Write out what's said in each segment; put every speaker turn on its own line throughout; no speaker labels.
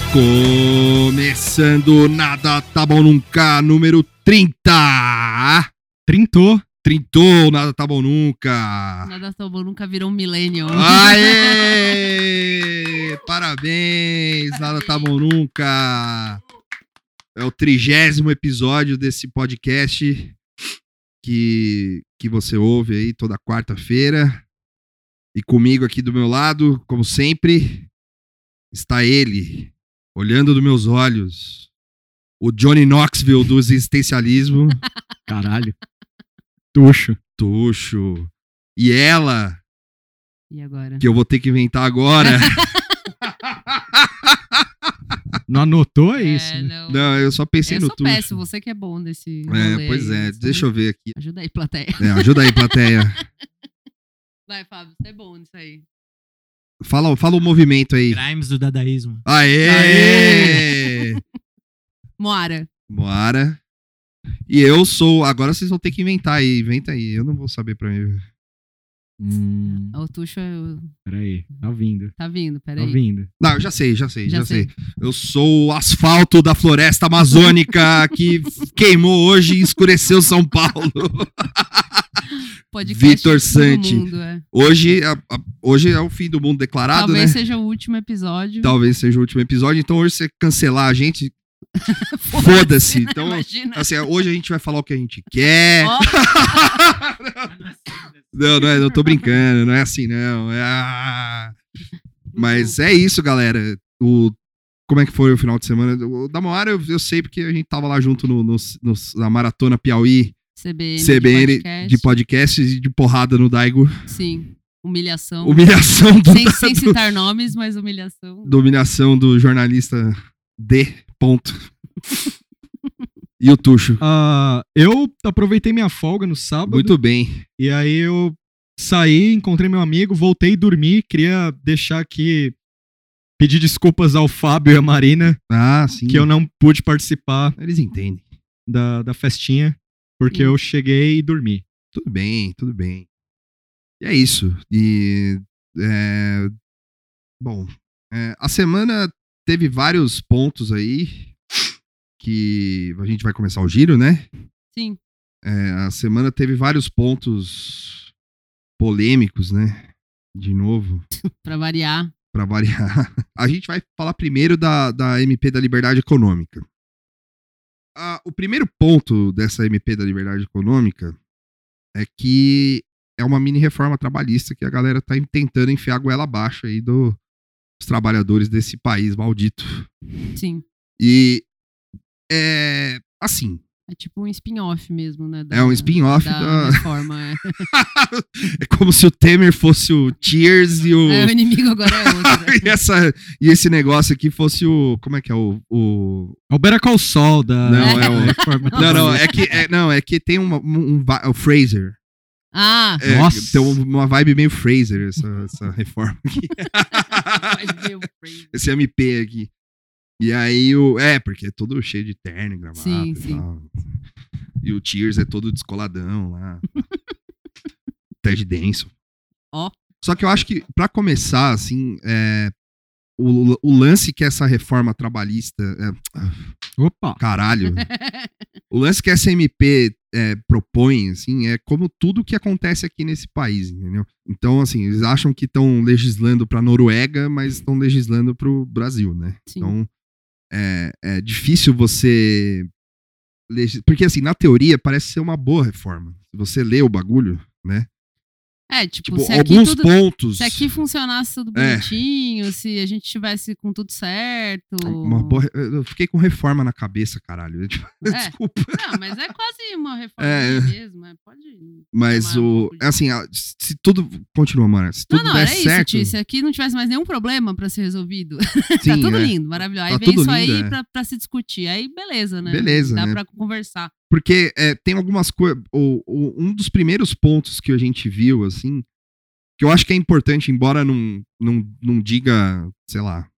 Começando Nada Tá Bom Nunca, número 30. Trintou, Nada Tá Bom Nunca.
Nada Tá Bom Nunca virou um millennium.
Aê! Parabéns, Nada Tá Bom Nunca. É o 30º episódio desse podcast que você ouve aí toda quarta-feira. E comigo aqui do meu lado, como sempre, está ele, olhando nos meus olhos, o Johnny Knoxville do existencialismo.
Caralho. Tuxo. E ela,
E agora?
que eu vou ter que inventar agora.
Não anotou isso? Né?
Não, eu só pensei
eu
no
sou
Tuxo.
péssimo, você que é bom desse rolê
Pois
aí,
é, deixa eu ver aqui.
Ajuda aí, plateia.
Ajuda aí, plateia.
Vai, Fábio, você é bom nisso aí.
Fala o movimento aí.
Grimes do dadaísmo.
Aê!
Moara.
E eu sou... Agora vocês vão ter que inventar aí. Inventa aí. Eu não vou saber pra mim.
O Tuxo
Peraí, tá vindo.
tá vindo, peraí.
Tá vindo.
Não, eu já sei.
Já sei.
Eu sou o asfalto da floresta amazônica que queimou hoje e escureceu São Paulo.
Podcast
Vitor
de todo
Santi.
mundo, é.
Hoje é o fim do mundo declarado,
Talvez
né?
seja o último episódio.
Talvez seja o último episódio. Então hoje você cancelar a gente, foda-se. Então,
Imagina.
assim, hoje a gente vai falar o que a gente quer.
Ó,
Não tô brincando, não é assim, não. Mas é isso, galera. Como é que foi o final de semana? O da Moara eu sei porque a gente tava lá junto na Maratona Piauí, CBN de podcasts e de porrada no Daigo.
Sim, humilhação.
Humilhação
Sem citar nomes, mas humilhação.
Dominação do jornalista D. Ponto. E o Tuxo.
Eu aproveitei minha folga no sábado.
Muito bem.
E aí eu saí, encontrei meu amigo, voltei a dormir. Queria deixar aqui, pedir desculpas ao Fábio e à Marina,
Ah, sim.
que eu não pude participar
Eles entendem.
da festinha, porque
Sim.
eu cheguei e dormi.
Tudo bem. E é isso. E. Bom, a semana teve vários pontos aí que a gente vai começar o giro, né?
Sim.
A semana teve vários pontos polêmicos, né? De novo,
Pra variar.
pra variar. A gente vai falar primeiro da MP da Liberdade Econômica. O primeiro ponto dessa MP da Liberdade Econômica é que é uma mini reforma trabalhista que a galera tá tentando enfiar a goela abaixo aí dos trabalhadores desse país maldito.
Sim.
E assim,
É tipo um spin-off mesmo, né?
É um spin-off da-
reforma, é.
é como se o Temer fosse o Cheers e o...
O inimigo agora é outro.
e esse negócio aqui fosse o... Como é que é? O...
É o Better Call Saul da
Não, é o-
reforma.
é que tem o Fraser.
Ah,
Nossa.
Tem uma vibe meio Fraser, essa reforma aqui.
vai ver o Frame.
Esse MP aqui. E aí porque é todo cheio de terno e gravata
Sim,
e
sim.
tal. E o Cheers é todo descoladão lá. Ted Danson.
Ó.
Só que eu acho que, pra começar, assim, o lance que essa reforma trabalhista...
Opa!
Caralho. O lance que essa MP propõe, assim, é como tudo que acontece aqui nesse país, entendeu? Então, assim, eles acham que estão legislando pra Noruega, mas estão legislando pro Brasil, né?
Sim.
Então, é difícil você... Porque, assim, na teoria, parece ser uma boa reforma. Se você lê o bagulho, né?
Tipo,
Tipo,
se aqui
alguns
tudo...
pontos...
Se aqui funcionasse tudo bonitinho, se a gente tivesse com tudo certo.
Eu fiquei com reforma na cabeça, caralho. Desculpa.
Não, mas é quase uma reforma mesmo. Pode.
Mas
chamar um pouco de-
assim, se tudo... Continua, mano. Se tudo
Não,
der
era isso,
certo...
Ti. Se aqui não tivesse mais nenhum problema pra ser resolvido.
Sim,
Tá tudo
é.
lindo, maravilhoso. Aí
Tá
vem
tudo
isso
lindo,
aí pra se discutir. Aí beleza, né?
Beleza,
Dá
né?
pra conversar.
Porque tem algumas coisas... Um dos primeiros pontos que a gente viu, assim... Que eu acho que é importante, embora não diga, sei lá...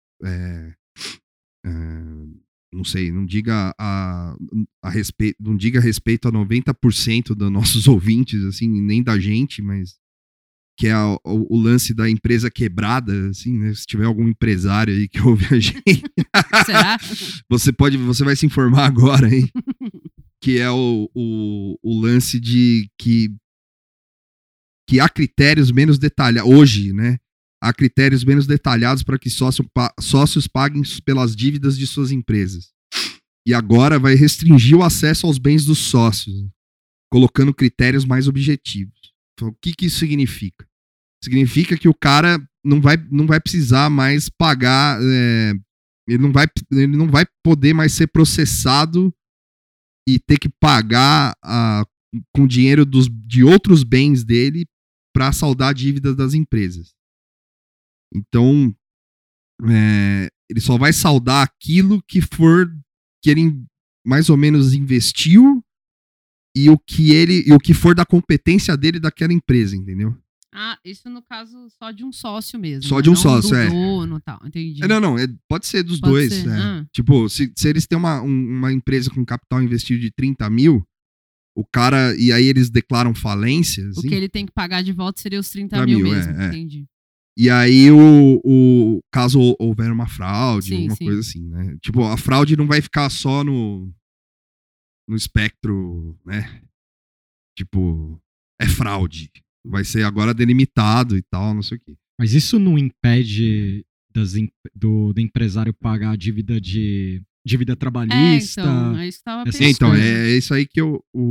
não sei, não diga a respeito, não diga a respeito a 90% dos nossos ouvintes, assim, nem da gente, mas que é o lance da empresa quebrada, assim, né? Se tiver algum empresário aí que ouve a gente,
Será?
você vai se informar agora, hein? Que é o lance de que há critérios menos detalhados, hoje, né? Há critérios menos detalhados para que sócios paguem pelas dívidas de suas empresas. E agora vai restringir o acesso aos bens dos sócios, colocando critérios mais objetivos. Então, o que isso significa? Significa que o cara não vai precisar mais pagar, ele não vai poder mais ser processado e ter que pagar com dinheiro de outros bens dele para saldar dívidas das empresas. Então, ele só vai saldar aquilo que ele mais ou menos investiu e o que for da competência dele daquela empresa, entendeu?
Ah, isso no caso só de um sócio mesmo.
Só de um sócio,
do dono, tal, entendi.
Não, pode ser dos
Pode
dois.
ser,
Tipo, se eles têm uma empresa com capital investido de 30 mil, o cara, e aí eles declaram falência. Assim,
o que ele tem que pagar de volta seria os 30 mil mesmo, entendi.
E aí, caso houver uma fraude, alguma coisa assim, né? Tipo, a fraude não vai ficar só no espectro, né? Tipo, é fraude. Vai ser agora delimitado e tal, não sei o quê.
Mas isso não impede do empresário pagar a dívida trabalhista?
É isso que eu tava pensando.
Então, é isso aí que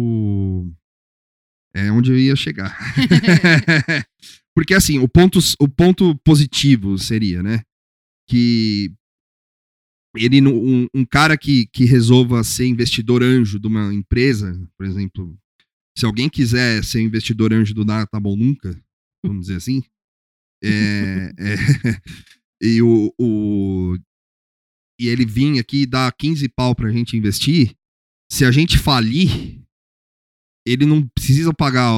é onde eu ia chegar. Porque, assim, o ponto positivo seria, né? Que um cara que resolva ser investidor anjo de uma empresa, por exemplo, se alguém quiser ser investidor anjo do Nada Tá Bom Nunca, vamos dizer assim, e ele vir aqui e dar 15 pau pra gente investir, se a gente falir, ele não precisa pagar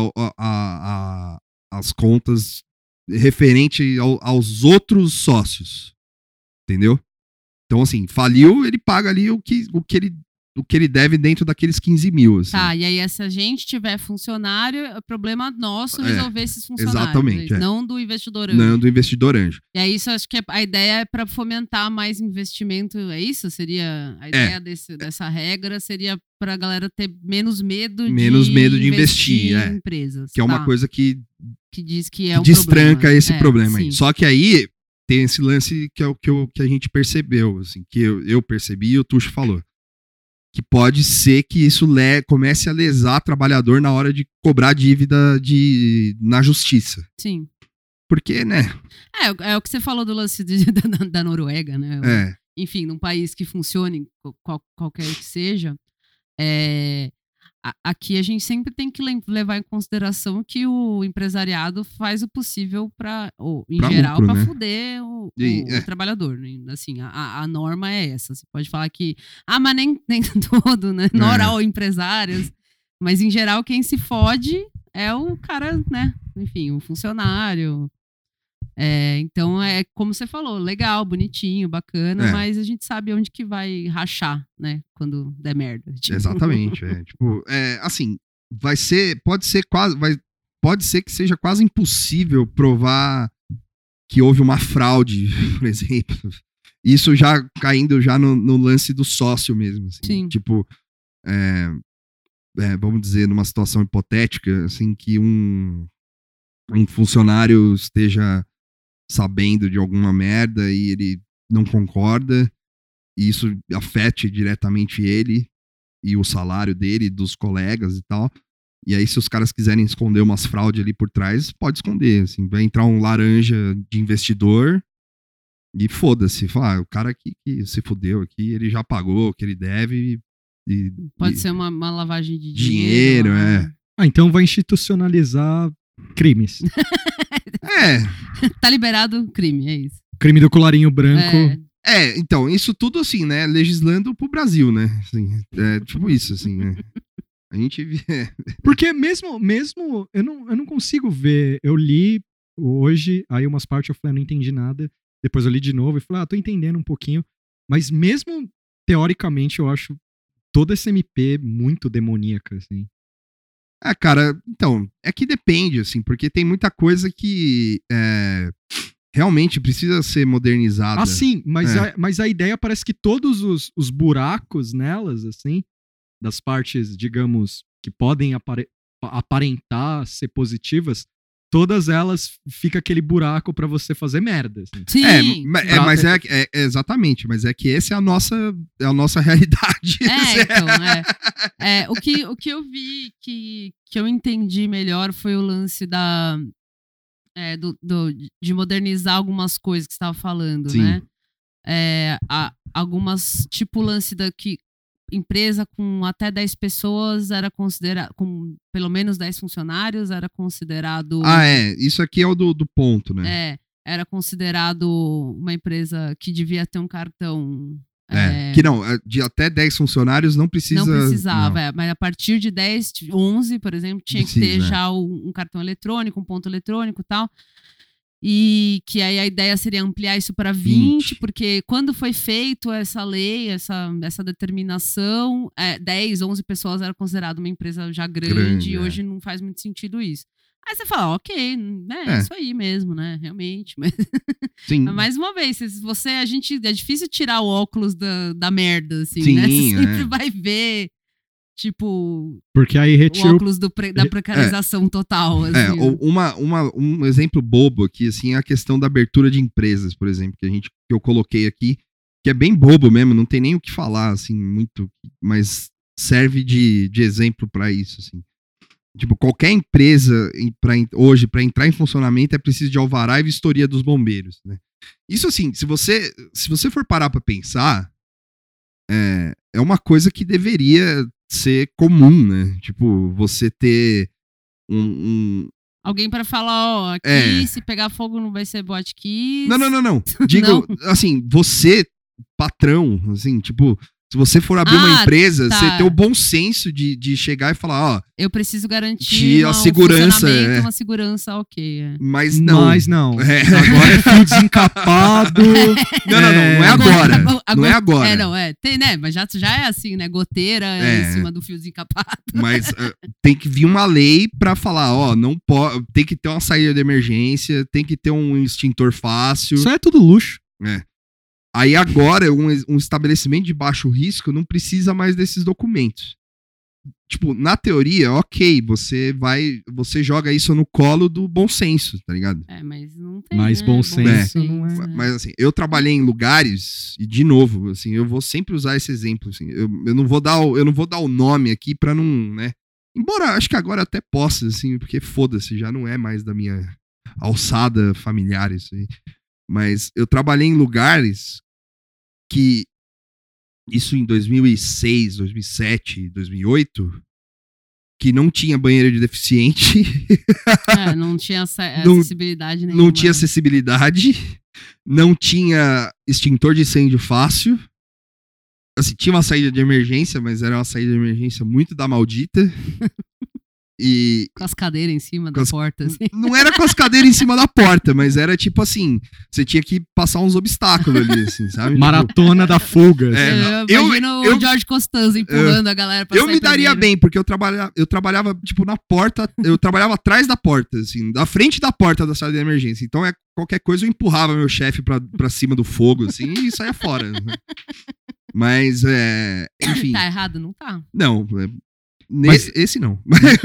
as contas referente aos outros sócios, entendeu? Então, assim, faliu, ele paga ali o que ele deve dentro daqueles 15 mil. Assim.
Tá, e aí se a gente tiver funcionário, é problema nosso resolver esses funcionários.
Exatamente.
Não do investidor anjo.
Não do investidor anjo.
E aí isso acho que a ideia é para fomentar mais investimento, é isso? Seria a ideia dessa regra, seria pra galera ter menos medo de investir em empresas.
Que é uma coisa que
diz que é um
destranca
problema.
esse problema aí.
Sim.
Só que aí tem esse lance que é o que a gente percebeu, assim, que eu percebi e o Tuxo falou. Que pode ser que isso comece a lesar trabalhador na hora de cobrar dívida na justiça.
Sim.
Porque, né?
É o que você falou do lance da Noruega, né? Enfim, num país que funcione, qualquer que seja, aqui a gente sempre tem que levar em consideração que o empresariado faz o possível em geral, para fuder o trabalhador. Né? Assim, a norma é essa. Você pode falar que, mas nem todo, né? Not all empresários. Mas, em geral, quem se fode é o cara, né? Enfim, o funcionário. Então, é como você falou, legal, bonitinho, bacana, mas a gente sabe onde que vai rachar, né? Quando der merda. Tipo.
Exatamente. Assim, pode ser que seja quase impossível provar que houve uma fraude, por exemplo. Isso já caindo já no lance do sócio mesmo. Assim.
Sim.
Tipo, vamos dizer, numa situação hipotética, assim, que um funcionário esteja sabendo de alguma merda e ele não concorda, e isso afete diretamente ele e o salário dele, dos colegas e tal. E aí, se os caras quiserem esconder umas fraudes ali por trás, pode esconder, assim. Vai entrar um laranja de investidor e foda-se. Falar, o cara que se fudeu aqui, ele já pagou o que ele deve.
Pode ser uma lavagem de
dinheiro.
Então vai institucionalizar crimes.
Tá liberado o crime, é isso.
Crime do colarinho branco.
Então, isso tudo assim, né? Legislando pro Brasil, né? Assim, tipo isso, assim, né? A gente vê.
Porque mesmo eu não consigo ver. Eu li hoje, aí umas partes eu falei, não entendi nada. Depois eu li de novo e falei, tô entendendo um pouquinho. Mas mesmo teoricamente, eu acho toda essa MP muito demoníaca, assim.
Cara, então, é que depende, assim, porque tem muita coisa que realmente precisa ser modernizada.
Sim, mas a ideia parece que todos os buracos nelas, assim, das partes, digamos, que podem aparentar ser positivas, todas elas fica aquele buraco pra você fazer merda. Assim.
Sim.
Mas exatamente, mas é que essa é a nossa realidade.
Então, o que eu vi, que eu entendi melhor foi o lance de modernizar algumas coisas que você estava falando,
Sim.
né? Algumas, tipo o lance que empresa com até 10 pessoas era considerado, com pelo menos 10 funcionários, era considerado...
Isso aqui é o do ponto, né?
Era considerado uma empresa que devia ter um cartão...
Que não, de até 10 funcionários não precisa...
Não precisava, mas a partir de 10, 11, por exemplo, tinha que ter já um cartão eletrônico, um ponto eletrônico e tal. E que aí a ideia seria ampliar isso para 20, porque quando foi feito essa lei, essa determinação, 10, 11 pessoas era considerado uma empresa já grande e hoje não faz muito sentido isso. Aí você fala, ok, é isso aí mesmo, né? Realmente. Mas,
Sim.
mas mais uma vez, é difícil tirar o óculos da merda, assim,
Sim,
né? Você sempre vai ver, tipo,
porque aí retira
o óculos da precarização total. Assim,
um exemplo bobo aqui, assim, é a questão da abertura de empresas, por exemplo, que eu coloquei aqui, que é bem bobo mesmo, não tem nem o que falar, assim, muito, mas serve de exemplo para isso, assim. Tipo, qualquer empresa hoje, para entrar em funcionamento, é preciso de alvará e vistoria dos bombeiros, né? Isso, assim, se você for parar para pensar, é uma coisa que deveria ser comum, né? Tipo, você ter
alguém para falar, aqui se pegar fogo não vai ser botkiss.
Não. Digo, assim, você, patrão, assim, tipo... Se você for abrir uma empresa, você tem o bom senso de chegar e falar,
eu preciso garantir
a segurança.
Uma segurança, ok.
Mas não.
Agora é fio desencapado.
Não é agora. Não é agora.
Tem, né? Mas já é assim, né? Goteira em cima do fio desencapado.
Mas tem que vir uma lei pra falar, não pode. Tem que ter uma saída de emergência, tem que ter um extintor fácil.
Isso é tudo luxo.
Aí agora, um estabelecimento de baixo risco não precisa mais desses documentos. Tipo, na teoria, ok, você joga isso no colo do bom senso, tá ligado?
Mas não tem,
mas bom senso não é.
Mas assim, eu trabalhei em lugares, e de novo, assim, eu vou sempre usar esse exemplo, assim, eu não vou dar o nome aqui pra não, né? Embora, acho que agora até possa, assim, porque foda-se, já não é mais da minha alçada familiar isso aí. Mas eu trabalhei em lugares que, isso em 2006, 2007, 2008, que não tinha banheiro de deficiente.
Não tinha acessibilidade nenhuma.
Não tinha acessibilidade, não tinha extintor de incêndio fácil. Assim, tinha uma saída de emergência, mas era uma saída de emergência muito da maldita.
Com as cadeiras em cima da porta, assim.
Não era com as cadeiras em cima da porta, mas era tipo assim, você tinha que passar uns obstáculos ali, assim, sabe?
Maratona da fuga.
Eu imagino o Jorge Costanza empurrando a galera pra sair.
Eu me daria bem, porque eu trabalhava tipo na porta, eu trabalhava atrás da porta, assim, da frente da porta da sala de emergência. Então qualquer coisa eu empurrava meu chefe pra cima do fogo, assim, e saia fora. Né? Mas, enfim.
Tá errado? Não tá.
Não, esse não.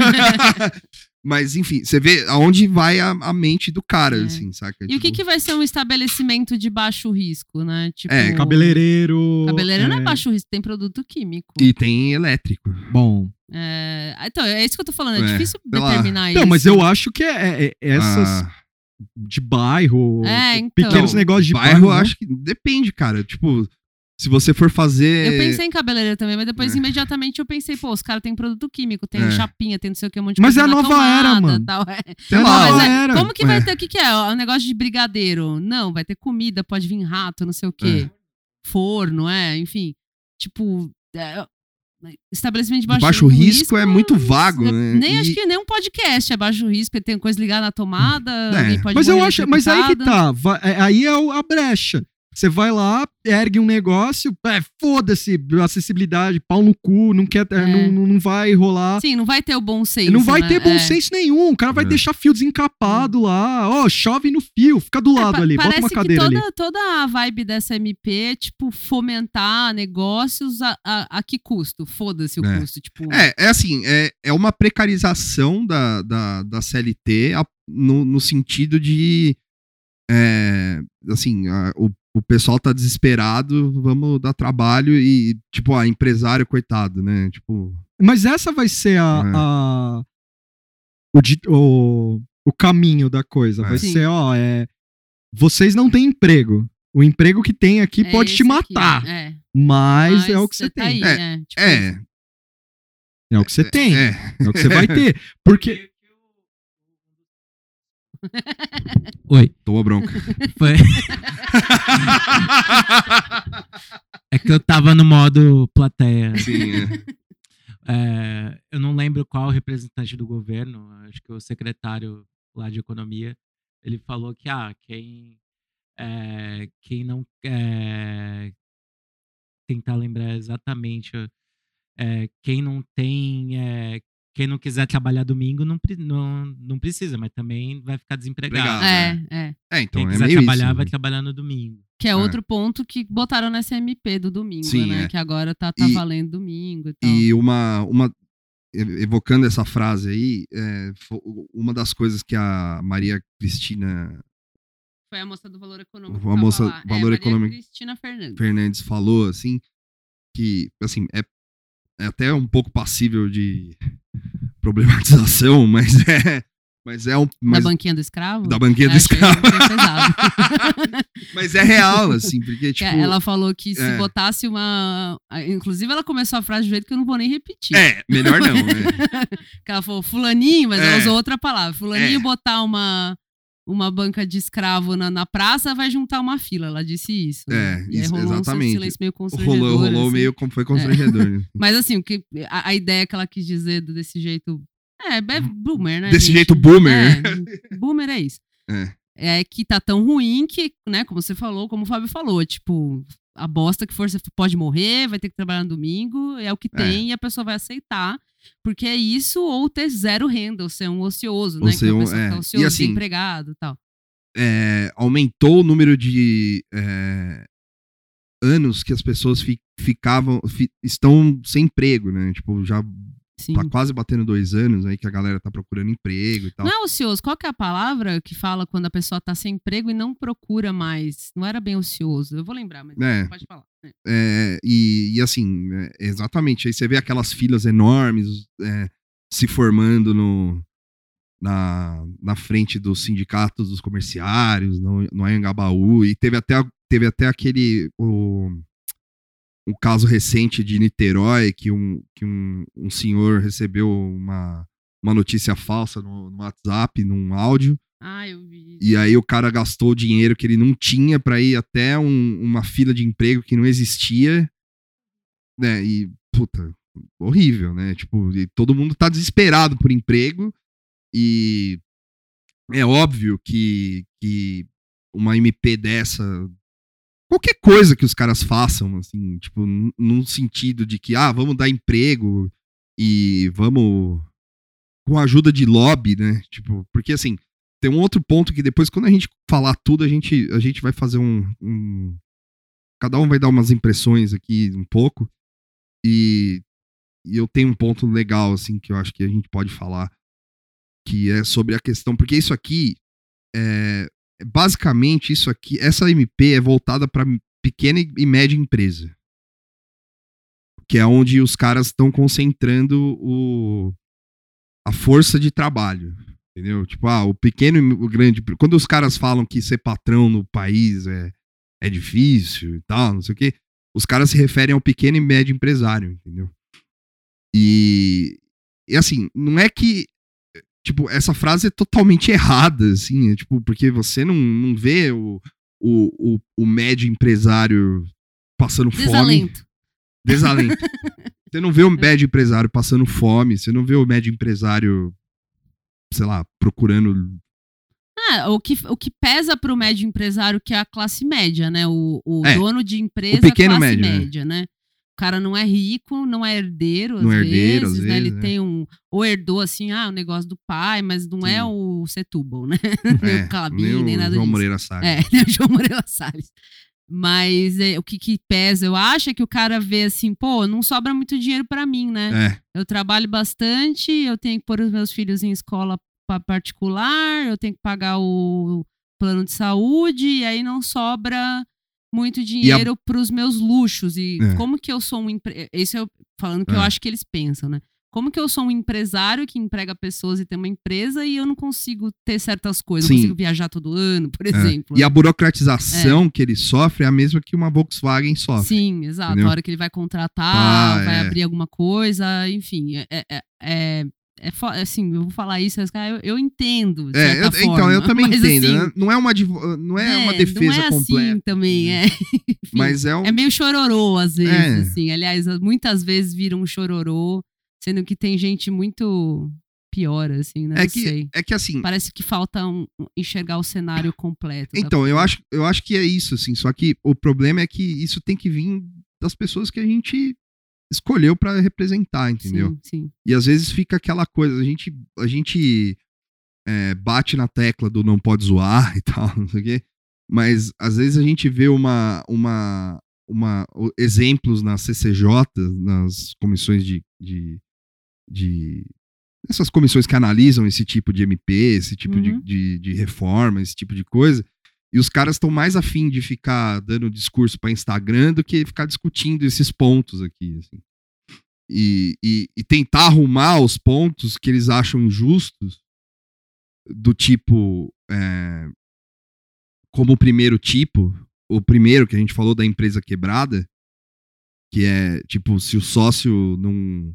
Mas, enfim, você vê aonde vai a mente do cara, assim, saca?
E o que vai ser um estabelecimento de baixo risco, né? Tipo,
cabeleireiro.
Cabeleireiro não é baixo risco, tem produto químico.
E tem elétrico.
Bom.
Então, é isso que eu tô falando, é difícil determinar isso.
Não, mas eu acho que essas de bairro, pequenos negócios de bairro.
Eu acho que depende, cara. Tipo... Se você for fazer...
Eu pensei em cabeleireiro também, mas depois imediatamente eu pensei, os caras têm produto químico, tem chapinha, tem não sei o que, um monte de
coisa.
Mas
é a nova era, mano.
Tal,
É a nova era.
Como que vai ter, o que é? Um negócio de brigadeiro? Não, vai ter comida, pode vir rato, não sei o que. Forno, enfim. Tipo, estabelecimento de baixo risco
é muito vago, né?
Acho que nem um podcast é baixo risco, tem coisa ligada na tomada, alguém pode
mas eu acho, mas aí que tá, aí é a brecha. Você vai lá, ergue um negócio, foda-se, acessibilidade, pau no cu, não quer, não vai rolar.
Sim, não vai ter o bom senso.
Não vai ter bom senso nenhum. O cara vai deixar fio desencapado lá. Chove no fio, fica do lado ali, bota uma cadeira ali.
Toda a vibe dessa MP é, tipo, fomentar negócios a que custo? Foda-se o custo. Tipo...
assim, é uma precarização da CLT no sentido de, assim, o pessoal tá desesperado, vamos dar trabalho e, tipo, empresário, coitado, né? Tipo...
Mas essa vai ser o caminho da coisa. Vai ser, vocês não têm emprego. O emprego que tem aqui pode te matar. Mas é o que você tem. É o que você tem. É o que você vai ter. Porque...
Oi.
Toma bronca.
Foi. É que eu tava no modo plateia.
Sim,
eu não lembro qual representante do governo, acho que o secretário lá de economia, ele falou que quem não tentar lembrar exatamente, quem não tem, quem não quiser trabalhar domingo não precisa, mas também vai ficar desempregado.
Então
quem quiser trabalhar vai trabalhar no domingo.
Que é outro ponto que botaram nessa MP do domingo, né? Que agora tá valendo domingo e tal.
E evocando essa frase aí, uma das coisas que a Maria Cristina...
Foi a moça do Valor Econômico.
A moça do Valor Econômico
Cristina
Fernandes falou, assim, que, assim, é até um pouco passível de problematização, mas
da banquinha do escravo?
Da banquinha do escravo. Mas é real, assim, porque, tipo...
Ela falou que se botasse uma... Inclusive, ela começou a frase de jeito que eu não vou nem repetir.
Melhor não.
Que ela falou, fulaninho, mas ela usou outra palavra. Fulaninho botar uma banca de escravo na praça, vai juntar uma fila. Ela disse isso.
E aí rolou
exatamente. Um silêncio meio constrangedor.
Rolou
assim.
Meio como foi constrangedor. Né?
Mas assim, a ideia que ela quis dizer desse jeito... É boomer, né?
Desse jeito boomer.
Boomer é isso. É que tá tão ruim que, né, como você falou, como o Fábio falou, tipo, a bosta que for, você pode morrer, vai ter que trabalhar no domingo, é o que tem e a pessoa vai aceitar. Porque é isso ou ter zero renda, ou ser um ocioso, né? Que a pessoa fica ocioso, e, assim, desempregado e tal.
Aumentou o número de anos que as pessoas estão sem emprego, né? Tipo, já tá quase batendo 2 anos aí que a galera tá procurando emprego e tal.
Não é ocioso. Qual que é a palavra que fala quando a pessoa tá sem emprego e não procura mais? Não era bem ocioso. Eu vou lembrar, mas pode falar.
E assim, exatamente. Aí você vê aquelas filas enormes se formando na frente dos sindicatos dos comerciários, no Anhangabaú. E teve até aquele... Um caso recente de Niterói, que um senhor recebeu uma notícia falsa no WhatsApp, num áudio.
Eu vi.
E aí o cara gastou o dinheiro que ele não tinha para ir até uma fila de emprego que não existia. Né? E, puta, horrível, né? Tipo, e todo mundo tá desesperado por emprego. E é óbvio que uma MP dessa... Qualquer coisa que os caras façam, assim, tipo, num sentido de que, vamos dar emprego e vamos com a ajuda de lobby, né? Tipo, porque, assim, tem um outro ponto que depois, quando a gente falar tudo, a gente vai fazer cada um vai dar umas impressões aqui um pouco. E eu tenho um ponto legal, assim, que eu acho que a gente pode falar, que é sobre a questão, porque isso aqui basicamente, essa MP é voltada para pequena e média empresa. Que é onde os caras estão concentrando a força de trabalho. Entendeu? Tipo, o pequeno e o grande... Quando os caras falam que ser patrão no país é difícil e tal, não sei o quê, os caras se referem ao pequeno e médio empresário, entendeu? E assim, não é que... Tipo, essa frase é totalmente errada, assim, tipo, porque você não vê o médio empresário passando fome. Desalento. Você não vê o médio empresário passando fome, você não vê o médio empresário, sei lá, procurando
O que pesa pro médio empresário, que é a classe média, né? O dono de empresa,
o pequeno
classe
médio,
média, né? O cara não é rico, não é herdeiro,
não
às
herdeiro,
vezes,
às
né?
vezes,
Ele tem ou herdou, assim, o negócio do pai, mas não é o Setúbal, né? Nem o Calabim, nem nada
João
disso.
Moreira Salles.
Nem o João Moreira Salles. Mas o que pesa, eu acho, é que o cara vê assim, pô, não sobra muito dinheiro pra mim, né? Eu trabalho bastante, eu tenho que pôr os meus filhos em escola particular, eu tenho que pagar o plano de saúde, e aí não sobra muito dinheiro para os meus luxos. E como que eu sou isso eu falando que eu acho que eles pensam, né? Como que eu sou um empresário que emprega pessoas e tem uma empresa e eu não consigo ter certas coisas? Não consigo viajar todo ano, por exemplo.
E a burocratização que ele sofre é a mesma que uma Volkswagen sofre.
Sim, exato.
Entendeu?
A hora que ele vai contratar, vai abrir alguma coisa, enfim. Assim, eu vou falar isso, eu entendo. De certa forma,
então, eu também entendo.
Assim,
né? Não é uma defesa
não é
completa.
assim também, Enfim,
mas
é meio chororô, às vezes, assim. Aliás, muitas vezes vira um chororô, sendo que tem gente muito pior, assim, né?
É que assim...
Parece que falta enxergar o cenário completo.
Então, eu acho que é isso, assim. Só que o problema é que isso tem que vir das pessoas que a gente escolheu pra representar, entendeu?
Sim.
E às vezes fica aquela coisa, a gente bate na tecla do não pode zoar e tal, não sei o quê, mas às vezes a gente vê exemplos na CCJ, nas comissões essas comissões que analisam esse tipo de MP, esse tipo de reforma, esse tipo de coisa, e os caras estão mais afim de ficar dando discurso para Instagram do que ficar discutindo esses pontos aqui, assim. E tentar arrumar os pontos que eles acham injustos, do tipo, como o primeiro tipo, o primeiro que a gente falou da empresa quebrada, que é, tipo, se o sócio não...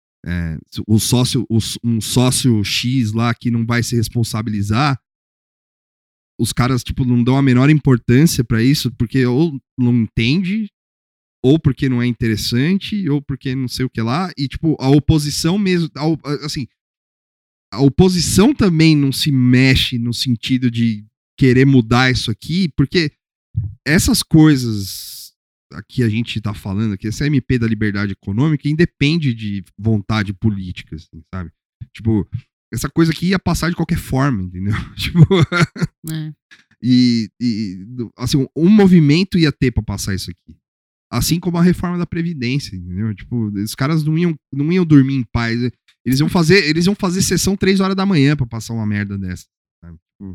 um sócio X lá que não vai se responsabilizar, os caras, tipo, não dão a menor importância pra isso, porque ou não entende, ou porque não é interessante, ou porque não sei o que lá, e, tipo, a oposição mesmo, assim, a oposição também não se mexe no sentido de querer mudar isso aqui, porque essas coisas que a gente tá falando aqui, essa MP da liberdade econômica, independe de vontade política, assim, sabe? Tipo, essa coisa aqui ia passar de qualquer forma, entendeu? Tipo... E assim, um movimento ia ter pra passar isso aqui. Assim como a reforma da Previdência, entendeu? Tipo, os caras não iam dormir em paz. Eles iam fazer sessão 3 horas da manhã pra passar uma merda dessa, sabe? Tipo,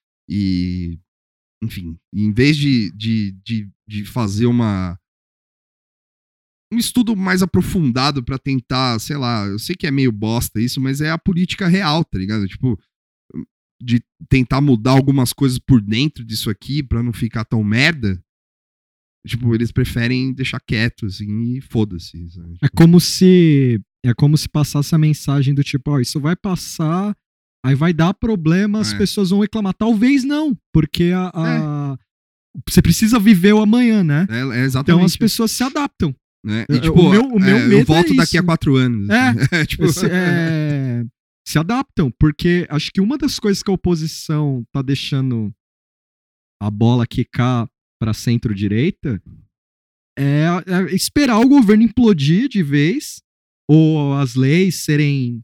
enfim, em vez de fazer um estudo mais aprofundado pra tentar, sei lá, eu sei que é meio bosta isso, mas é a política real, tá ligado? Tipo, de tentar mudar algumas coisas por dentro disso aqui pra não ficar tão merda. Tipo, eles preferem deixar quieto, assim, e foda-se. Sabe?
É como se passasse a mensagem do tipo, isso vai passar, aí vai dar problema, as pessoas vão reclamar. Talvez não, porque você precisa viver o amanhã, né?
Exatamente.
Então as pessoas se adaptam.
E, tipo, o meu medo eu volto daqui a 4 anos.
Tipo, se adaptam, porque acho que uma das coisas que a oposição tá deixando a bola quicar para centro-direita é esperar o governo implodir de vez, ou as leis serem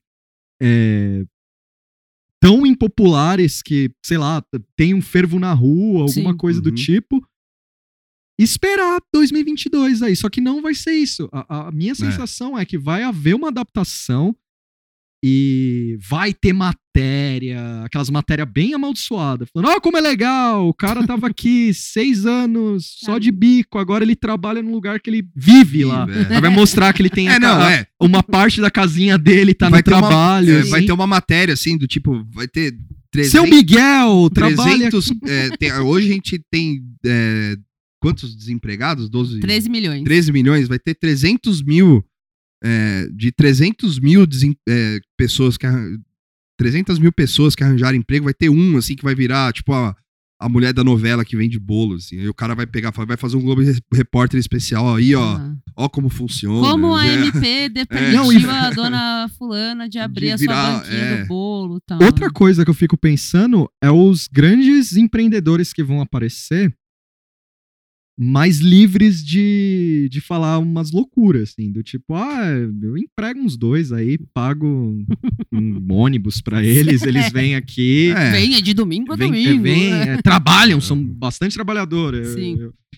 tão impopulares que, sei lá, tem um fervo na rua, alguma coisa do tipo, esperar 2022 aí. Só que não vai ser isso. A minha sensação é que vai haver uma adaptação e vai ter matéria, aquelas matérias bem amaldiçoadas, falando, como é legal, o cara tava aqui 6 anos só de bico, agora ele trabalha num lugar que ele vive lá. Vai mostrar que ele tem uma parte da casinha dele tá no trabalho. Assim.
Vai ter uma matéria, assim, do tipo, vai ter 300...
Seu Miguel, trabalha...
Hoje a gente tem... quantos desempregados?
13 milhões.
13 milhões, vai ter 300 mil... de 300 mil pessoas que 300 mil pessoas que arranjaram emprego, vai ter assim, que vai virar, tipo, a mulher da novela que vende bolo, assim. Aí o cara vai pegar, vai fazer um Globo Repórter especial aí, ó como funciona.
Como a MP permitiu a dona fulana de abrir a sua banquinha do bolo e tal.
Outra coisa que eu fico pensando é os grandes empreendedores que vão aparecer mais livres de falar umas loucuras, assim, do tipo, eu emprego uns 2 aí, pago um ônibus pra eles vêm aqui.
Vem de domingo a domingo.
Trabalham, são bastante trabalhadores.
Sim.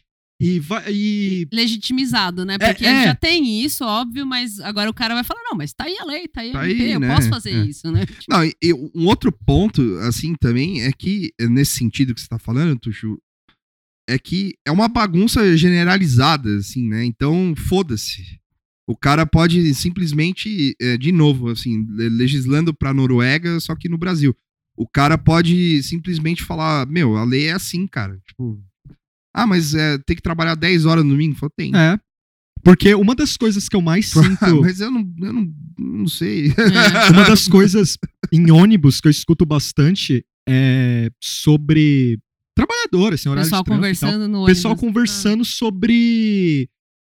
E
legitimizado, né? Porque já tem isso, óbvio, mas agora o cara vai falar, não, mas tá aí a lei, tá aí a MP, eu posso fazer isso, né?
Não, e um outro ponto, assim, também, é que, nesse sentido que você tá falando, Tuxu, é que é uma bagunça generalizada, assim, né? Então, foda-se. O cara pode simplesmente, de novo, assim, legislando pra Noruega, só que no Brasil. O cara pode simplesmente falar, a lei é assim, cara. Tipo, mas tem que trabalhar 10 horas no domingo? Fala, tem.
Porque uma das coisas que eu mais sinto...
Mas eu não sei.
Uma das coisas em ônibus que eu escuto bastante é sobre... trabalhador, assim, horário
pessoal
de trampo
conversando no
ônibus. Pessoal conversando sobre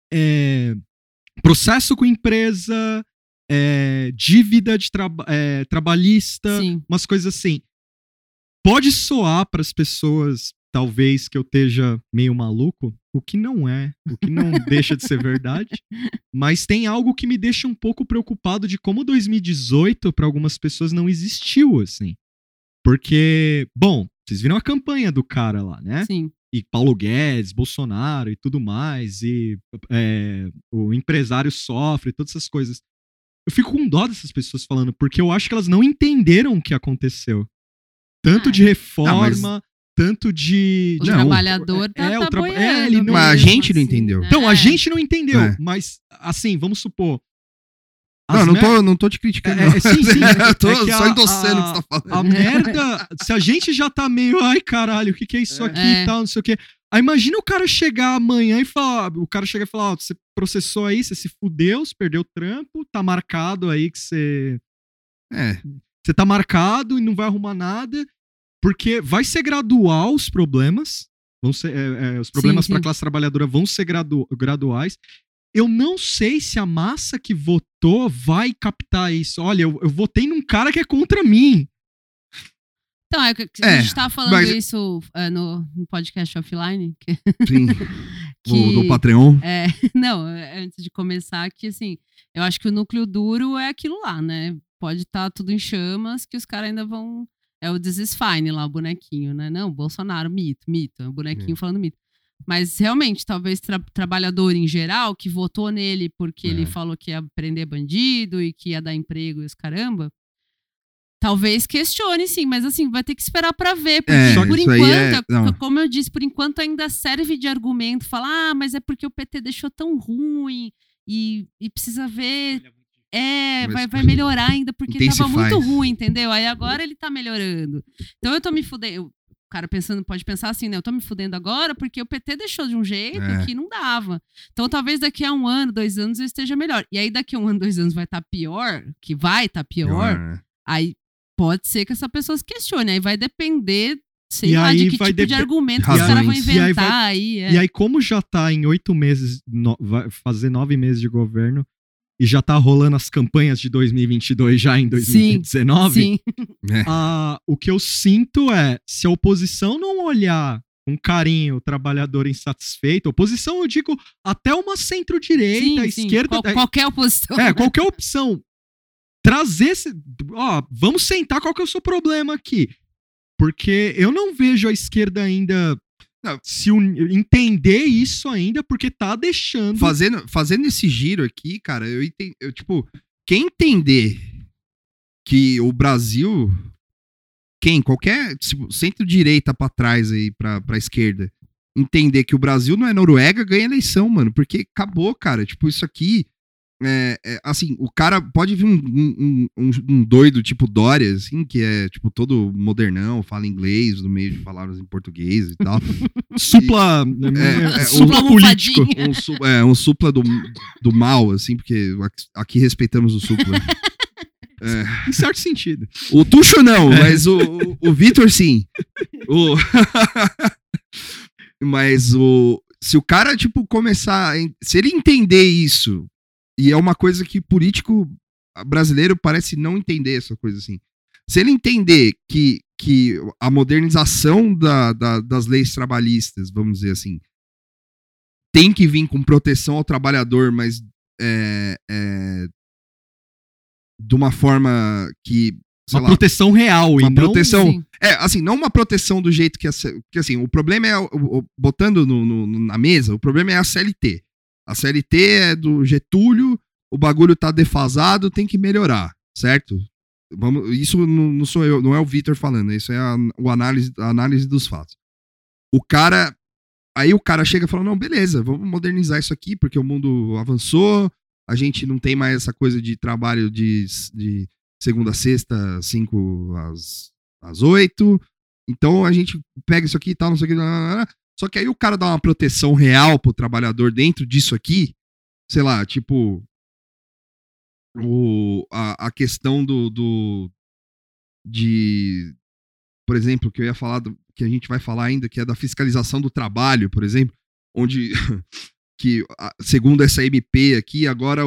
processo com empresa, dívida de trabalhista,
Sim.
umas coisas assim. Pode soar para as pessoas, talvez, que eu esteja meio maluco, o que não deixa de ser verdade, mas tem algo que me deixa um pouco preocupado de como 2018 para algumas pessoas não existiu, assim. Porque, bom, vocês viram a campanha do cara lá, né?
Sim.
E Paulo Guedes, Bolsonaro e tudo mais, e o empresário sofre, todas essas coisas. Eu fico com dó dessas pessoas falando, porque eu acho que elas não entenderam o que aconteceu. Tanto de reforma, tanto de...
O trabalhador tá boiando.
Mas a gente não entendeu.
Então, a gente não entendeu, mas, assim, vamos supor...
Não tô te criticando.
Sim.
Eu tô só endossando o que você tá falando.
A merda, se a gente já tá meio, ai caralho, o que é isso aqui e tal, não sei o quê. Aí imagina o cara chegar amanhã e falar, você processou aí, você se fudeu, você perdeu o trampo, tá marcado aí que você... Você tá marcado e não vai arrumar nada, porque vai ser gradual os problemas, os problemas pra classe trabalhadora vão ser graduais. Eu não sei se a massa que votou vai captar isso. Olha, eu votei num cara que é contra mim.
Então, a gente tava falando isso no podcast offline.
Sim, do Patreon.
Não, antes de começar, que assim, eu acho que o núcleo duro é aquilo lá, né? Pode estar tudo em chamas, que os caras ainda vão... É o This is Fine lá, o bonequinho, né? Não, Bolsonaro, mito, o bonequinho falando mito. Mas, realmente, talvez trabalhador em geral, que votou nele porque ele falou que ia prender bandido e que ia dar emprego e os caramba, talvez questione, sim. Mas, assim, vai ter que esperar pra ver. Porque, por enquanto, como eu disse, por enquanto ainda serve de argumento. Falar, mas é porque o PT deixou tão ruim e precisa ver... vai melhorar ainda, porque tava muito ruim, entendeu? Aí agora ele tá melhorando. Então eu tô me fudendo... O cara pode pensar assim, né? Eu tô me fudendo agora porque o PT deixou de um jeito que não dava. Então talvez daqui a 1 ano, 2 anos eu esteja melhor. E aí daqui a 1 ano, 2 anos vai estar pior, que vai estar pior, aí pode ser que essa pessoa se questione. Aí vai depender, sei lá, de que tipo de argumento que os caras vão inventar. E
aí como já tá em 8 meses, vai fazer 9 meses de governo, e já tá rolando as campanhas de 2022 já em 2019,
sim.
O que eu sinto é, se a oposição não olhar com carinho o trabalhador insatisfeito, oposição eu digo até uma centro-direita, esquerda...
Qualquer oposição.
Qualquer opção. Trazer... vamos sentar, qual que é o seu problema aqui? Porque eu não vejo a esquerda ainda... entender isso ainda, porque tá deixando...
Fazendo esse giro aqui, cara, quem entender que o Brasil... Qualquer centro-direita pra trás aí, pra esquerda, entender que o Brasil não é Noruega, ganha eleição, mano, porque acabou, cara, isso aqui... assim, o cara pode vir um doido tipo Dória, assim, que é todo modernão, fala inglês no meio de palavras em português e tal.
Supla
político.
Um supla do mal, assim, porque aqui respeitamos o supla.
Em certo sentido.
O Tuxo não, mas o Vitor sim. Mas se o cara, tipo, começar... Se ele entender isso, e é uma coisa que político brasileiro parece não entender essa coisa assim. Se ele entender que a modernização das leis trabalhistas, vamos dizer assim, tem que vir com proteção ao trabalhador, mas de uma forma que...
Uma proteção real,
uma
e
proteção,
não...
assim, não uma proteção do jeito que... Porque, assim, o problema é... Botando na mesa, o problema é a CLT. A CLT é do Getúlio, o bagulho tá defasado, tem que melhorar, certo? Isso não sou eu, não é o Vitor falando, isso é a análise dos fatos. Aí o cara chega e fala, não, beleza, vamos modernizar isso aqui, porque o mundo avançou, a gente não tem mais essa coisa de trabalho de segunda a sexta, 5 às 8, então a gente pega isso aqui e tal, não sei o que, só que aí o cara dá uma proteção real pro trabalhador dentro disso aqui, sei lá, tipo... a questão por exemplo, que eu ia falar, que a gente vai falar ainda, que é da fiscalização do trabalho, por exemplo, onde, que segundo essa MP aqui, agora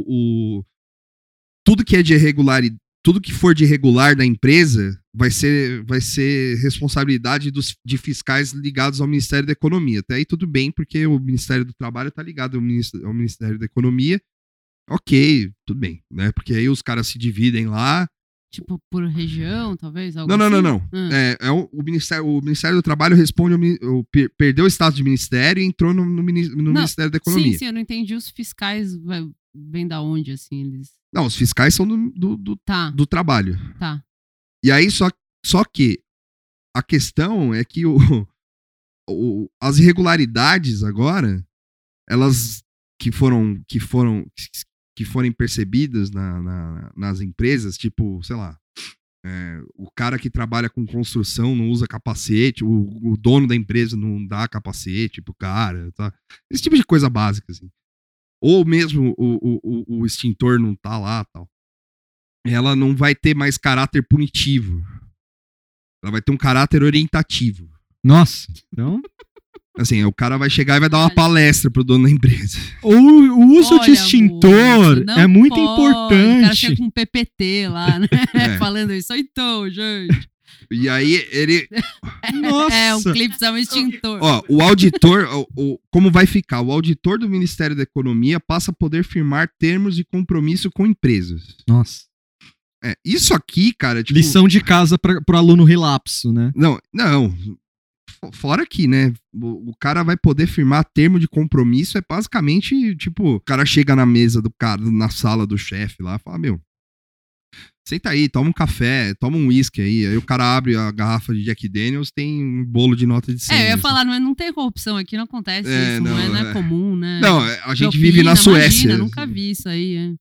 tudo que é de irregularidade, tudo que for de irregular da empresa vai ser responsabilidade de fiscais ligados ao Ministério da Economia. Até aí tudo bem, porque o Ministério do Trabalho está ligado ao Ministério da Economia. Ok, tudo bem, né? Porque aí os caras se dividem lá.
Tipo, por região, talvez?
Não. O Ministério do Trabalho responde, perdeu o estado de ministério e entrou no Ministério da Economia.
Sim, eu não entendi. Os fiscais vêm da onde, assim? Eles...
Não, os fiscais são do trabalho.
Tá.
E aí, só que a questão é que as irregularidades agora, elas que forem percebidas nas empresas, tipo, sei lá, o cara que trabalha com construção não usa capacete, o dono da empresa não dá capacete pro cara, tá? Esse tipo de coisa básica, assim. Ou mesmo o extintor não tá lá, tal. Ela não vai ter mais caráter punitivo. Ela vai ter um caráter orientativo.
Nossa, então...
Assim, o cara vai chegar e vai dar uma palestra pro dono da empresa.
O uso de extintor é muito importante.
O cara chega com um PPT lá, né? Falando isso. Então, gente.
E aí ele...
Nossa! Um clipe é um extintor.
Ó, o auditor... como vai ficar? O auditor do Ministério da Economia passa a poder firmar termos de compromisso com empresas.
Nossa.
Isso aqui, cara... Tipo...
Lição de casa pro aluno relapso, né?
Não. Fora que, né, o cara vai poder firmar termo de compromisso, é basicamente, tipo, o cara chega na mesa do cara, na sala do chefe lá, fala, meu, senta aí, toma um café, toma um uísque aí o cara abre a garrafa de Jack Daniels, tem um bolo de nota de 100.
Eu ia falar, não tem corrupção aqui, não acontece isso, não é comum, né?
Não, a gente vive na Suécia.
Imagina, nunca vi isso aí,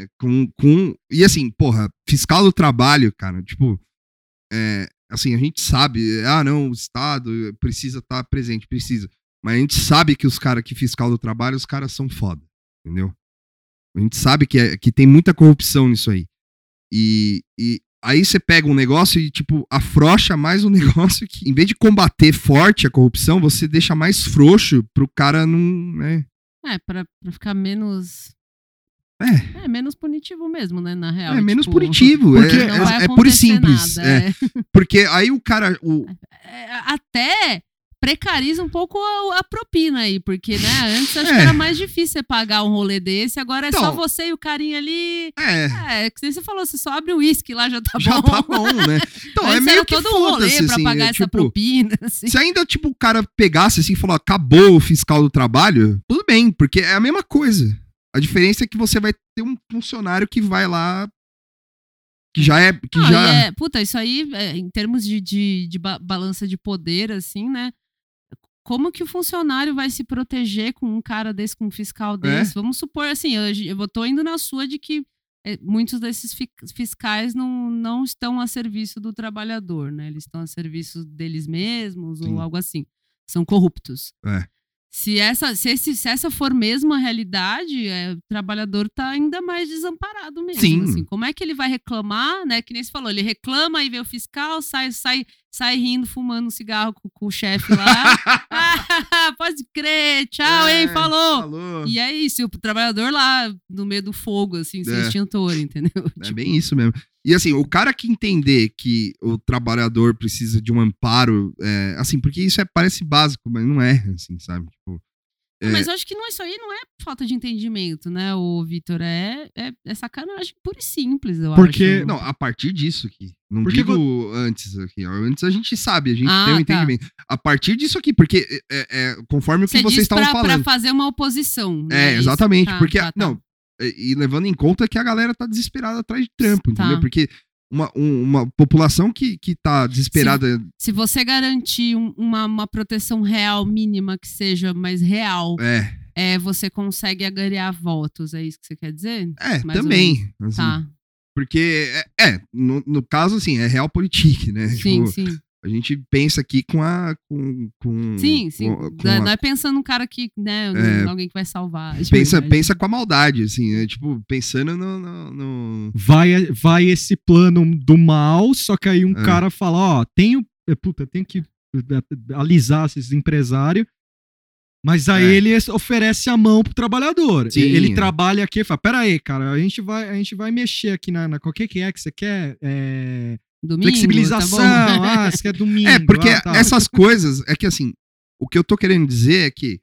E assim, porra, fiscal do trabalho, cara, tipo, assim, a gente sabe, não, o Estado precisa estar presente, precisa. Mas a gente sabe que os caras que fiscal do trabalho, os caras são foda, entendeu? A gente sabe que tem muita corrupção nisso aí. E aí você pega um negócio e, tipo, afrouxa mais um negócio que, em vez de combater forte a corrupção, você deixa mais frouxo pro cara não, né?
Pra ficar menos... menos punitivo mesmo, né, na real.
Menos punitivo. É puro e simples. Porque aí o cara...
Até precariza um pouco a propina aí, porque, né, antes acho que era mais difícil você pagar um rolê desse, agora
então,
só você e o carinha ali... que nem você falou, você só abre o uísque lá, já tá bom.
Já tá bom, né? Então,
antes
meio
era
que
todo um rolê pra
assim,
pagar essa propina. Assim.
Se ainda, tipo, o cara pegasse assim e falou, acabou o fiscal do trabalho, tudo bem, porque é a mesma coisa. A diferença é que você vai ter um funcionário que vai lá, que já é...
Puta, isso aí, em termos de balança de poder, assim, né? Como que o funcionário vai se proteger com um cara desse, com um fiscal desse? Vamos supor, assim, eu tô indo na sua de que muitos desses fiscais não estão a serviço do trabalhador, né? Eles estão a serviço deles mesmos ou algo assim. São corruptos. Se essa for mesmo a realidade, o trabalhador tá ainda mais desamparado mesmo.
Sim.
Assim. Como é que ele vai reclamar, né? Que nem você falou, ele reclama, aí vem o fiscal, sai sai rindo, fumando um cigarro com o chefe lá. Pode crer, tchau, hein, falou. E é isso, o trabalhador lá no meio do fogo, assim, sem extintor, entendeu?
É bem isso mesmo. E assim, o cara que entender que o trabalhador precisa de um amparo, assim, porque isso parece básico, mas não é, assim, sabe? Tipo,
mas eu acho que isso aí não é falta de entendimento, né, o Vitor? É sacanagem pura e simples, eu acho.
Não, a partir disso aqui. Não digo antes aqui. Antes a gente sabe, a gente tem um entendimento. A partir disso aqui, porque conforme o que vocês estavam falando.
Pra fazer uma oposição. Né?
Exatamente. Porque, não, e levando em conta que a galera tá desesperada atrás de trampo, entendeu? Porque uma população que tá desesperada...
Se você garantir uma proteção real mínima que seja mais real, você consegue agregar votos, é isso que você quer dizer?
Mais também. Assim, porque, no caso, assim, é realpolitik, né?
Sim,
tipo,
sim.
A gente pensa aqui
Sim. Não é pensando num cara que, né, alguém que vai salvar.
Pensa com a maldade, assim, tipo, pensando no...
Vai esse plano do mal, só que aí um cara fala, tenho que alisar esses empresários, mas aí ele oferece a mão pro trabalhador. Sim, ele trabalha aqui e fala, pera aí, cara, a gente vai mexer aqui na qualquer que é que você quer...
Domingo,
flexibilização,
tá
você quer domingo.
Porque essas coisas, é que assim, o que eu tô querendo dizer é que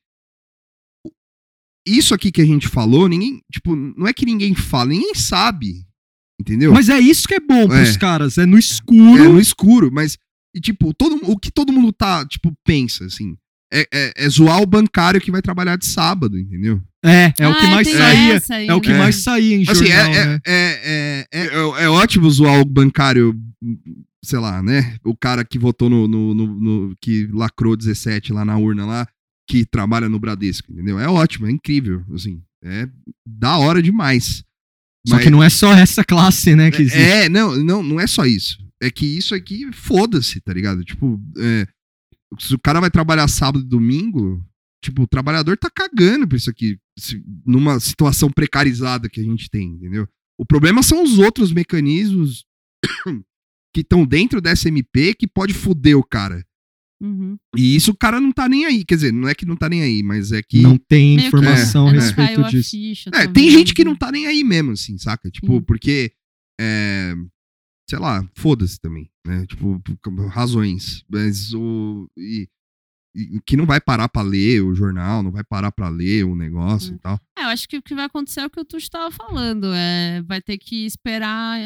isso aqui que a gente falou, ninguém, tipo, não é que ninguém fala, ninguém sabe, entendeu?
Mas é isso que é bom pros caras, é no escuro.
É no escuro, mas, e, tipo, o que todo mundo tá, tipo, pensa, assim, é zoar o bancário que vai trabalhar de sábado, entendeu?
É o que mais saía. É o que mais saía em
assim,
jornal, né?
É ótimo zoar o bancário, sei lá, né? O cara que votou que lacrou 17 lá na urna lá, que trabalha no Bradesco, entendeu? É ótimo, é incrível, assim. É da hora demais.
Só que não é só essa classe, né, que existe.
Não é só isso. É que isso aqui, foda-se, tá ligado? Tipo, se o cara vai trabalhar sábado e domingo, tipo, o trabalhador tá cagando por isso aqui, numa situação precarizada que a gente tem, entendeu? O problema são os outros mecanismos que estão dentro dessa MP que pode foder o cara.
Uhum.
E isso o cara não tá nem aí. Quer dizer, não é que não tá nem aí, mas é que...
Não tem informação a respeito disso.
Tem gente que não tá nem aí mesmo, assim, saca? Tipo, porque... sei lá, foda-se também, né? Tipo, razões. Mas que não vai parar pra ler o jornal, não vai parar pra ler o negócio e tal.
Eu acho que o que vai acontecer é o que o Tuxo estava falando. Vai ter que esperar...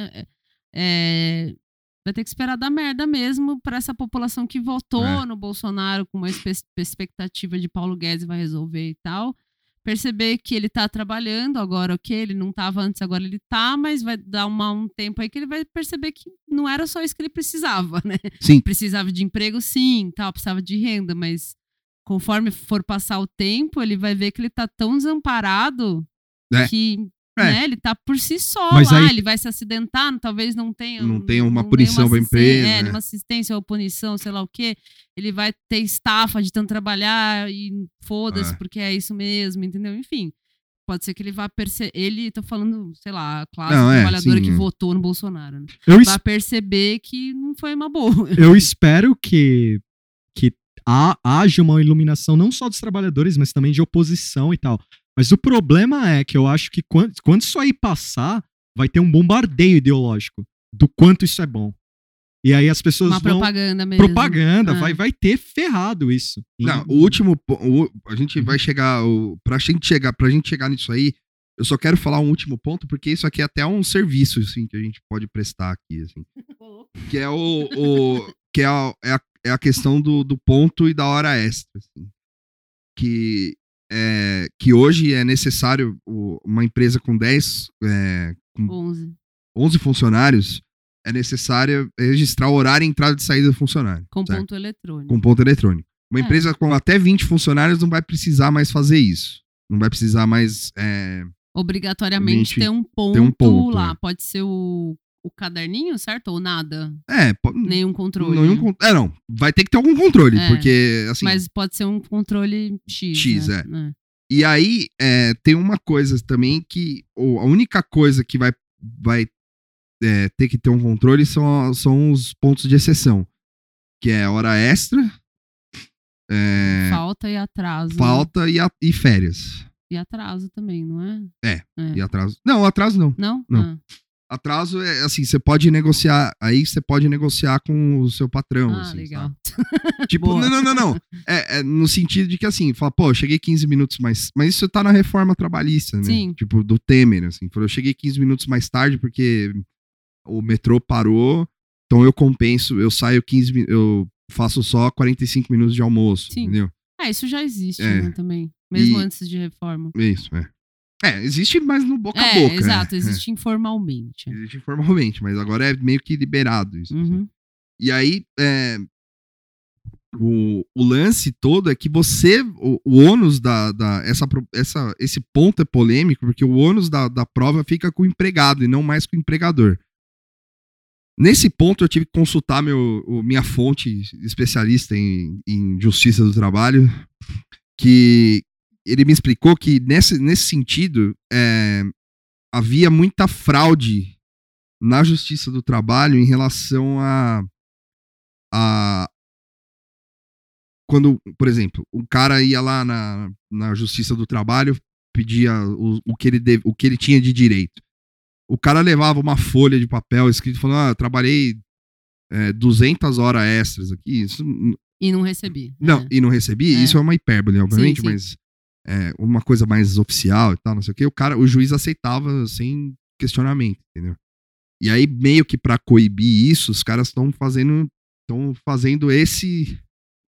vai ter que esperar dar merda mesmo pra essa população que votou no Bolsonaro com uma expectativa de Paulo Guedes vai resolver e tal. Perceber que ele tá trabalhando agora, ok? Ele não tava antes, agora ele tá, mas vai dar um tempo aí que ele vai perceber que não era só isso que ele precisava, né?
Sim.
Precisava de emprego, sim, tal, precisava de renda, mas conforme for passar o tempo, ele vai ver que ele tá tão desamparado que né, ele tá por si só mas lá, ele vai se acidentar, talvez não tenha
uma punição pra empresa.
Nenhuma assistência ou punição, sei lá o quê. Ele vai ter estafa de tanto trabalhar e foda-se, porque é isso mesmo, entendeu? Enfim, pode ser que ele vá perceber, tô falando, sei lá, a classe trabalhadora que votou no Bolsonaro, né? Vai perceber que não foi uma boa.
Eu espero que haja uma iluminação não só dos trabalhadores, mas também de oposição e tal. Mas o problema é que eu acho que quando isso aí passar, vai ter um bombardeio ideológico do quanto isso é bom. E aí as pessoas
vão... propaganda mesmo.
Propaganda, vai ter ferrado isso.
Não, o último... a gente vai chegar... Pra gente chegar nisso aí, eu só quero falar um último ponto, porque isso aqui é até um serviço, assim, que a gente pode prestar aqui, assim. Que é que é a questão do ponto e da hora extra, assim. Que hoje é necessário uma empresa com 11 funcionários, é necessário registrar o horário de entrada e saída do funcionário.
Com ponto eletrônico.
Com ponto eletrônico. Uma empresa com até 20 funcionários não vai precisar mais fazer isso. Não vai precisar mais...
obrigatoriamente ter um ponto lá. Pode ser o caderninho, certo? Ou nada? Nenhum controle.
Não. Vai ter que ter algum controle, porque, assim...
Mas pode ser um controle X, né?
E aí, tem uma coisa também que... a única coisa que vai ter que ter um controle são os pontos de exceção. que é hora extra.
Falta e atraso.
Falta e férias.
E atraso também, não é?
E atraso. Não, atraso não.
Não?
Não. Atraso é assim, você pode negociar. Aí você pode negociar com o seu patrão. Assim,
legal.
Tipo, não. É no sentido de que assim, fala, pô, eu cheguei 15 minutos mais. Mas isso tá na reforma trabalhista, né?
Sim.
Tipo, do Temer, assim. Eu cheguei 15 minutos mais tarde porque o metrô parou, então eu compenso, eu saio 15 minutos, eu faço só 45 minutos de almoço,
Sim.
entendeu?
Isso já existe, né, também. Mesmo antes de reforma.
Isso, existe mais no boca a boca.
Exato, existe informalmente.
Existe informalmente, mas agora é meio que liberado isso.
Uhum.
Assim. E aí, o lance todo é que você, o ônus esse ponto é polêmico, porque o ônus da prova fica com o empregado e não mais com o empregador. Nesse ponto, eu tive que consultar minha fonte especialista em justiça do trabalho, que ele me explicou que nesse sentido havia muita fraude na justiça do trabalho em relação a quando, por exemplo, um cara ia lá na justiça do trabalho, pedia o que ele tinha de direito. O cara levava uma folha de papel escrito falando, eu trabalhei 200 horas extras aqui. Isso...
E não recebi.
Não, e não recebi. Isso é uma hipérbole, obviamente,
sim.
Mas uma coisa mais oficial e tal, não sei o quê. O juiz aceitava sem questionamento, entendeu? E aí, meio que pra coibir isso, os caras estão fazendo esse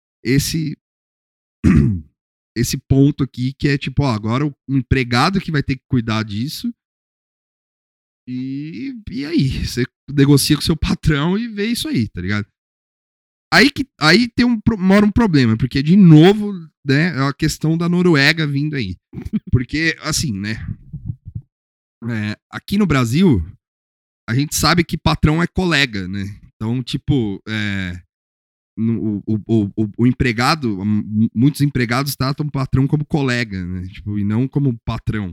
ponto aqui, que é tipo, agora o empregado que vai ter que cuidar disso. E aí, você negocia com o seu patrão e vê isso aí, tá ligado? Aí mora um problema, porque, de novo, né, é a questão da Noruega vindo aí. Porque, assim, né, aqui no Brasil, a gente sabe que patrão é colega, né? Então, tipo, o empregado, muitos empregados tratam o patrão como colega, né? Tipo, e não como patrão.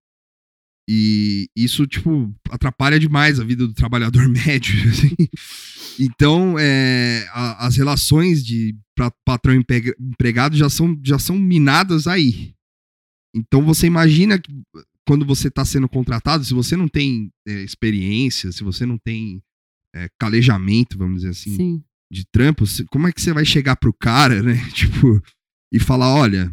E isso, tipo, atrapalha demais a vida do trabalhador médio, assim. Então, as relações de patrão e empregado já são minadas aí. Então, você imagina que quando você está sendo contratado, se você não tem experiência, se você não tem calejamento, vamos dizer assim,
Sim.
de trampo, como é que você vai chegar pro cara, né? Tipo, e falar, olha,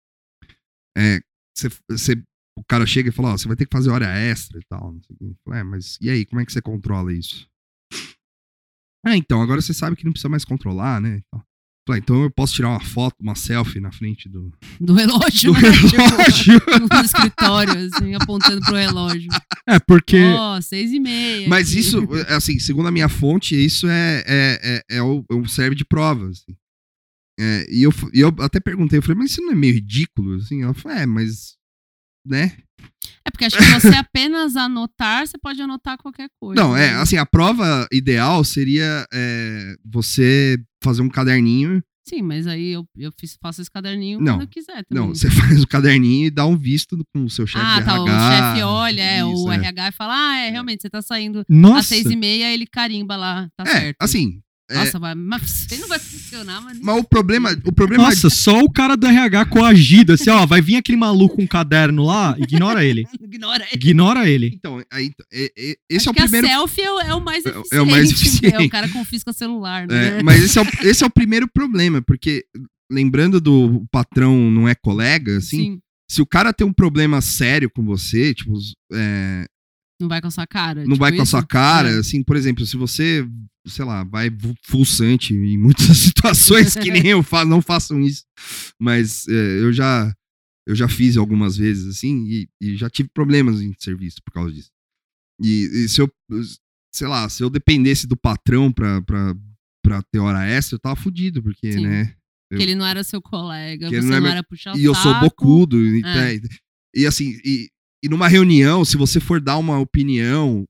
o cara chega e fala, você vai ter que fazer hora extra e tal. Não sei o quê. Mas e aí, como é que você controla isso? Então, agora você sabe que não precisa mais controlar, né? Então eu posso tirar uma foto, uma selfie na frente do
relógio.
Do relógio.
Tipo, no escritório, assim, apontando pro relógio.
Porque...
6:30.
Mas aqui. Isso, assim, segundo a minha fonte, isso serve de prova, assim. E eu até perguntei, eu falei, mas isso não é meio ridículo? Assim, ela falou, mas... né?
Porque acho que você apenas anotar, você pode anotar qualquer coisa.
Não,
né?
assim, a prova ideal seria você fazer um caderninho.
Sim, mas aí eu faço esse caderninho quando eu quiser também.
Não, você faz o caderninho e dá um visto com o seu chefe de RH.
O chefe olha,
isso,
o RH fala, realmente, você tá saindo
Nossa.
às 6:30, ele carimba lá, tá certo.
Assim...
Nossa, mas você não vai funcionar, mas...
Mas o problema...
Nossa, só o cara do RH coagido, assim, vai vir aquele maluco com um caderno lá, ignora ele. Ignora ele.
Então, esse
Acho
é o primeiro...
a selfie é o mais eficiente.
É o mais eficiente.
O cara confisca o celular, né?
Mas esse é o primeiro problema, porque lembrando do patrão não é colega, assim,
Sim.
Se o cara tem um problema sério com você, tipo...
Não vai com a sua cara.
Não vai com a sua cara, assim, por exemplo, se você, sei lá, vai fuçante em muitas situações que nem eu faço, não façam isso, mas eu já fiz algumas vezes, assim, e já tive problemas em serviço por causa disso. E se eu, sei lá, se eu dependesse do patrão pra ter hora extra, eu tava fudido, porque,
Sim.
né...
Porque ele não era seu colega, você
não
era puxar o saco.
E eu sou bocudo, e assim... E numa reunião, se você for dar uma opinião,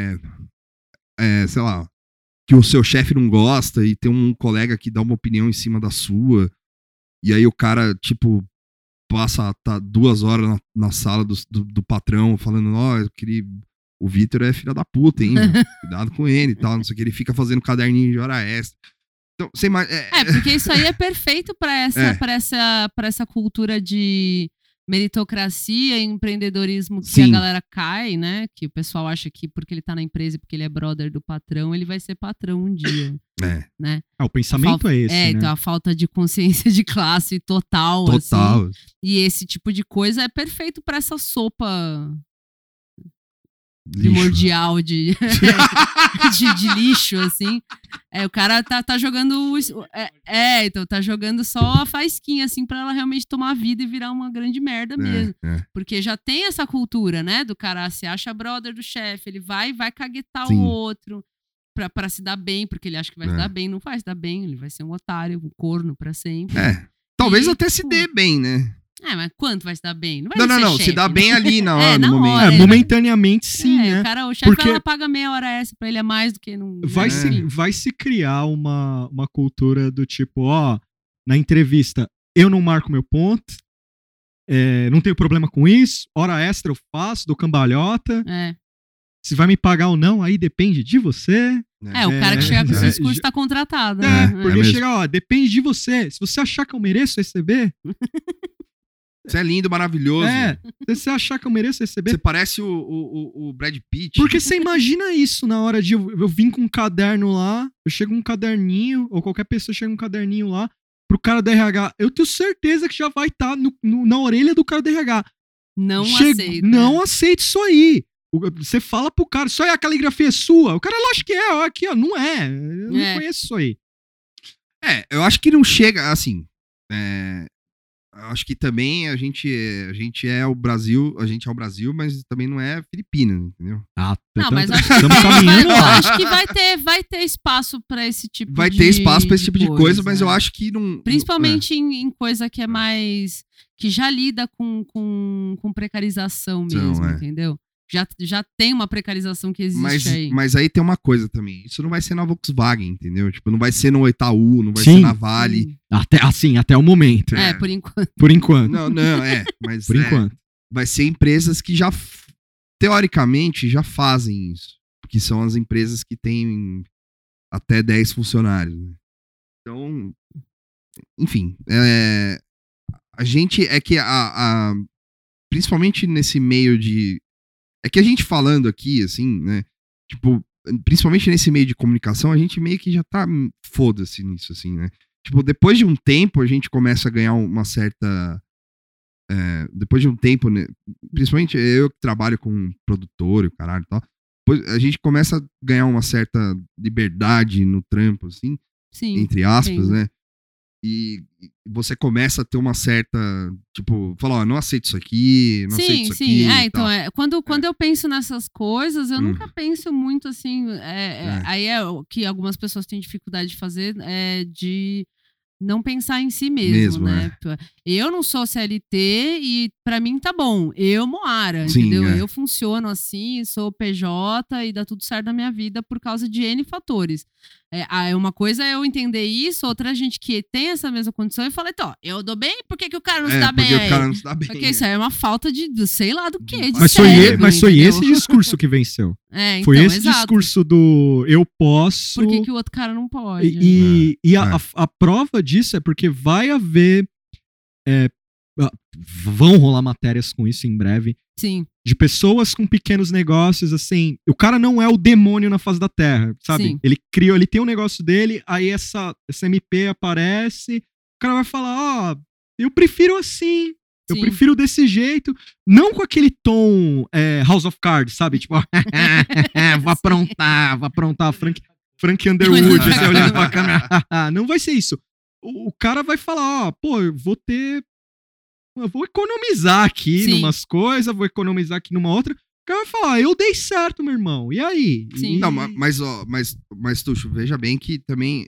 sei lá, que o seu chefe não gosta e tem um colega que dá uma opinião em cima da sua, e aí o cara, tipo, tá 2 horas na sala do patrão falando, o Vitor é filho da puta, hein? Cuidado com ele e tal, não sei o que, ele fica fazendo caderninho de hora extra. Então, você
porque isso aí é perfeito para essa cultura de meritocracia e empreendedorismo que a galera cai, né? Que o pessoal acha que porque ele tá na empresa e porque ele é brother do patrão, ele vai ser patrão um dia. Né?
O pensamento é esse, né?
Então a falta de consciência de classe total. Assim, e esse tipo de coisa é perfeito para essa sopa primordial de lixo, assim. O cara tá jogando... então tá jogando só a faísquinha, assim, pra ela realmente tomar vida e virar uma grande merda mesmo. Porque já tem essa cultura, né? Do cara se acha brother do chefe, ele vai caguetar o outro pra se dar bem, porque ele acha que vai se dar bem. Não vai se dar bem, ele vai ser um otário, um corno pra sempre.
Talvez até se dê bem, né?
Mas quanto vai se dar bem?
Não, se dá bem ali na hora, no momento.
Hora,
momentaneamente, sim, né?
O chefe ela paga meia hora essa pra ele a mais do que não...
Vai se criar uma cultura do tipo, na entrevista, eu não marco meu ponto, não tenho problema com isso, hora extra eu faço, dou cambalhota. Se vai me pagar ou não, aí depende de você.
O cara que chega com esse discurso tá contratado.
Porque chega, depende de você. Se você achar que eu mereço receber...
Você é lindo, maravilhoso.
Se você achar que eu mereço receber...
Você parece o Brad Pitt.
Porque você imagina isso na hora de eu vim com um caderno lá, eu chego com um caderninho, ou qualquer pessoa chega com um caderninho lá, pro cara do RH. Eu tenho certeza que já vai estar na orelha do cara do RH. Não aceita isso aí. Você fala pro cara, isso aí a caligrafia é sua? O cara, lógico que é, aqui, ó, não é. Eu não conheço isso aí.
Eu acho que não chega, assim... Acho que também a gente é o Brasil, mas também não é Filipinas, entendeu?
Não, mas acho que vai ter espaço pra esse tipo
de coisa. Vai ter espaço pra esse tipo de coisa, mas eu acho que não...
Principalmente em coisa que é mais... Que já lida com precarização mesmo, entendeu? Já tem uma precarização que existe aí.
Mas aí tem uma coisa também. Isso não vai ser na Volkswagen, entendeu? Tipo, não vai ser no Itaú, não vai ser na Vale.
Até o momento.
Por enquanto.
Por enquanto.
Não, mas...
Por enquanto.
Vai ser empresas que já, teoricamente, já fazem isso. Que são as empresas que têm até 10 funcionários. Né? Então, enfim. A gente... É que principalmente nesse meio de... É que a gente falando aqui, assim, né? Tipo, principalmente nesse meio de comunicação, a gente meio que já tá foda-se nisso, assim, né? Tipo, depois de um tempo, a gente começa a ganhar uma certa... depois de um tempo, né? Principalmente eu que trabalho com produtor e o caralho e tal, a gente começa a ganhar uma certa liberdade no trampo, assim, entre aspas, né? E você começa a ter uma certa, tipo, falar, não aceito isso aqui, não aceito isso aqui.
Então, quando eu penso nessas coisas, eu nunca penso muito assim, aí é o que algumas pessoas têm dificuldade de fazer, de não pensar em si mesmo, né? Eu não sou CLT e pra mim tá bom. Eu, Moara, entendeu? Eu funciono assim, sou PJ e dá tudo certo na minha vida por causa de N fatores. Uma coisa é eu entender isso, outra gente que tem essa mesma condição e fala, então, eu dou bem, por que o cara não se dá bem?
O cara não se dá bem.
Porque isso aí é uma falta de sei lá do que,
mas foi esse discurso que venceu.
Então,
foi esse discurso do eu posso...
Por que o outro cara não pode?
E a prova disso é porque vai haver... vão rolar matérias com isso em breve.
Sim.
De pessoas com pequenos negócios, assim... O cara não é o demônio na face da terra, sabe?
Sim.
Ele tem um negócio dele, aí essa MP aparece, o cara vai falar, eu prefiro assim, eu prefiro desse jeito, não com aquele tom House of Cards, sabe? Tipo, vou aprontar, Frank Underwood, assim, olhando pra câmera. Não vai ser isso. O cara vai falar, eu vou economizar aqui numas coisas, vou economizar aqui numa outra. O cara vai falar, eu dei certo, meu irmão. E aí?
Sim.
Não, mas Tuxo, veja bem que também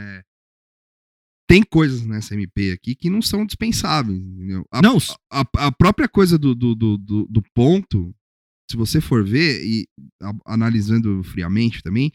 tem coisas nessa MP aqui que não são dispensáveis, entendeu? A própria coisa do ponto, se você for ver, e analisando friamente também,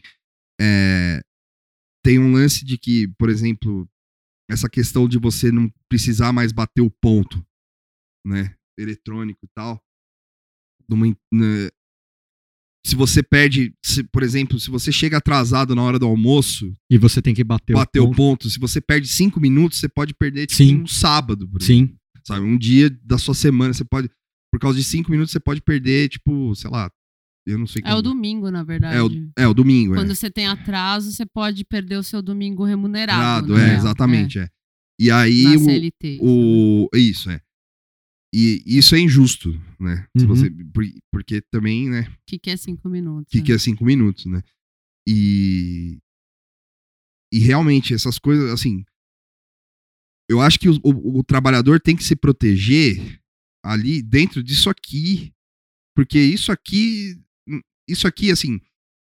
tem um lance de que, por exemplo, essa questão de você não precisar mais bater o ponto, né, eletrônico e tal, se você perde, por exemplo, se você chega atrasado na hora do almoço...
E você tem que bater
o ponto. Se você perde 5 minutos, você pode perder um sábado. Por exemplo.
Sim.
Sabe? Um dia da sua semana, você pode... Por causa de 5 minutos, você pode perder, tipo, sei lá, eu não sei como.
É o domingo, na verdade.
É o domingo,
Quando você tem atraso, você pode perder o seu domingo remunerado.
Exatamente, E aí...
Na CLT.
Isso, E isso é injusto, né? Se você, porque também, né?
O que é 5 minutos?
O que é 5 minutos, né? E realmente, essas coisas, assim... Eu acho que o trabalhador tem que se proteger ali dentro disso aqui. Porque isso aqui, assim...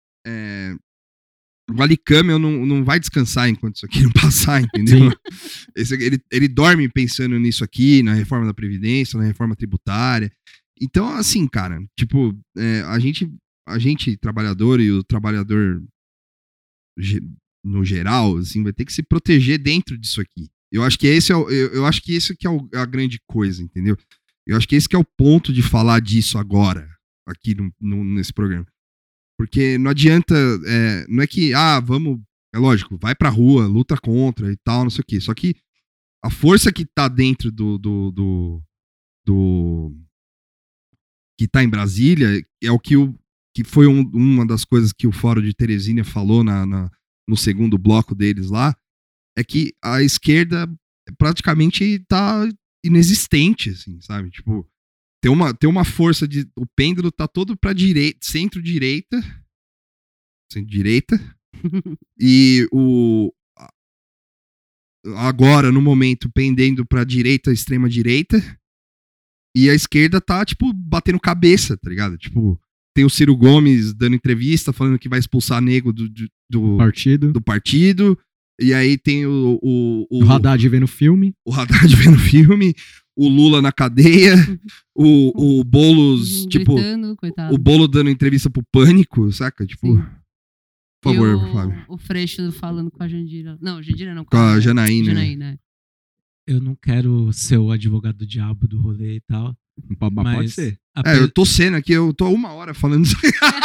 O Vale Câmbio não vai descansar enquanto isso aqui não passar, entendeu? Ele dorme pensando nisso aqui, na reforma da Previdência, na reforma tributária. Então, assim, cara, tipo, a gente, trabalhador, e o trabalhador no geral, assim, vai ter que se proteger dentro disso aqui. Eu acho que esse que é a grande coisa, entendeu? Eu acho que esse que é o ponto de falar disso agora, aqui nesse programa. Porque não adianta, não é que, vamos, é lógico, vai pra rua, luta contra e tal, não sei o quê. Só que a força que tá dentro que tá em Brasília é o que foi uma das coisas que o Fórum de Teresina falou no segundo bloco deles lá, é que a esquerda praticamente tá inexistente, assim, sabe? Tipo, tem uma força o pêndulo tá todo pra direita, centro-direita, e agora, no momento, pendendo pra direita, extrema-direita, e a esquerda tá, tipo, batendo cabeça, tá ligado? Tipo, tem o Ciro Gomes dando entrevista, falando que vai expulsar nego do partido. E aí tem o
Haddad vendo filme.
O Haddad vendo filme. O Lula na cadeia. O Boulos, tipo...
Gritando, coitado.
O Boulos dando entrevista pro Pânico, saca? Tipo...
Sim.
Por favor, Fábio.
O Freixo falando com a Jandira. Não, Jandira não.
Com a Janaína.
Janaína.
Eu não quero ser o advogado do diabo do rolê e tal.
Mas pode ser.
Eu tô sendo aqui, eu tô 1 hora falando isso.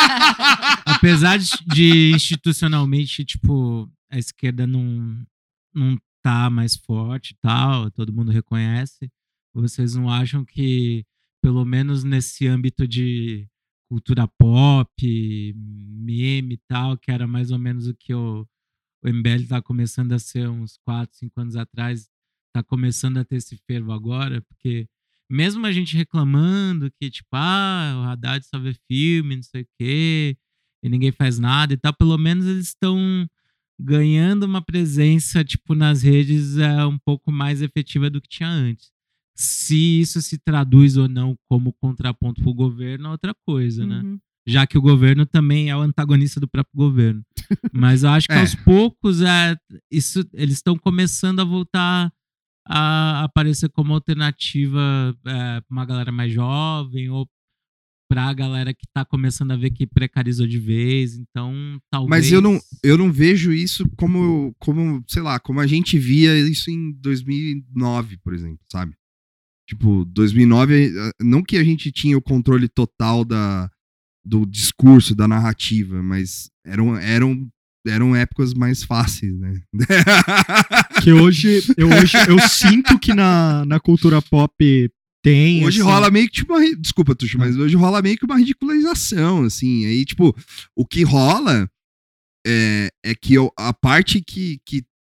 Apesar de institucionalmente, tipo, a esquerda não tá mais forte e tal, todo mundo reconhece, vocês não acham que, pelo menos nesse âmbito de cultura pop, meme e tal, que era mais ou menos o que o MBL tá começando a ser uns 4, 5 anos atrás, tá começando a ter esse fervo agora, porque mesmo a gente reclamando que, tipo, o Haddad só vê filme, não sei o quê, e ninguém faz nada e tal, pelo menos eles estão ganhando uma presença, tipo, nas redes um pouco mais efetiva do que tinha antes. Se isso se traduz ou não como contraponto pro governo é outra coisa, né? Já que o governo também é o antagonista do próprio governo. Mas eu acho que aos poucos eles estão começando a voltar a aparecer como alternativa para uma galera mais jovem ou pra galera que tá começando a ver que precarizou de vez, então talvez...
Mas eu não vejo isso como, sei lá, como a gente via isso em 2009, por exemplo, sabe? Tipo, 2009, não que a gente tinha o controle total do discurso, da narrativa, mas eram épocas mais fáceis, né?
Que hoje eu sinto que na cultura pop tem...
Hoje rola meio que tipo desculpa, Tuxo, mas hoje rola meio que uma ridicularização, assim. Aí, tipo, o que rola é que a parte que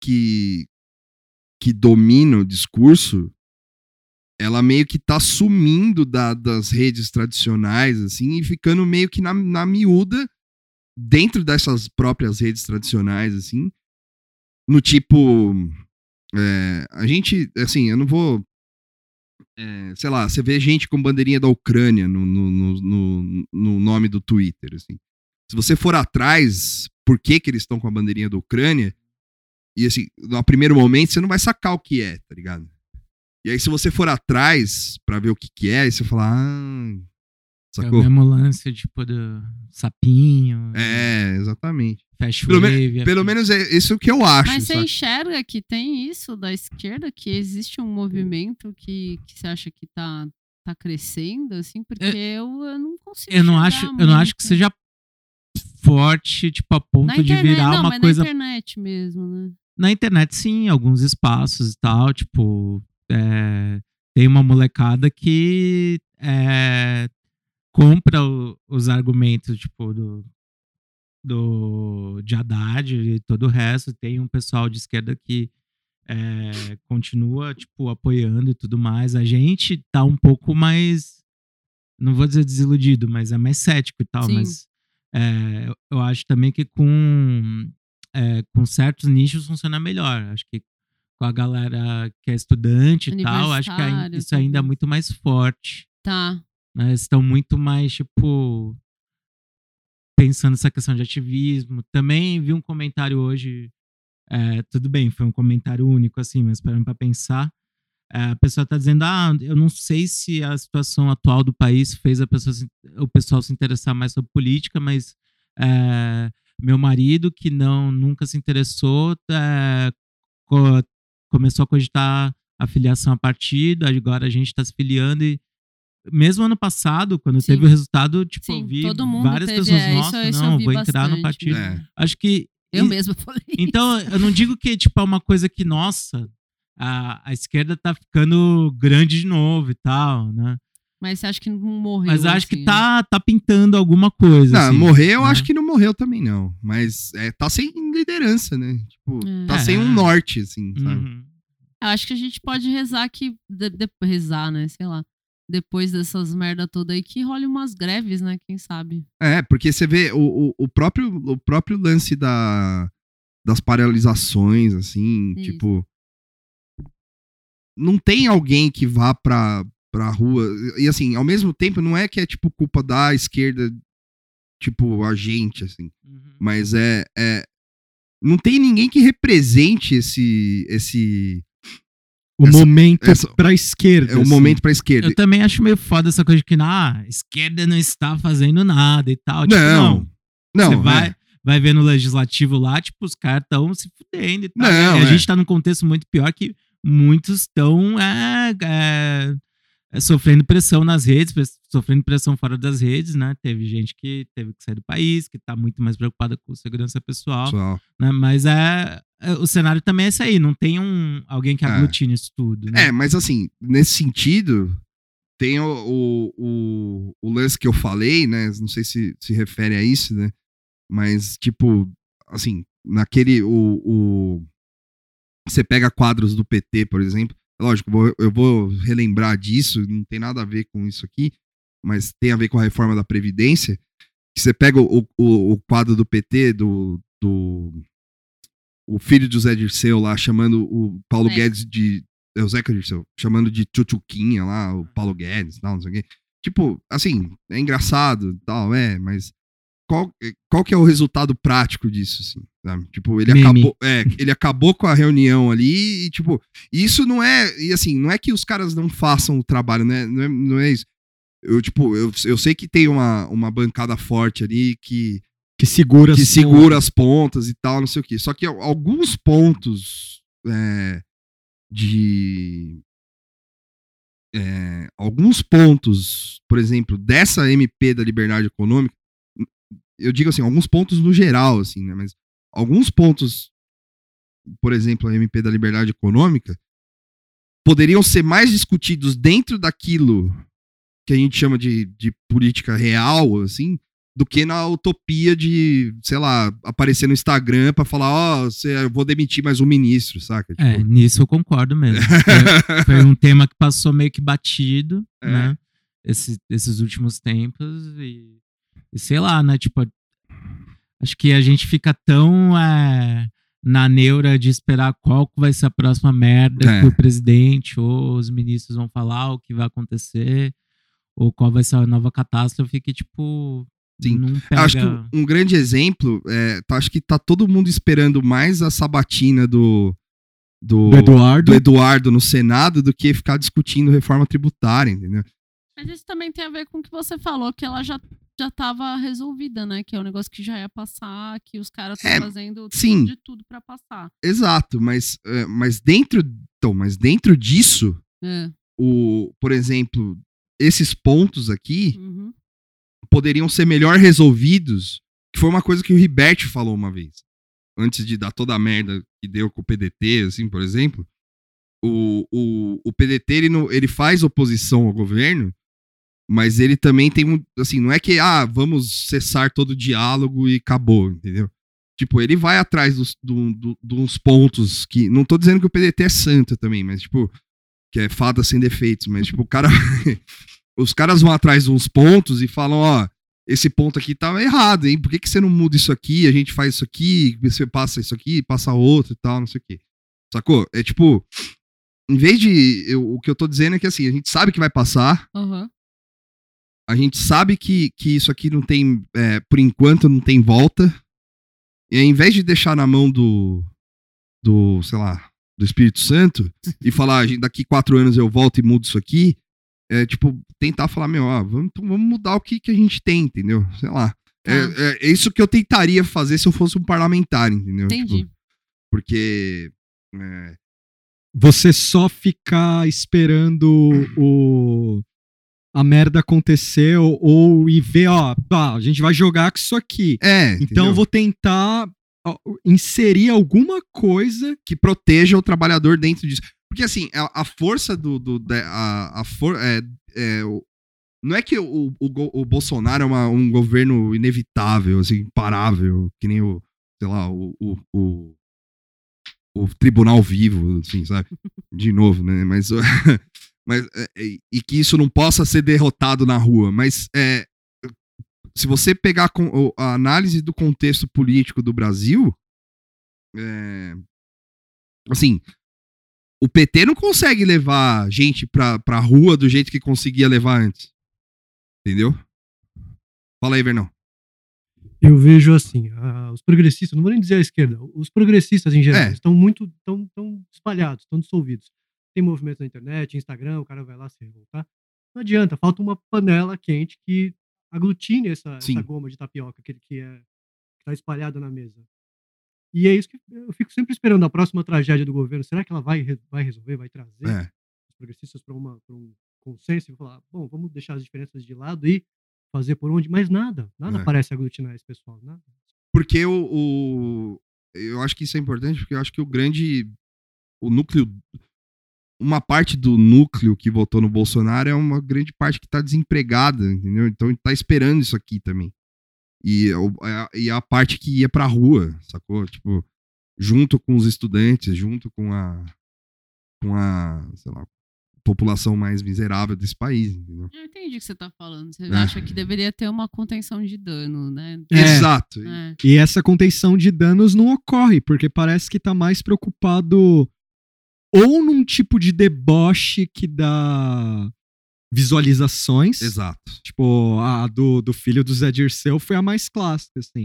domina o discurso, ela meio que tá sumindo das redes tradicionais, assim, e ficando meio que na miúda dentro dessas próprias redes tradicionais, assim, no tipo, a gente, assim, eu não vou, sei lá, você vê gente com bandeirinha da Ucrânia no nome do Twitter, assim. Se você for atrás, por que eles estão com a bandeirinha da Ucrânia, e assim, no primeiro momento você não vai sacar o que é, tá ligado? E aí se você for atrás pra ver o que é, aí você fala, sacou?
É o mesmo lance, tipo, do sapinho.
Exatamente.
Fast wave.
Pelo menos é isso que eu acho.
Mas você enxerga que tem isso da esquerda, que existe um movimento que você acha que tá crescendo, assim? Porque eu não consigo
eu não acho que seja forte, tipo, a ponto de virar uma coisa...
na internet mesmo, né?
Na internet, sim, alguns espaços e tal, tipo... tem uma molecada que compra os argumentos, tipo, de Haddad e todo o resto. Tem um pessoal de esquerda que continua, tipo, apoiando e tudo mais. A gente tá um pouco mais, não vou dizer desiludido, mas é mais cético e tal. Sim. Mas eu acho também que com certos nichos funciona melhor. Acho que com a galera que é estudante e tal, acho que isso ainda é muito mais forte.
Tá.
Mas estão muito mais, tipo, pensando nessa questão de ativismo. Também vi um comentário hoje, tudo bem, foi um comentário único, assim, mas parando pra pensar, a pessoa tá dizendo, eu não sei se a situação atual do país fez o pessoal se interessar mais sobre política, mas meu marido, que nunca se interessou, começou a cogitar a filiação a partido, agora a gente está se filiando e mesmo ano passado, quando teve o resultado, tipo, eu vi várias pessoas, nossa, vou entrar no partido. Acho que...
Eu mesma falei
então, eu não digo que, tipo, é uma coisa que, nossa, a esquerda tá ficando grande de novo e tal, né?
Mas você acha que não morreu?
Mas acho que tá pintando alguma coisa.
Não,
assim,
morrer eu acho que não morreu também, não. Mas tá sem liderança, né? Tipo, tá sem um norte, assim, sabe?
Eu acho que a gente pode rezar que... rezar, né? Sei lá. Depois dessas merda toda aí, que role umas greves, né? Quem sabe?
Porque você vê o próprio lance das paralisações, assim, isso. Tipo... Não tem alguém que vá pra rua. E assim, ao mesmo tempo, não é que é tipo culpa da esquerda, tipo, a gente, assim. Mas não tem ninguém que represente esse
momento pra esquerda.
O momento pra esquerda.
Eu também acho meio foda essa coisa de que a esquerda não está fazendo nada e tal. Tipo,
não.
Você vai ver no legislativo lá, tipo, os caras estão se fudendo e tal.
Não,
e a gente tá num contexto muito pior que muitos estão sofrendo pressão nas redes, sofrendo pressão fora das redes, né? Teve gente que teve que sair do país, que tá muito mais preocupada com segurança pessoal. Né? Mas o cenário também é esse aí, não tem alguém que aglutine isso tudo. Né?
Mas assim, nesse sentido, tem o lance que eu falei, né? Não sei se refere a isso, né? Mas, tipo, assim, naquele... Você pega quadros do PT, por exemplo. Lógico, eu vou relembrar disso, não tem nada a ver com isso aqui, mas tem a ver com a reforma da Previdência. Que você pega o quadro do PT, o filho de José Dirceu lá, chamando o Paulo Guedes de... o Zeca Dirceu, chamando de tchutchuquinha lá, o Paulo Guedes e tal, não sei o quê. Tipo, assim, é engraçado e tal, mas... Qual que é o resultado prático disso, assim, sabe? Tipo, ele acabou com a reunião ali e, tipo, isso não é... E, assim, não é que os caras não façam o trabalho, né? Não é isso. Eu sei que tem uma bancada forte ali que segura as pontas e tal, não sei o quê. Só que alguns pontos alguns pontos, por exemplo, dessa MP da liberdade econômica, eu digo assim, alguns pontos no geral, assim, né? Mas alguns pontos, por exemplo, a MP da liberdade econômica, poderiam ser mais discutidos dentro daquilo que a gente chama de política real, assim, do que na utopia de, sei lá, aparecer no Instagram pra falar, eu vou demitir mais um ministro, saca? Tipo...
nisso eu concordo mesmo. Foi um tema que passou meio que batido, né? Esses últimos tempos e sei lá, né, tipo, acho que a gente fica tão na neura de esperar qual vai ser a próxima merda que o presidente ou os ministros vão falar, o que vai acontecer, ou qual vai ser a nova catástrofe que, tipo,
sim.
Não pega...
Acho que um grande exemplo, acho que tá todo mundo esperando mais a sabatina do Eduardo no Senado do que ficar discutindo reforma tributária, entendeu?
Mas isso também tem a ver com o que você falou, que ela já estava resolvida, né? Que é um negócio que já ia passar, que os caras estão fazendo de tudo para passar.
Exato, mas dentro disso, por exemplo, esses pontos aqui poderiam ser melhor resolvidos Que foi uma coisa que o Riberti falou uma vez. Antes de dar toda a merda que deu com o PDT, assim, por exemplo. O PDT, ele faz oposição ao governo, mas ele também tem um... Assim, não é que, vamos cessar todo o diálogo e acabou, entendeu? Tipo, ele vai atrás dos pontos que... Não tô dizendo que o PDT é santo também, mas, tipo, que é fada sem defeitos, mas, tipo, o cara... Os caras vão atrás de uns pontos e falam, esse ponto aqui tá errado, hein? Por que você não muda isso aqui? A gente faz isso aqui, você passa isso aqui, passa outro e tal, não sei o quê. Sacou? É tipo... Em vez de... o que eu tô dizendo é que, assim, a gente sabe que vai passar.
Uhum.
A gente sabe que isso aqui não tem... por enquanto, não tem volta. E ao invés de deixar na mão do sei lá, do Espírito Santo e falar, daqui 4 anos eu volto e mudo isso aqui, tipo, tentar falar, vamos mudar o que a gente tem, entendeu? Sei lá. É isso que eu tentaria fazer se eu fosse um parlamentar, entendeu?
Entendi.
Tipo, porque...
Você só ficar esperando a merda acontecer e ver, a gente vai jogar com isso aqui. Então eu vou tentar inserir alguma coisa
que proteja o trabalhador dentro disso. Porque assim, a força não é que o Bolsonaro é um governo inevitável, assim, imparável, que nem o tribunal vivo, assim, sabe? De novo, né? Mas e que isso não possa ser derrotado na rua. Mas se você pegar a análise do contexto político do Brasil, assim, o PT não consegue levar gente pra rua do jeito que conseguia levar antes. Entendeu? Fala aí, Vernão.
Eu vejo assim, os progressistas, não vou nem dizer a esquerda, os progressistas em geral estão tão espalhados, estão dissolvidos. Tem movimentos na internet, Instagram, o cara vai lá se revoltar. Não adianta, falta uma panela quente que aglutine essa goma de tapioca que está espalhada na mesa. E é isso que eu fico sempre esperando, a próxima tragédia do governo. Será que ela vai resolver, vai trazer os progressistas para um consenso e falar, bom, vamos deixar as diferenças de lado e fazer por onde? Mas nada parece aglutinar esse pessoal, nada.
Porque eu acho que isso é importante, porque eu acho que o núcleo, uma parte do núcleo que votou no Bolsonaro é uma grande parte que tá desempregada, entendeu? Então tá esperando isso aqui também. E a parte que ia pra rua, sacou? Tipo, junto com os estudantes, junto com a sei lá, população mais miserável desse país, entendeu?
Eu entendi o que você tá falando. Você acha que deveria ter uma contenção de dano, né?
Exato.
E essa contenção de danos não ocorre, porque parece que tá mais preocupado ou num tipo de deboche que dá visualizações.
Exato.
Tipo, a do filho do Zé Dirceu foi a mais clássica, assim.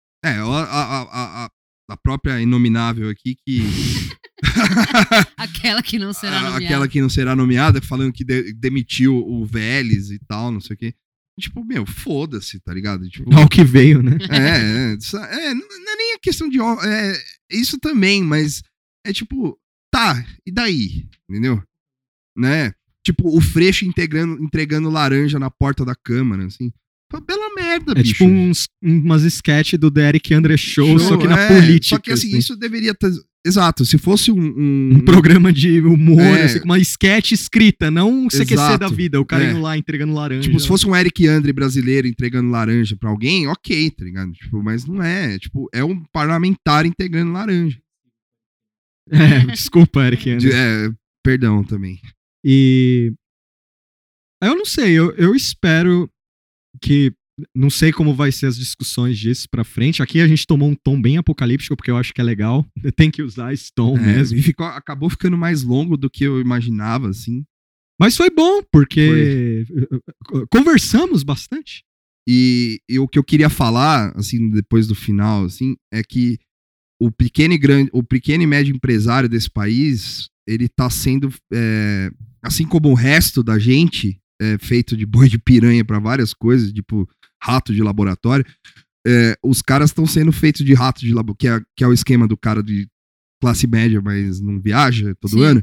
A própria inominável aqui que...
Aquela que não será nomeada.
Aquela que não será nomeada, falando que demitiu o Vélez e tal, não sei o quê. Tipo, foda-se, tá ligado? Tipo,
ao que veio, né?
Não é nem a questão de... isso também, mas é tipo... Tá, e daí? Entendeu? Né? Tipo, o Freixo entregando laranja na porta da Câmara, assim. Bela merda, bicho.
É tipo umas sketches do Derek André Show, só que na política.
Só que assim, isso deveria ter... Exato, se fosse
um programa de humor, assim, com uma sketch escrita, não um CQC da vida, o cara indo lá entregando laranja.
Tipo, se fosse um Eric Andre brasileiro entregando laranja pra alguém, ok, tá ligado? Tipo, mas não é. Tipo, é um parlamentar entregando laranja.
Desculpa, Eric Andre.
Perdão também.
E... eu não sei, eu espero que... Não sei como vai ser as discussões disso pra frente. Aqui a gente tomou um tom bem apocalíptico, porque eu acho que é legal. Tem que usar esse tom mesmo.
E acabou ficando mais longo do que eu imaginava, assim.
Mas foi bom, porque conversamos bastante.
E o que eu queria falar, assim, depois do final, assim, é que o pequeno e médio empresário desse país, ele tá sendo, assim como o resto da gente, feito de boi de piranha pra várias coisas, tipo rato de laboratório, os caras estão sendo feitos de rato de laboratório, que é o esquema do cara de classe média, mas não viaja todo ano.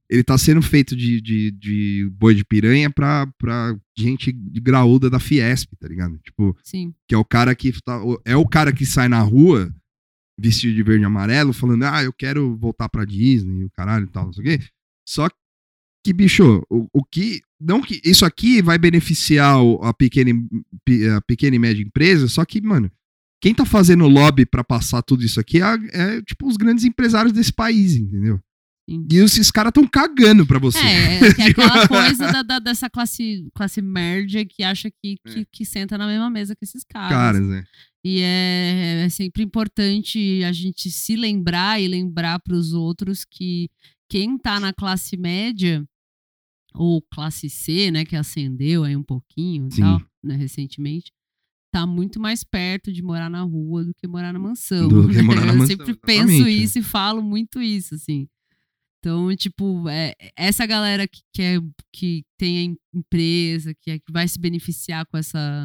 ele tá sendo feito de boi de piranha pra gente de graúda da Fiesp, tá ligado? Tipo,
sim.
Que é o cara que é o cara que sai na rua vestido de verde e amarelo, falando, eu quero voltar pra Disney, o caralho e tal, não sei o quê. Só que, bicho, o que... Não que isso aqui vai beneficiar a pequena e média empresa, só que, mano, quem tá fazendo lobby pra passar tudo isso aqui é tipo, os grandes empresários desse país, entendeu? Sim. E esses caras tão cagando pra você.
Que é aquela coisa dessa classe média que acha que senta na mesma mesa que esses caras. E é sempre importante a gente se lembrar e lembrar pros outros que quem tá na classe média ou classe C, né, que ascendeu aí um pouquinho e tal, né, recentemente, tá muito mais perto de morar na rua do que morar na mansão. Eu sempre penso isso e falo muito isso, assim. Então, tipo, essa galera que tem a empresa, que vai se beneficiar com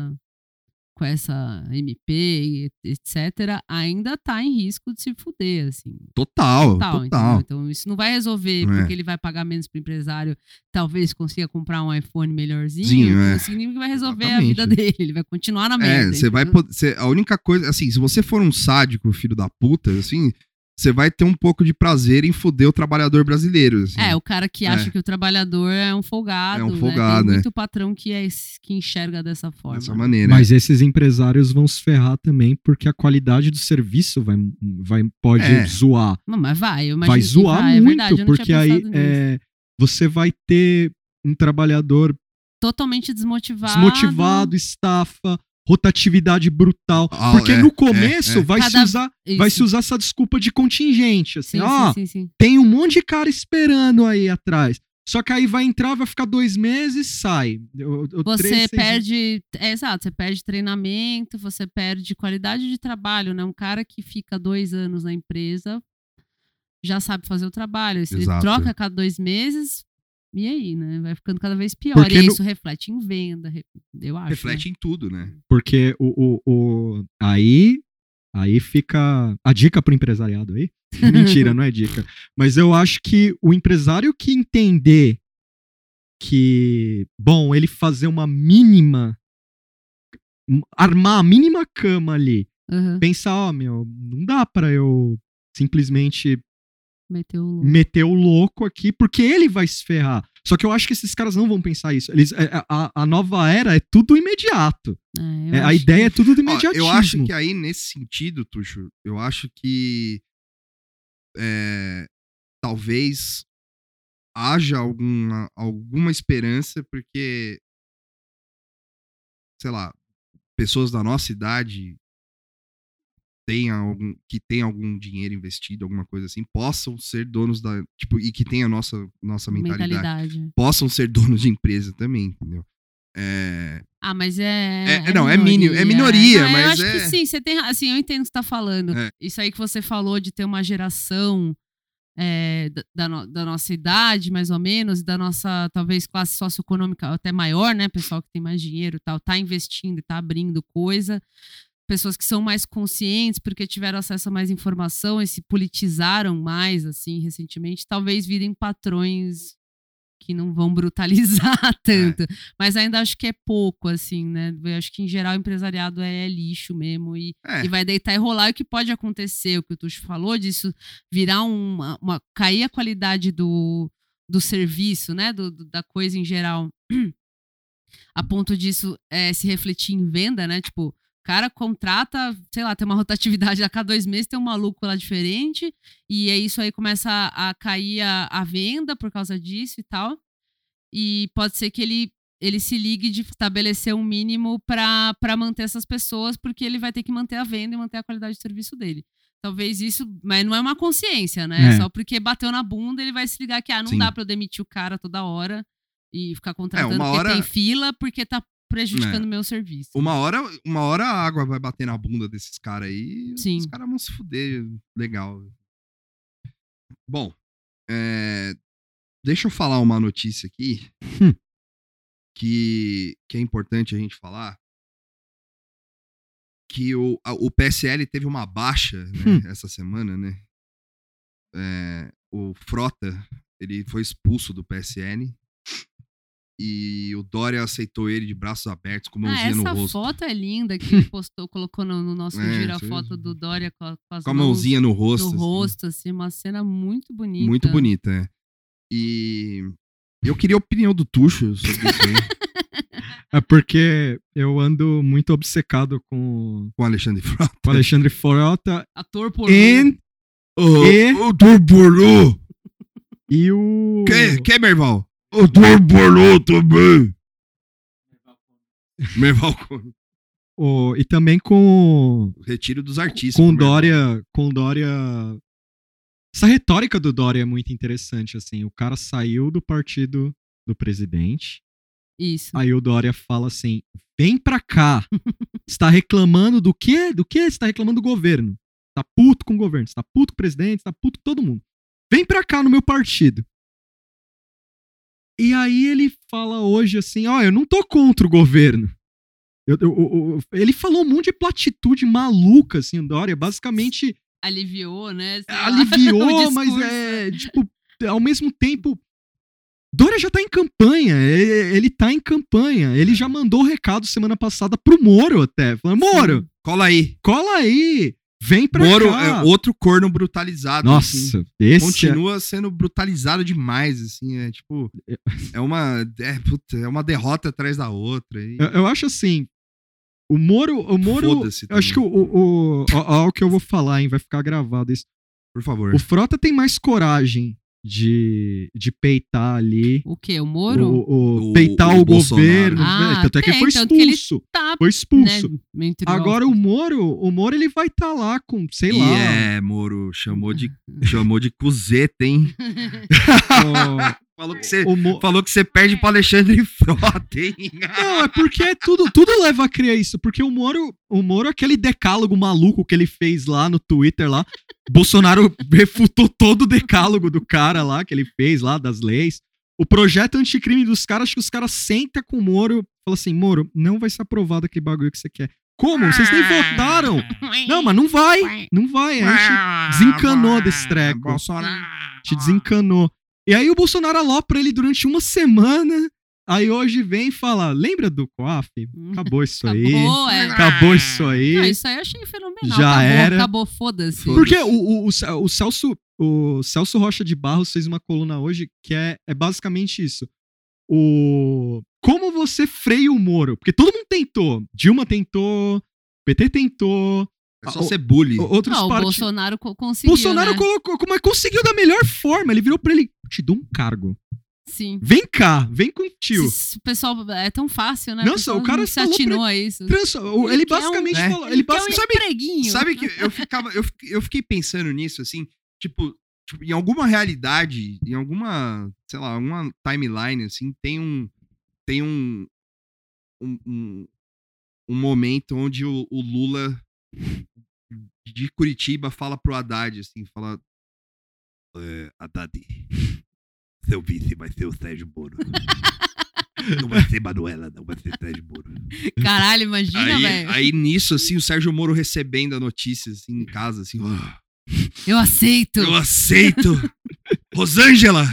essa MP, etc., ainda tá em risco de se fuder, assim.
Total.
Então, isso não vai resolver porque ele vai pagar menos pro empresário, talvez consiga comprar um iPhone melhorzinho, não significa que vai resolver a vida dele, ele vai continuar na merda.
Você vai poder... A única coisa, assim, se você for um sádico, filho da puta, assim... Você vai ter um pouco de prazer em foder o trabalhador brasileiro. Assim.
O cara que acha que o trabalhador é um folgado. Tem muito patrão que enxerga dessa forma.
Dessa maneira.
Mas esses empresários vão se ferrar também, porque a qualidade do serviço pode zoar.
Não, mas vai
zoar muito,
é verdade,
porque aí você vai ter um trabalhador
totalmente desmotivado,
estafa, rotatividade brutal. Porque no começo vai se usar essa desculpa de contingente. Assim,
sim.
Tem um monte de cara esperando aí atrás. Só que aí vai entrar, vai ficar 2 meses, sai.
Você perde... exato, você perde treinamento, você perde qualidade de trabalho, né? Um cara que fica 2 anos na empresa já sabe fazer o trabalho. Se ele troca a cada 2 meses... E aí, né? Vai ficando cada vez pior. Porque e isso reflete em venda, eu acho.
Reflete em tudo, né?
Porque aí fica a dica pro empresariado aí. Mentira, não é dica. Mas eu acho que o empresário que entender que, bom, ele fazer armar a mínima cama ali, pensar, não dá pra eu simplesmente meter o louco aqui, porque ele vai se ferrar. Só que eu acho que esses caras não vão pensar isso. A nova era é tudo imediato. A ideia é tudo do imediatismo.
Eu acho que aí, nesse sentido, Tuxo, eu acho que talvez haja alguma esperança, porque, sei lá, pessoas da nossa idade que tem algum dinheiro investido, alguma coisa assim, possam ser donos e que tem a nossa mentalidade, possam ser donos de empresa também, entendeu?
Mas
é minoria, mas
eu acho que sim, você tem, assim, eu entendo o que você tá falando. Isso aí que você falou de ter uma geração da nossa idade, mais ou menos, da nossa, talvez, classe socioeconômica até maior, né? Pessoal que tem mais dinheiro e tal, tá investindo e tá abrindo coisa. Pessoas que são mais conscientes porque tiveram acesso a mais informação e se politizaram mais, assim, recentemente, talvez virem patrões que não vão brutalizar tanto. Mas ainda acho que é pouco, assim, né? Eu acho que, em geral, o empresariado é lixo mesmo e vai deitar e rolar. E o que pode acontecer, o que o Tuxo falou, disso virar cair a qualidade do serviço, né? Da coisa em geral, a ponto disso se refletir em venda, né? Tipo, o cara contrata, sei lá, tem uma rotatividade a cada 2 meses, tem um maluco lá diferente, e é isso aí, começa a cair a venda por causa disso e tal. E pode ser que ele se ligue de estabelecer um mínimo para manter essas pessoas, porque ele vai ter que manter a venda e manter a qualidade de serviço dele. Talvez isso, mas não é uma consciência, né? Só porque bateu na bunda, ele vai se ligar que não dá para eu demitir o cara toda hora e ficar contratando porque tem fila, porque tá prejudicando o meu serviço.
Uma hora a água vai bater na bunda desses caras aí e os caras vão se fuder. Legal. Bom, deixa eu falar uma notícia aqui que é importante a gente falar. Que o PSL teve uma baixa, né, essa semana, né? O Frota Ele foi expulso do PSN. E o Dória aceitou ele de braços abertos, com mãozinha no rosto.
Essa foto é linda que ele colocou no nosso giro a foto do Dória com
a mãozinha no rosto.
No rosto, assim, uma cena muito bonita.
Muito bonita, é. E eu queria a opinião do Tuxo sobre isso aí.
É porque eu ando muito obcecado com
o Alexandre Frota.
Com o Alexandre Frota.
Ator pornô.
Ator pornô.
E o...
Quem, Merval? Ator pornô também. Merval.
E também com...
O retiro dos artistas.
Com Dória... Essa retórica do Dória é muito interessante, assim. O cara saiu do partido do presidente.
Isso.
Aí o Dória fala assim, vem pra cá. Você tá reclamando do quê? Do quê? Você tá reclamando do governo. Tá puto com o governo. Você tá puto com o presidente. Você tá puto com todo mundo. Vem pra cá no meu partido. E aí ele fala hoje assim, eu não tô contra o governo. Ele falou um monte de platitude maluca, assim, o Dória. Basicamente...
Aliviou, né?
Aliviou, mas tipo, ao mesmo tempo... Dória já tá em campanha, ele tá em campanha. Ele já mandou recado semana passada pro Moro até. Falando, Moro,
cola aí. Vem pra
Moro
cá. É outro corno brutalizado.
Nossa,
assim.
esse
continua sendo brutalizado demais, assim. É tipo, é uma derrota atrás da outra. E...
Eu acho assim, o Moro, eu acho que o que eu vou falar, hein, vai ficar gravado isso.
Por favor.
O Frota tem mais coragem de peitar ali.
O quê? O Moro?
Peitar o governo. Tanto é que foi expulso. Foi expulso.
Né,
agora o Moro ele vai estar lá com, sei lá.
Moro, chamou de cuzeta, hein? Falou que você perde pro Alexandre Frota, hein?
Não, é porque tudo leva a crer isso. Porque o Moro, aquele decálogo maluco que ele fez lá no Twitter lá, Bolsonaro refutou todo o decálogo do cara lá, que ele fez lá, das leis. O projeto anticrime dos caras, acho que os caras sentam com o Moro e falam assim, Moro, não vai ser aprovado aquele bagulho que você quer. Como? Vocês nem votaram? Não, mas não vai. Não vai. A gente desencanou desse treco.
Bolsonaro.
A gente desencanou. E aí o Bolsonaro alopra ele durante uma semana, aí hoje vem e fala, lembra do COAF? Acabou isso aí. Acabou isso aí.
Não, isso aí eu achei fenomenal.
Já era.
Acabou, foda-se.
Porque o Celso Rocha de Barros fez uma coluna hoje que é basicamente isso. Como você freia o Moro? Porque todo mundo tentou. Dilma tentou, PT tentou...
É só ser bully.
O Bolsonaro conseguiu,
Bolsonaro colocou, mas conseguiu da melhor forma. Ele virou pra ele, te dou um cargo.
Sim.
Vem cá, vem com o tio.
O pessoal, é tão fácil, né?
Nossa, o cara
se atinou a isso.
Ele basicamente falou... Ele
basicamente...
Sabe que eu fiquei pensando nisso, assim, tipo, em alguma realidade, em alguma, sei lá, uma timeline, assim, tem um momento onde o Lula de Curitiba fala pro Haddad, assim, fala, Haddad, seu vice vai ser o Sérgio Moro. Não vai ser Manuela, não vai ser Sérgio Moro.
Caralho, imagina, velho.
Aí nisso, assim, o Sérgio Moro recebendo a notícia, assim, em casa, assim,
eu aceito.
Rosângela!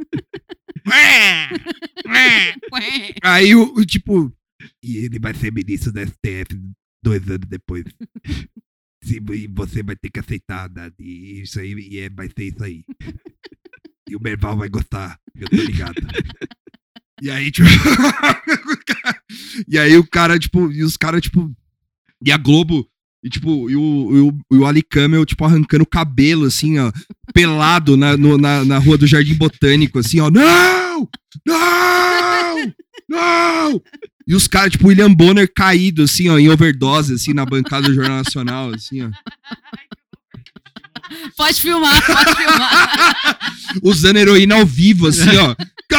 Aí tipo, e ele vai ser ministro da STF 2 anos depois. E você vai ter que aceitar, e isso aí, vai ser isso aí. E o Merval vai gostar, eu tô ligado. E aí, tipo... e aí o cara, tipo... E os caras, tipo... E a Globo... E, tipo, o Ali Camel, tipo, arrancando o cabelo, assim, ó, pelado na rua do Jardim Botânico, assim, ó. Não! E os caras, tipo, William Bonner caído, assim, ó, em overdose, assim, na bancada do Jornal Nacional, assim, ó.
Pode filmar.
Usando heroína ao vivo, assim, ó.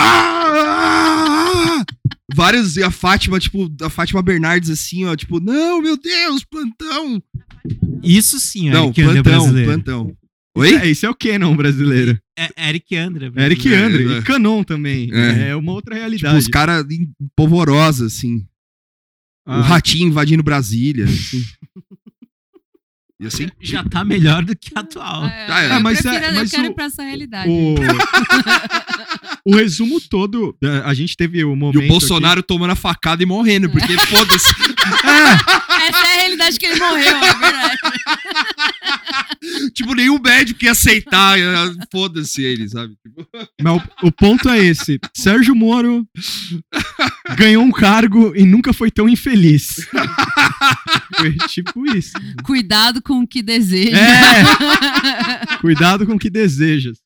Vários, e a Fátima Bernardes, assim, ó, tipo, não, meu Deus, plantão.
Isso sim,
não, plantão. Oi?
Esse é o Canon brasileiro.
É Eric Andre.
Eric Andre, e Canon também. É uma outra realidade.
Tipo, os caras polvorosa, assim. O Ratinho invadindo Brasília, assim. E assim,
já tá melhor do que a atual.
Eu quero ir pra essa realidade.
O resumo todo, a gente teve o momento.
E o Bolsonaro tomando a facada e morrendo, porque foda-se.
Essa é a realidade que ele morreu, é verdade.
Tipo, nenhum médico ia aceitar, foda-se ele, sabe?
Mas o ponto é esse: Sérgio Moro ganhou um cargo e nunca foi tão infeliz. Foi tipo isso.
Cuidado com o que deseja.
Cuidado com o que desejas.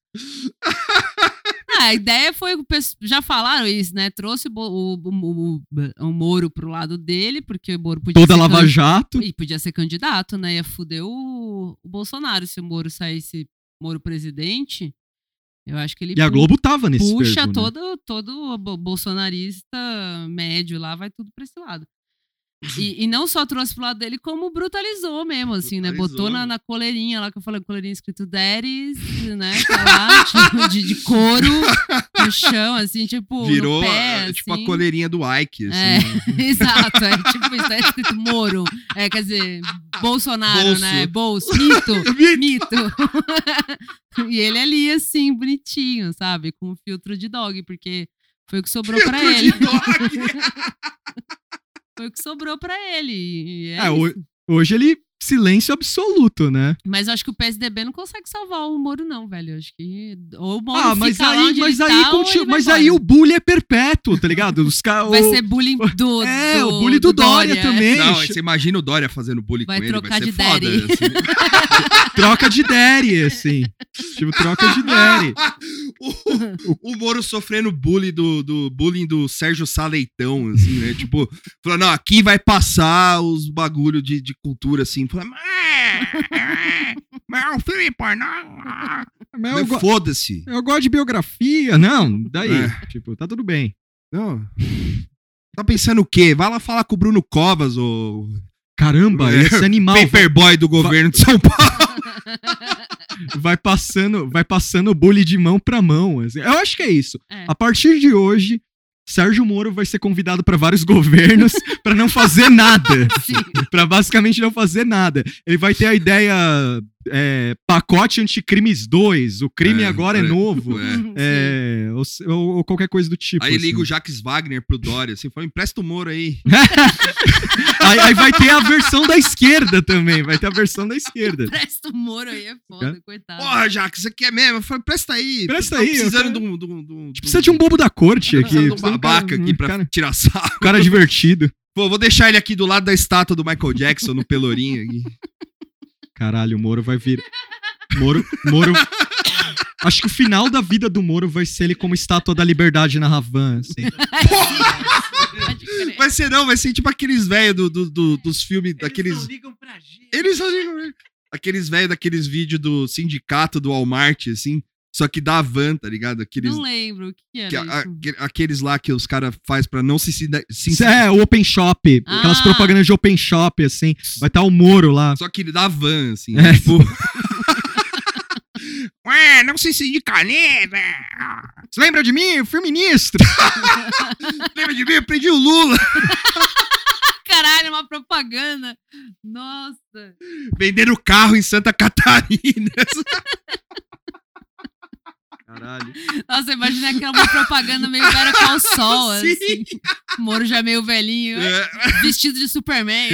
A ideia foi, já falaram isso, né? Trouxe o Moro pro lado dele, porque o Moro podia
ser Lava Jato.
E podia ser candidato, né? Ia fuder o Bolsonaro se o Moro saísse, Moro presidente. Eu acho que ele
e a Globo tava nesse
puxa
fervo, né?
todo bolsonarista médio lá, vai tudo pra esse lado. E não só trouxe pro lado dele, como brutalizou mesmo, assim, né? Botou na coleirinha lá, que eu falei, coleirinha escrito Daddies, né? Tá lá, tipo, de couro, no chão, assim, tipo,
virou
no pé,
tipo
assim.
A coleirinha do Ike, assim.
Exato, tipo isso, é escrito Moro. Quer dizer, Bolsonaro, né? Mito. E ele ali, assim, bonitinho, sabe? Com filtro de dog, porque foi o que sobrou pra ele. Foi o que sobrou pra ele.
Hoje ele silêncio absoluto, né?
Mas eu acho que o PSDB não consegue salvar o Moro, não, velho. Eu acho que ou o Moro
mas aí o bullying é perpétuo, tá ligado?
Vai ser bullying do
o bullying do Dória também.
Não, você imagina o Dória fazendo bullying com ele, vai ser foda.
Assim. Troca de daddy, assim. Tipo, troca de daddy.
O Moro sofrendo bullying do Sérgio Saleitão, assim, né? Tipo, falando, não, aqui vai passar os bagulho de cultura, assim. Falando, meu filho, não. Foda-se.
Eu gosto de biografia. Não, daí, tipo, tá tudo bem.
Não. Tá pensando o quê? Vai lá falar com o Bruno Covas, ou...
Caramba, esse animal.
Paperboy do governo de São Paulo.
Vai passando o bullying de mão pra mão. Assim. Eu acho que é isso. A partir de hoje, Sérgio Moro vai ser convidado para vários governos para não fazer nada. Para basicamente não fazer nada. Ele vai ter a ideia pacote anticrimes 2, o crime agora é novo. Ou qualquer coisa do tipo.
Aí
assim.
liga o Jacques Wagner pro Dória, assim, fala, empresta o Moro aí.
aí vai ter a versão da esquerda também. Vai ter a versão da esquerda.
Empresta o Moro aí, é foda, coitado.
Porra, Jacques, você quer mesmo? Eu falei, presta aí.
Presta aí.
Precisando
precisa de um bobo da corte aqui.
Precisando de um babaca aqui pra tirar sarro.
Um cara divertido.
Pô, vou deixar ele aqui do lado da estátua do Michael Jackson, no Pelourinho aqui.
Caralho, o Moro vai vir... Moro... Acho que o final da vida do Moro vai ser ele como estátua da liberdade na Havan, assim.
Vai ser tipo aqueles velhos dos filmes, daqueles...
Eles não ligam pra gente.
Eles não ligam, aqueles velhos daqueles vídeos do sindicato do Walmart, assim, só que da Havan, tá ligado? Aqueles...
Não lembro, o que era isso?
Aqueles lá que os caras fazem pra não se...
o Open Shop, aquelas propagandas de Open Shop, assim, vai estar o Moro lá.
Só que da Havan, assim, tipo... Ué, não se sindicaliza.
Você lembra de mim? Eu fui ministro.
Lembra de mim? Eu prendi o Lula.
Caralho, uma propaganda. Nossa.
Vendendo carro em Santa Catarina.
Caralho.
Nossa, imagina aquela uma propaganda meio Better Call Saul, assim. Moro já meio velhinho, vestido de Superman.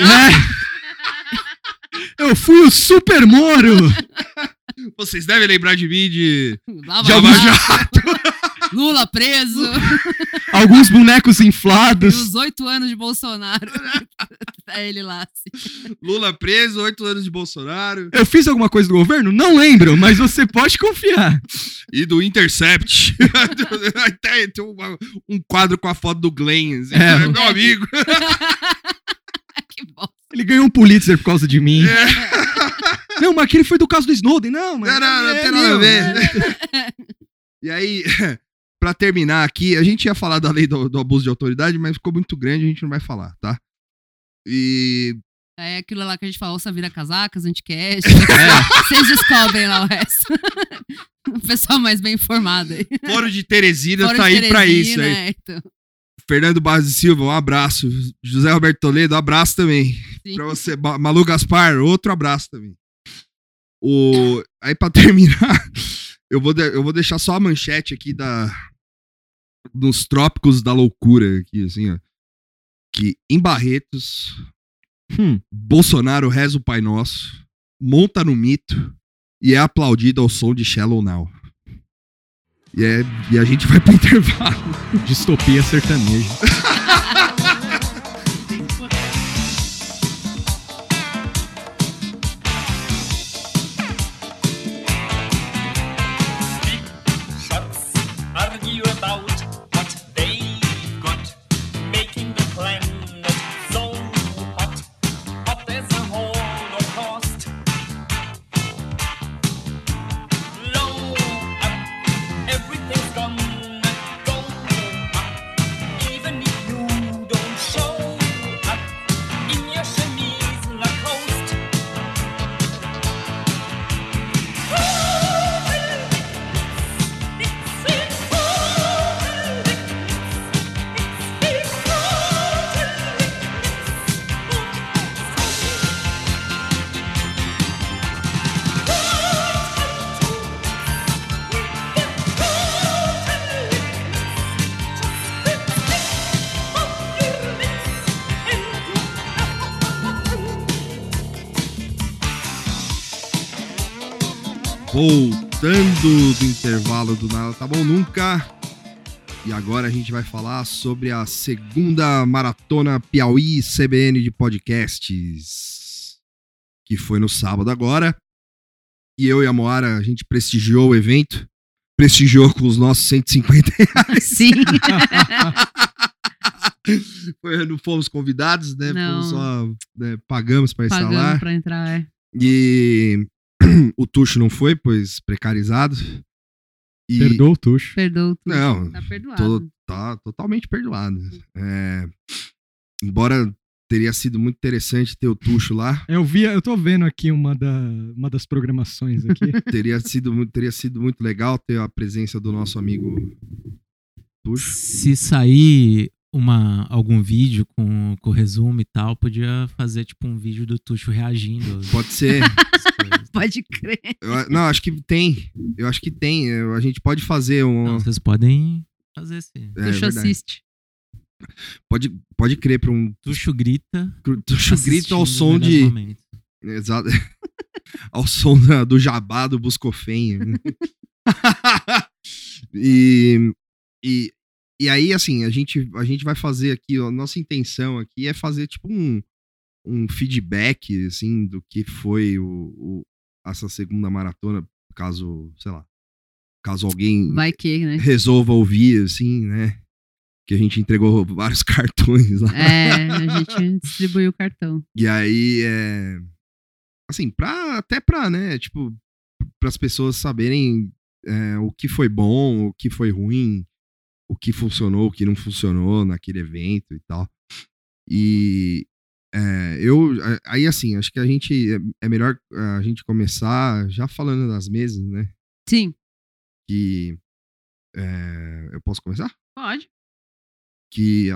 Eu fui o Super Moro.
Vocês devem lembrar de mim de
Lava
Jato.
Lula preso.
Alguns bonecos inflados.
E os 8 anos de Bolsonaro. Tá ele lá, assim.
Lula preso, 8 anos de Bolsonaro.
Eu fiz alguma coisa do governo? Não lembro, mas você pode confiar.
E do Intercept. Tem um quadro com a foto do Glenn, assim, meu amigo.
Que bosta.
Ele ganhou um Pulitzer por causa de mim. Não, mas aquele foi do caso do Snowden. Não, mas...
Não tem nada a ver. E aí, pra terminar aqui, a gente ia falar da lei do abuso de autoridade, mas ficou muito grande, a gente não vai falar, tá? E...
É aquilo lá que a gente falou, ouça vira casacas, anticast. Vocês descobrem lá o resto. O pessoal mais bem informado aí.
Fórum de Teresina tá aí pra isso aí. Então. Fernando Barros e Silva, um abraço. José Roberto Toledo, um abraço também. Sim. Pra você. Malu Gaspar, outro abraço também. Aí pra terminar, eu vou deixar só a manchete aqui dos trópicos da loucura aqui, assim, ó. Que em Barretos, Bolsonaro reza o Pai Nosso, monta no mito e é aplaudido ao som de Shallow Now. E a gente vai pro intervalo.
Distopia sertaneja.
Voltando do intervalo do Nada Tá Bom Nunca. E agora a gente vai falar sobre a segunda maratona Piauí CBN de podcasts, que foi no sábado agora. E eu e a Moara, a gente prestigiou o evento. Prestigiou com os nossos R$150.
Sim.
Não fomos convidados, né?
Não.
Fomos só, né, pagamos para estar lá.
Pra entrar, é.
E o Tuxo não foi, pois precarizado. E...
Perdoa o Tuxo.
Perdoa tudo.
Não,
Tá perdoado.
tá totalmente perdoado. Embora teria sido muito interessante ter o Tuxo lá.
Eu tô vendo aqui uma das programações aqui.
teria sido muito legal ter a presença do nosso amigo Tuxo.
Se sair algum vídeo com resumo e tal, podia fazer tipo um vídeo do Tuxo reagindo.
Pode ser.
Pode crer.
Não, acho que tem. Eu acho que tem. A gente pode fazer um...
Não, vocês podem fazer sim.
Tuxo assiste.
Pode crer pra um...
Tuxo grita.
Tuxo grita ao som de... Exato. Ao som do jabá do Buscofem. E aí, assim, a gente vai fazer aqui, a nossa intenção aqui é fazer tipo um feedback, assim, do que foi essa segunda maratona, caso alguém
vai que, né?
resolva ouvir, assim, né? Que a gente entregou vários cartões lá.
A gente distribuiu o cartão.
E aí, assim, até pra, né, tipo, pras pessoas saberem o que foi bom, o que foi ruim, o que funcionou, o que não funcionou naquele evento e tal. E aí, assim, acho que é melhor a gente começar já falando das mesas, né?
Sim.
Que eu posso começar?
Pode.
Que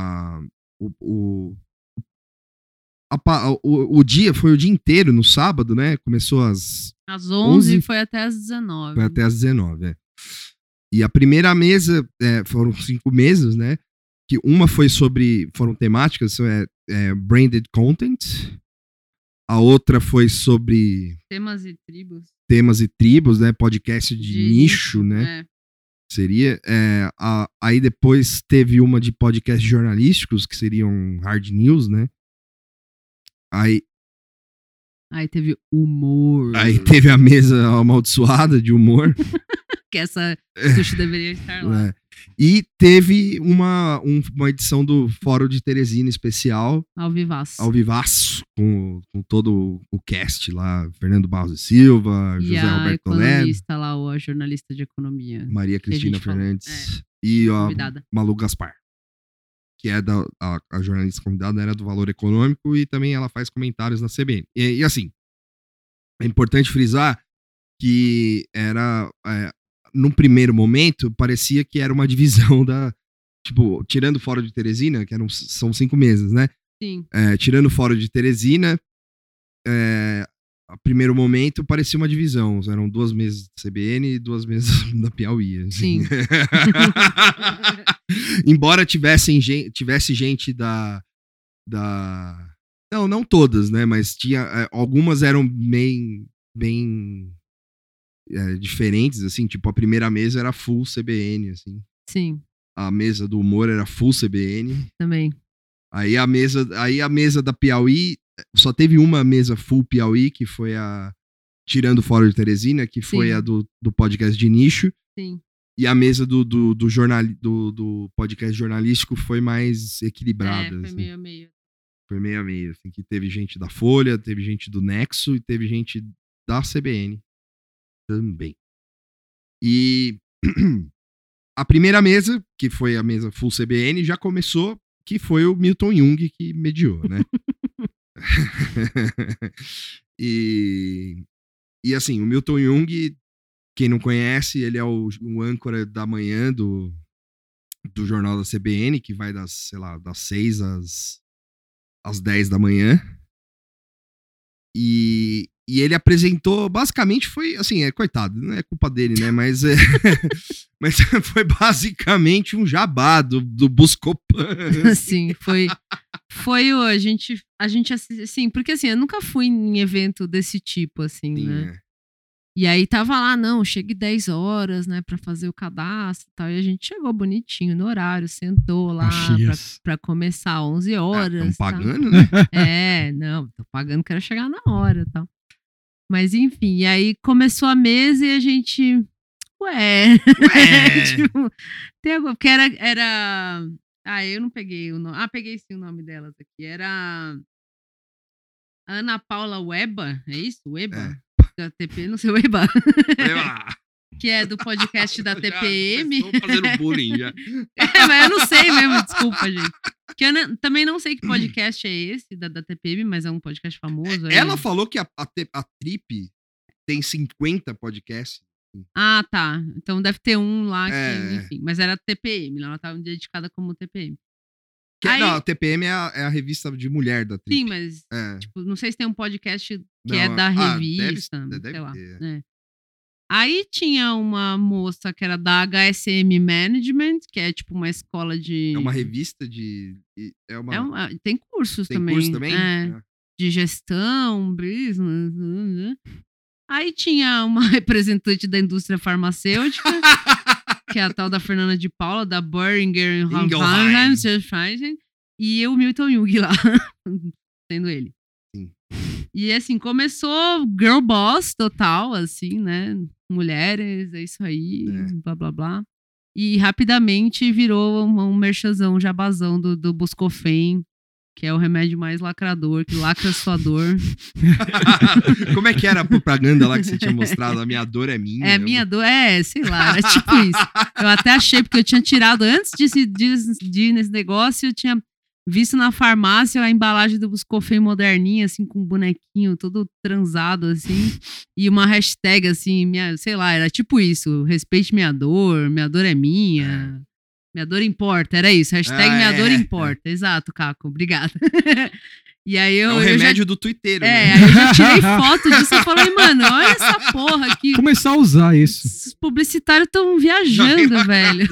o dia foi o dia inteiro no sábado, né? Começou às
11 e foi até às 19.
Foi até às 19, E a primeira mesa, foram 5 mesas, né? Que uma foi foram temáticas, branded content. A outra foi sobre...
Temas e tribos.
Né? Podcast de nicho, né? Seria. Aí depois teve uma de podcasts jornalísticos, que seriam hard news, né? Aí
teve humor.
Aí teve a mesa amaldiçoada de humor.
Que essa Tuxo deveria estar lá.
E teve uma edição do Fórum de Teresina especial.
Ao
vivaço, com todo o cast lá. Fernando Barros e Silva,
e
José Alberto Toledo.
A jornalista de economia.
Maria Cristina Fernandes. E a Malu Gaspar. Que é a jornalista convidada, era do Valor Econômico, e também ela faz comentários na CBN. E assim, é importante frisar que num primeiro momento, parecia que era uma divisão tipo, tirando o Fórum de Teresina, que são 5 mesas, né?
Sim.
Tirando o Fórum de Teresina, a primeiro momento, parecia uma divisão. Eram 2 mesas da CBN e 2 mesas da Piauí. Assim.
Sim.
Embora tivesse gente da... Não todas, né? Mas algumas eram bem diferentes, assim. Tipo, a primeira mesa era full CBN, assim.
Sim.
A mesa do humor era full CBN.
Também.
Aí a mesa da Piauí, só teve uma mesa full Piauí, que foi tirando fora de Teresina, que foi
Sim.
a do podcast de nicho.
Sim.
E a mesa do podcast jornalístico foi mais equilibrada.
Foi
assim.
meio a meio.
Foi meio a meio, assim, que teve gente da Folha, teve gente do Nexo e teve gente da CBN também. E a primeira mesa, que foi a mesa full CBN, já começou, que foi o Milton Jung que mediou, né? E assim, o Milton Jung, quem não conhece, ele é o âncora da manhã do jornal da CBN, que vai das 6 às 10 da manhã. E ele apresentou, basicamente foi, assim, coitado, não é culpa dele, né, mas mas foi basicamente um jabá do Buscopan.
Sim, foi a gente assim, porque assim, eu nunca fui em evento desse tipo, assim,
Sim,
né? E aí tava lá, não, chegue 10 horas, né, pra fazer o cadastro e tal. E a gente chegou bonitinho no horário, sentou lá pra começar 11 horas.
Estão pagando, né?
Não, tô pagando, quero chegar na hora e tal. Mas enfim, e aí começou a mesa e a gente... Ué. Tipo, tem alguma... Porque era... eu não peguei o nome. Peguei sim o nome delas aqui. Era... Ana Paula Weba, é isso? Weba? Da TPM, não sei, Weba. Que é do podcast da TPM.
Estou fazendo bullying já.
Mas eu não sei mesmo, desculpa, gente. Que eu também não sei que podcast é esse da TPM, mas é um podcast famoso.
Ela falou que a Trip tem 50 podcasts.
Ah, tá. Então deve ter um lá que, enfim. Mas era TPM, ela estava dedicada como TPM.
Não, a TPM é a revista de mulher da Trip.
Sim, mas tipo, não sei se tem um podcast que é da revista, deve sei lá. Aí tinha uma moça que era da HSM Management, que é tipo uma escola de...
É uma revista de...
tem cursos
tem
também.
Curso também?
De gestão, business. Aí tinha uma representante da indústria farmacêutica, que é a tal da Fernanda de Paula, da Boehringer Ingelheim, e o Milton Jung lá, sendo ele.
Sim.
E assim, começou girl boss total, assim, né? Mulheres, é isso aí, blá, blá, blá. E rapidamente virou um merchanzão, jabazão do Buscofen, que é o remédio mais lacrador, que lacra sua dor.
Como é que era a propaganda lá que você tinha mostrado? A minha dor é minha.
Minha dor, sei lá, é tipo isso. Eu até achei, porque eu tinha tirado, antes de ir nesse negócio, eu tinha visto na farmácia a embalagem do Buscofen moderninha, assim, com um bonequinho todo transado, assim, e uma hashtag, assim, sei lá, era tipo isso, respeite minha dor é minha. Minha dor importa, era isso. Hashtag minha dor importa. Exato, Caco. Obrigada. E aí
é o remédio do Twitter, né?
Aí eu já tirei foto disso e falei, mano, olha essa porra aqui.
Começar a usar isso.
Os publicitários estão viajando, velho.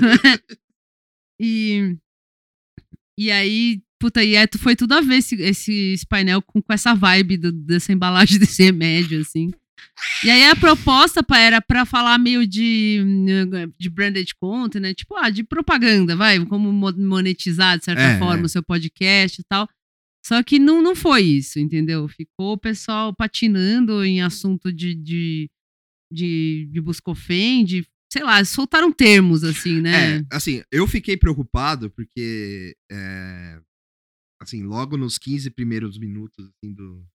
E aí, puta, foi tudo a ver esse painel com essa vibe dessa embalagem desse remédio, assim. E aí a proposta era pra falar meio de branded content, né? Tipo, de propaganda, como monetizar de certa forma o seu podcast e tal. Só que não foi isso, entendeu? Ficou o pessoal patinando em assunto de Buscofen, sei lá, soltaram termos, assim, né?
Assim, eu fiquei preocupado porque, assim, logo nos 15 primeiros minutos, assim,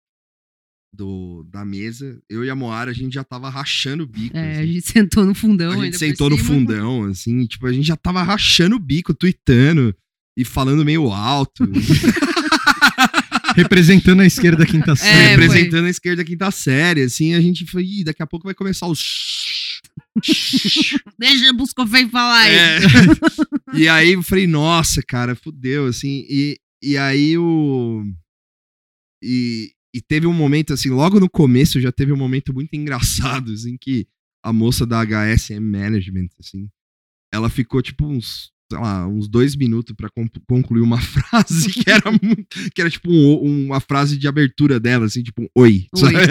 da mesa, eu e a Moara, a gente já tava rachando o bico. Assim.
A gente sentou no fundão.
A gente sentou no fundão, assim, tipo, a gente já tava rachando o bico, tweetando e falando meio alto.
Representando a esquerda quinta série.
Representando a esquerda quinta série, assim, a gente foi, daqui a pouco vai começar os...
Deixa o Buscofen falar aí.
E aí eu falei, nossa, cara, fudeu, assim, e aí E teve um momento, assim, logo no começo já teve um momento muito engraçado, assim, que a moça da HSM Management, assim, ela ficou, tipo, uns 2 minutos pra concluir uma frase que era tipo, uma frase de abertura dela, assim, tipo, oi.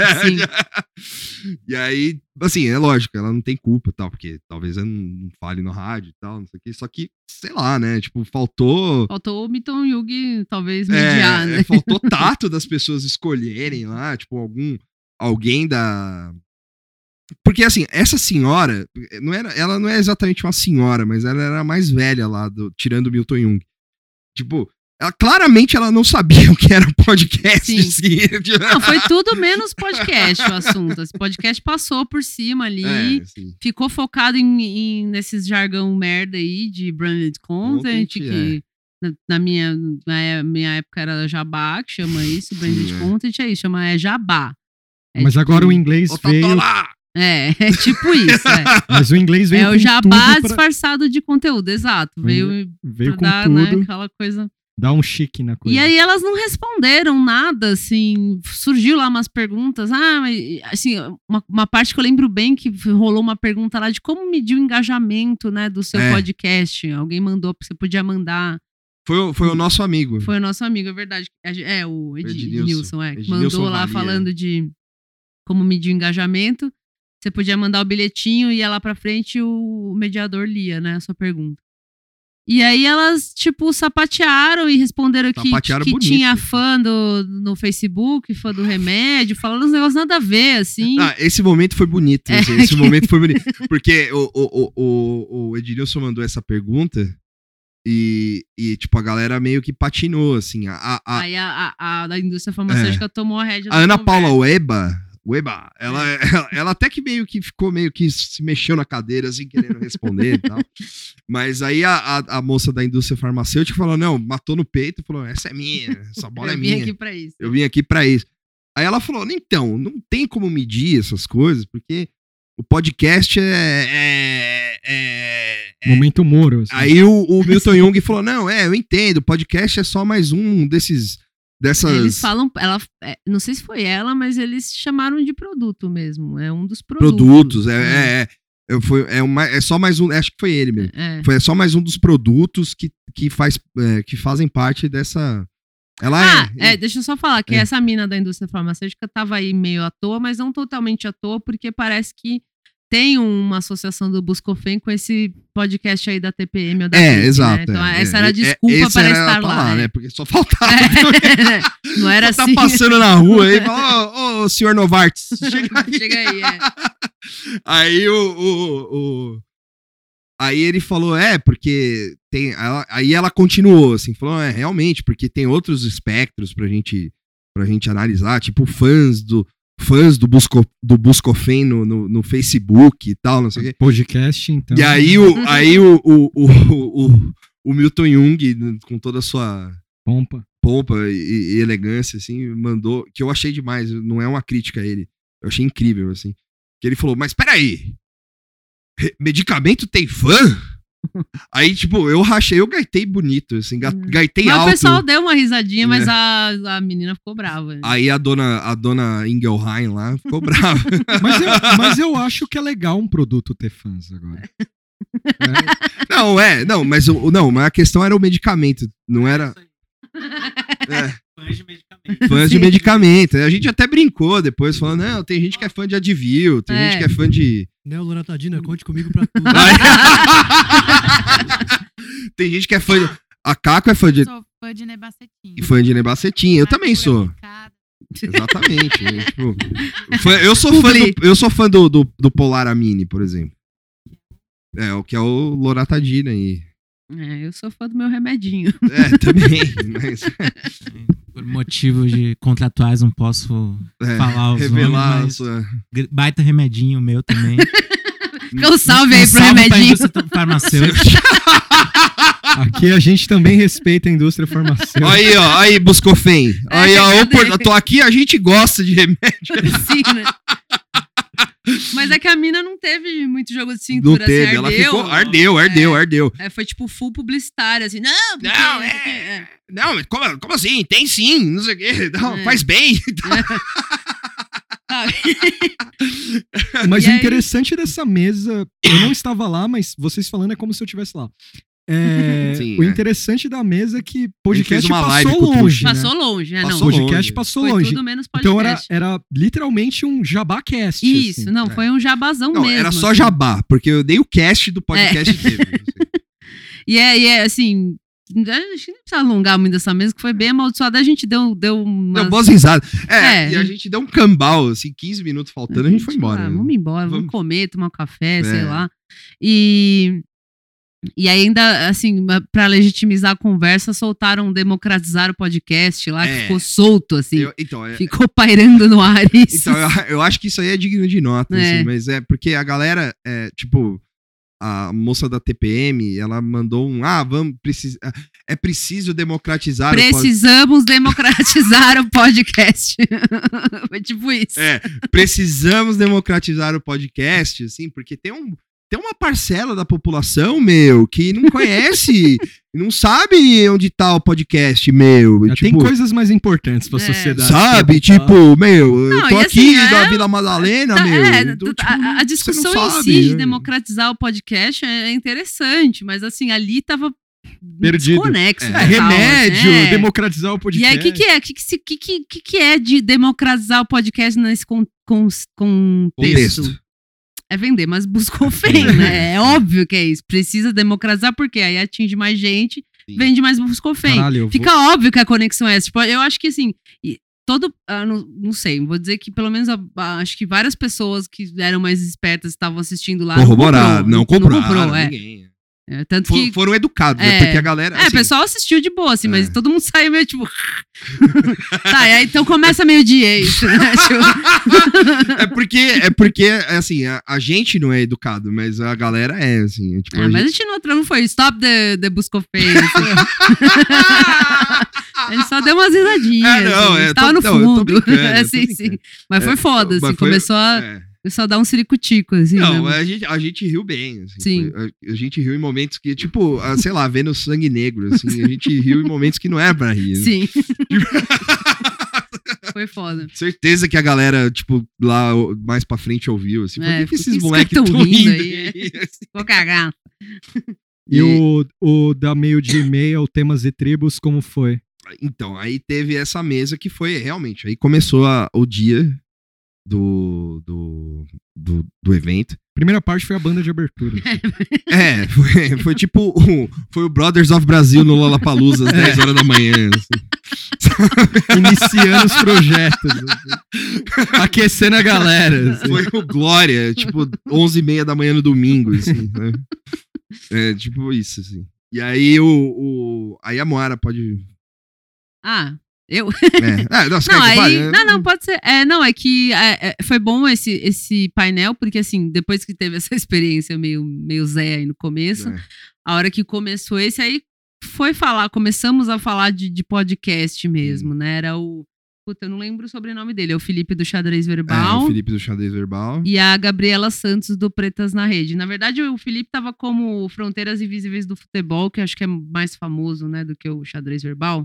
E aí, assim, é lógico, ela não tem culpa, tal, porque talvez ela não fale no rádio e tal, não sei o que, só que, sei lá, né, tipo, faltou
o Milton Jung, talvez, mediar, né?
Faltou tato das pessoas escolherem lá, tipo, alguém da... Porque, assim, essa senhora, ela não é exatamente uma senhora, mas ela era a mais velha lá, tirando o Milton Jung. Tipo, claramente ela não sabia o que era podcast. Assim.
Não, foi tudo menos podcast o assunto. Esse podcast passou por cima ali, ficou focado nesses jargão merda aí de branded content, que na minha época era jabá, que chama isso, branded content, chama jabá.
Mas tipo, agora o inglês veio...
É tipo isso.
Mas o inglês veio
com o jabá disfarçado de conteúdo, exato. Veio
com dar, tudo.
Né, aquela coisa...
Dá um chique na coisa.
E aí elas não responderam nada, assim, surgiu lá umas perguntas, assim, uma parte que eu lembro bem que rolou uma pergunta lá de como medir o engajamento, né, do seu podcast. Alguém mandou, você podia mandar.
Foi o nosso amigo.
Foi o nosso amigo, é verdade. O Ednilson, que mandou lá falando de como medir o engajamento. Você podia mandar o bilhetinho e ia lá pra frente o mediador lia, né, a sua pergunta. E aí elas, tipo, sapatearam e responderam que tinha fã no Facebook, fã do remédio, falando uns negócios nada a ver, assim.
Esse momento foi bonito. Esse momento foi bonito. Porque o Ednilson mandou essa pergunta e, tipo, a galera meio que patinou, assim.
Aí a da indústria farmacêutica tomou a rédea.
A Ana Paula Weba, ela até que ficou meio que se mexeu na cadeira, assim, querendo responder e tal. Mas aí a moça da indústria farmacêutica falou, não, matou no peito e falou, essa é minha, essa bola é minha. Eu vim aqui pra isso. Aí ela falou, então, não tem como medir essas coisas, porque o podcast
momento Moro. Assim.
Aí o Milton Jung falou, não, eu entendo, o podcast é só mais um dessas...
Eles falam, não sei se foi ela, mas eles chamaram de produto mesmo. É um dos produtos.
É só mais um, acho que foi ele mesmo. Foi só mais um dos produtos que fazem parte dessa.
Deixa eu só falar que essa mina da indústria farmacêutica tava aí meio à toa, mas não totalmente à toa, porque parece que tem uma associação do Buscofen com esse podcast aí da TPM ou da PIT,
exato.
Né? Então essa era a desculpa para estar lá,
né? Porque só faltava.
Não era
assim.
Tá
passando na rua aí e fala, ô, senhor Novartis,
chega aí.
Aí Aí ele falou, porque tem... Aí ela continuou, assim, falou, realmente, porque tem outros espectros pra gente analisar, tipo fãs do Buscofen no Facebook e tal, não sei o quê.
Podcast, então.
E aí o Milton Jung, com toda a sua pompa e elegância, assim, mandou, que eu achei demais, não é uma crítica a ele, eu achei incrível, assim, que ele falou, mas peraí, medicamento tem fã? Aí, tipo, eu gaitei bonito, assim, gaitei
mas
alto.
Mas o pessoal deu uma risadinha, mas a menina ficou brava. Né?
Aí a dona Ingelheim lá ficou brava.
mas eu acho que é legal um produto ter fãs agora.
Mas a questão era o medicamento, não era...
Fãs de medicamento.
Fãs de medicamento. A gente até brincou depois, falando, não, tem gente que é fã de Advil, tem gente que é fã de...
Loratadina, conte comigo pra tudo.
Tem gente que é fã de... A Caco é fã de...
Eu sou fã de Nebacetim.
E fã de Nebacetim, eu também sou. Exatamente. Tipo, eu sou fã do Polaramine, por exemplo. O que é o Loratadina aí.
Eu sou fã do meu remedinho.
Também. Mas...
Por motivos contratuais não posso falar os
revelar
nomes, mas baita remedinho meu também.
Fica um salve aí pro remedinho.
Farmacêutica.
Aqui a gente também respeita a indústria farmacêutica.
Aí, Buscofen. Aí, tô aqui, a gente gosta de remédio.
Sim, né? Mas é que a mina não teve muito jogo de cintura.
Não teve, assim, ela ficou... Ardeu.
Foi tipo full publicitária, assim. Não,
Não, como assim? Tem sim, não sei o quê. Não, faz bem.
Mas o interessante dessa mesa, eu não estava lá, mas vocês falando é como se eu estivesse lá. O interessante da mesa é que podcast passou longe.
Passou longe, né?
Não, podcast passou longe.
Foi tudo menos podcast.
Então era literalmente um jabacast.
Isso,
assim.
Não, foi um jabazão mesmo.
Era só jabá, porque eu dei o cast do podcast teve.
E é assim... A gente não precisa alongar muito dessa mesa, que foi bem amaldiçoada. A gente deu
boas risadas. E a gente deu um cambal, assim, 15 minutos faltando, a gente foi embora.
Vamos embora, vamos comer, tomar um café, sei lá. E aí ainda, assim, pra legitimizar a conversa, soltaram democratizar o podcast lá, que ficou solto, assim. Ficou pairando no ar isso.
Então, eu acho que isso aí é digno de nota, assim, mas é porque a galera, tipo... A moça da TPM, ela mandou é preciso democratizar
Precisamos democratizar o podcast. Foi tipo isso.
Precisamos democratizar o podcast, assim, porque tem uma parcela da população, que não conhece, não sabe onde tá o podcast,
tem coisas mais importantes pra sociedade.
Sabe? Eu tô aqui da Vila Madalena,
a discussão em si de democratizar o podcast é interessante, mas assim, ali tava
perdido.
Desconexo.
Remédio, democratizar o podcast.
E aí, o que é de democratizar o podcast nesse contexto? É vender, mas buscou feio, né? É óbvio que é isso. Precisa democratizar, porque aí atinge mais gente, vende mais buscou feio. Fica óbvio que a conexão é essa. Tipo, eu acho que assim, não sei, vou dizer que pelo menos acho que várias pessoas que eram mais espertas estavam assistindo lá.
Não compraram ninguém.
Tanto que
foram educados, né? Porque a galera.
O pessoal assistiu de boa, assim, mas todo mundo saiu meio tipo. Tá, e aí então começa meio-dia isso, né?
É porque assim, a gente não é educado, mas a galera é, assim. Tipo,
mas a gente não foi stop the busco feio. Assim. A gente só deu umas risadinhas. Tava no fundo. Sim. Mas foi foda, assim, começou a dar um ciricutico, assim.
Não, a gente riu bem, assim.
Sim.
A gente riu em momentos que, tipo, sei lá, vendo sangue negro, assim. A gente riu em momentos que não é pra rir.
Sim. Foi foda.
Certeza que a galera, tipo, lá mais pra frente ouviu, assim. Por que esses moleques
tão
rindo
aí? Ficou cagado.
E o da meio de e-mail, temas e tribos, como foi?
Então, aí teve essa mesa que foi, realmente, aí começou o dia do evento.
Primeira parte foi a banda de abertura.
Foi tipo foi o Brothers of Brasil no Lollapalooza às 10 horas da manhã. Assim.
Iniciando os projetos. Assim. Aquecendo a galera. Assim.
Foi o Glória, tipo 11h30 da manhã no domingo. Assim, né? Tipo isso, assim. E aí aí a Moara pode...
Eu?
Não,
pode ser. É que foi bom esse painel, porque assim, depois que teve essa experiência meio Zé aí no começo, a hora que começou esse, aí começamos a falar de podcast mesmo, né? Era eu não lembro o sobrenome dele, é o Felipe do Xadrez Verbal.
O Felipe do Xadrez Verbal.
E a Gabriela Santos do Pretas na Rede. Na verdade, o Felipe tava como Fronteiras Invisíveis do Futebol, que acho que é mais famoso, né, do que o Xadrez Verbal.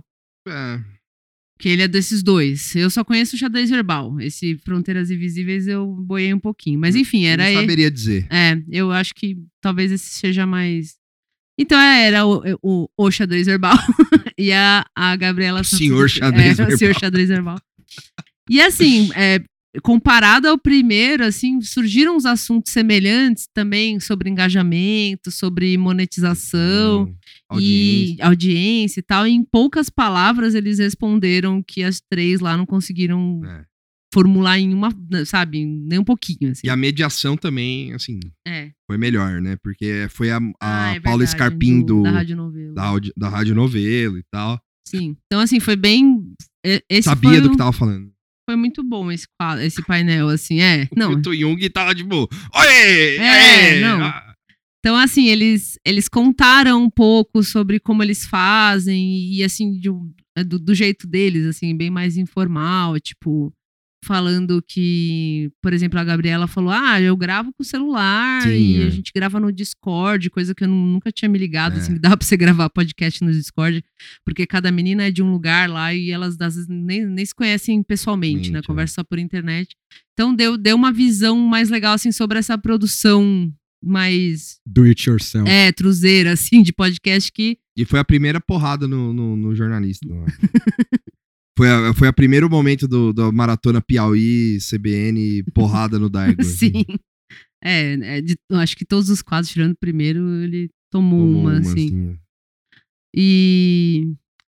Que ele é desses dois. Eu só conheço o Xadrez Verbal. Esse Fronteiras Invisíveis eu boiei um pouquinho. Mas enfim, era...
Eu não saberia dizer.
Eu acho que talvez esse seja mais... Então era o Xadrez Verbal. E a Gabriela...
O senhor Xadrez Verbal.
O senhor Xadrez Verbal. E assim, comparado ao primeiro, assim, surgiram uns assuntos semelhantes também sobre engajamento, sobre monetização... audiência e tal, e em poucas palavras eles responderam que as três lá não conseguiram formular em uma, sabe, nem um pouquinho, assim.
E a mediação também, assim, foi melhor, né, porque foi a Paula Scarpim
da Rádio Novelo.
Da Rádio Novelo e tal.
Sim, então assim, foi bem...
Sabia do que tava falando.
Foi muito bom esse painel, assim, não.
O Jung tava tipo, oi!
Não. Então, assim, eles contaram um pouco sobre como eles fazem e, assim, do jeito deles, assim, bem mais informal, tipo, falando que, por exemplo, a Gabriela falou, eu gravo com o celular e a gente grava no Discord, coisa que eu nunca tinha me ligado, assim, que dá pra você gravar podcast no Discord, porque cada menina é de um lugar lá e elas às vezes nem se conhecem pessoalmente, né? Conversa só por internet. Então deu uma visão mais legal, assim, sobre essa produção mais...
Do it yourself.
Truzeira, assim, de podcast que...
E foi a primeira porrada no jornalista. Foi o primeiro momento da Maratona Piauí, CBN, porrada no Daigo.
Sim. Acho que todos os quadros, tirando o primeiro, ele tomou uma, assim. E...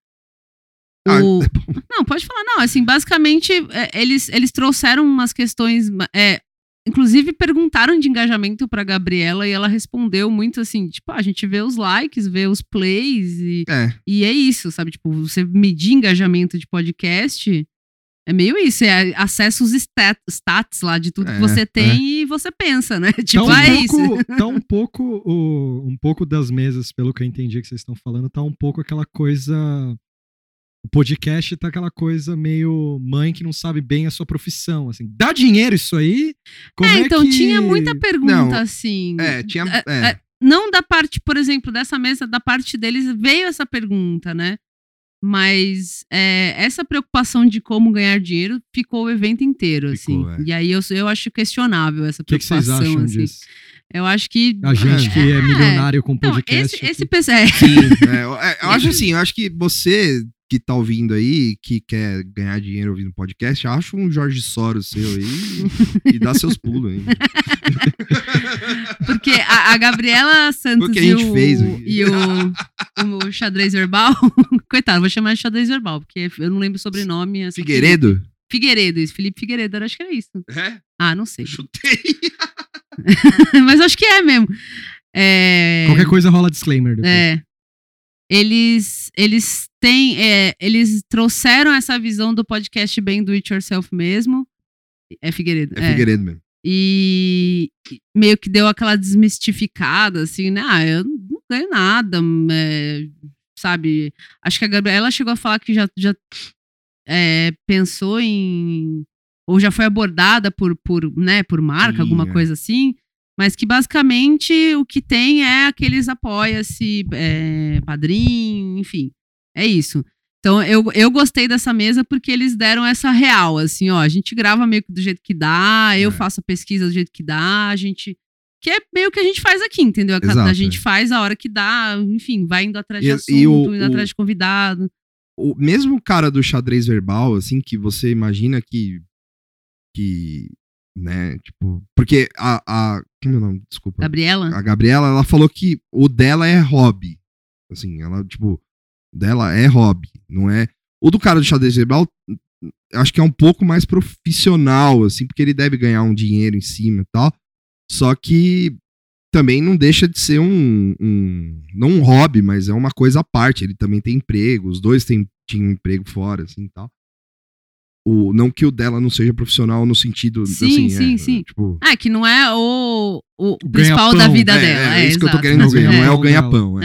Não, pode falar. Não, assim, basicamente, eles trouxeram umas questões... Inclusive, perguntaram de engajamento pra Gabriela e ela respondeu muito assim, tipo, a gente vê os likes, vê os plays e é isso, sabe? Tipo, você medir engajamento de podcast é meio isso, acessa os stats lá de tudo que você tem e você pensa, né? Tipo, isso.
Tá um pouco das mesas, pelo que eu entendi que vocês estão falando, tá um pouco aquela coisa... O podcast tá aquela coisa meio mãe que não sabe bem a sua profissão, assim. Dá dinheiro isso aí?
Então tinha muita pergunta, assim.
Tinha...
Não da parte, por exemplo, dessa mesa, da parte deles veio essa pergunta, né? Mas essa preocupação de como ganhar dinheiro ficou o evento inteiro, assim. E aí eu acho questionável essa preocupação.
O que vocês acham
assim.
disso?
Eu acho que...
A gente que é milionário com podcast.
Eu acho assim, eu acho que você... que tá ouvindo aí, que quer ganhar dinheiro ouvindo podcast, acha um Jorge Soros seu aí e dá seus pulos aí.
Porque a Gabriela Santos e o xadrez verbal, coitado, vou chamar de xadrez verbal, porque eu não lembro o sobrenome.
Figueiredo?
Figueiredo, isso, Felipe Figueiredo, acho que era isso. Não sei.
Chutei.
Mas acho que é mesmo.
Qualquer coisa rola disclaimer depois.
Eles trouxeram essa visão do podcast bem do it yourself mesmo. É Figueiredo.
É Figueiredo mesmo.
E meio que deu aquela desmistificada, assim, né? Eu não ganho nada, sabe? Acho que a Gabriela chegou a falar que já pensou em... Ou já foi abordada por marca, alguma coisa assim. Mas que basicamente o que tem é aqueles apoia-se, padrinho, enfim. É isso. Então eu gostei dessa mesa porque eles deram essa real, assim, ó. A gente grava meio que do jeito que dá, eu faço a pesquisa do jeito que dá, a gente... Que é meio que a gente faz aqui, entendeu? A gente faz a hora que dá, enfim, vai indo atrás de assunto, indo atrás de convidado.
O mesmo cara do xadrez verbal, assim, que você imagina que né, tipo, porque como é o nome? Desculpa.
Gabriela?
A Gabriela, ela falou que o dela é hobby. Assim, ela, tipo, dela é hobby, não é... O do cara do xadrez verbal, acho que é um pouco mais profissional, assim, porque ele deve ganhar um dinheiro em cima e tal. Só que também não deixa de ser não um hobby, mas é uma coisa à parte. Ele também tem emprego, os dois tinham um emprego fora, assim, e tal. Não que o dela não seja profissional no sentido...
Sim,
assim,
sim.
Tipo,
que não é o principal da vida dela.
É isso que eu tô querendo dizer, não é o ganha-pão.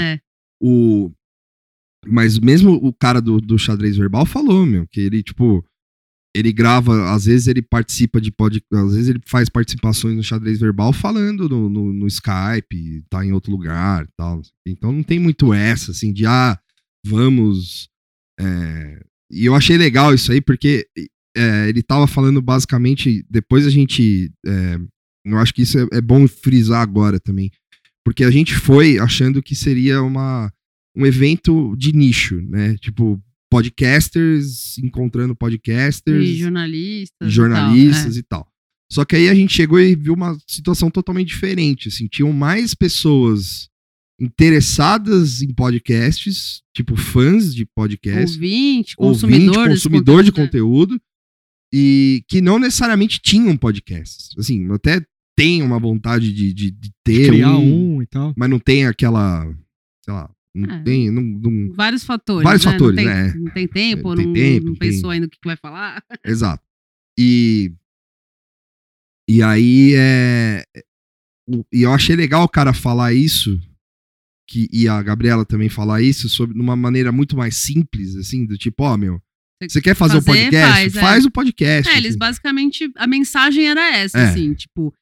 Mas mesmo o cara do xadrez verbal falou, que ele, tipo... Ele grava, às vezes ele participa de às vezes ele faz participações no xadrez verbal falando no Skype, tá em outro lugar e tal. Então não tem muito essa, assim, de vamos... E eu achei legal isso aí, porque ele tava falando basicamente, depois a gente, eu acho que isso é bom frisar agora também, porque a gente foi achando que seria um evento de nicho, né, tipo, podcasters encontrando podcasters.
E jornalistas
e tal. Só que aí a gente chegou e viu uma situação totalmente diferente, assim, tinham mais pessoas interessadas em podcasts, tipo fãs de podcasts, consumidor de conteúdo, e que não necessariamente tinham podcasts. Assim, até tem uma vontade de ter
criar um e tal,
mas não tem aquela, sei lá, não tem...
vários fatores.
Vários fatores,
né? Não tem tempo, não pensou ainda o que vai falar.
Exato. E aí e eu achei legal o cara falar isso, e a Gabriela também falar isso, de uma maneira muito mais simples, assim, do tipo, Você quer fazer o podcast? Faz o podcast.
Eles basicamente, a mensagem era essa, assim, tipo,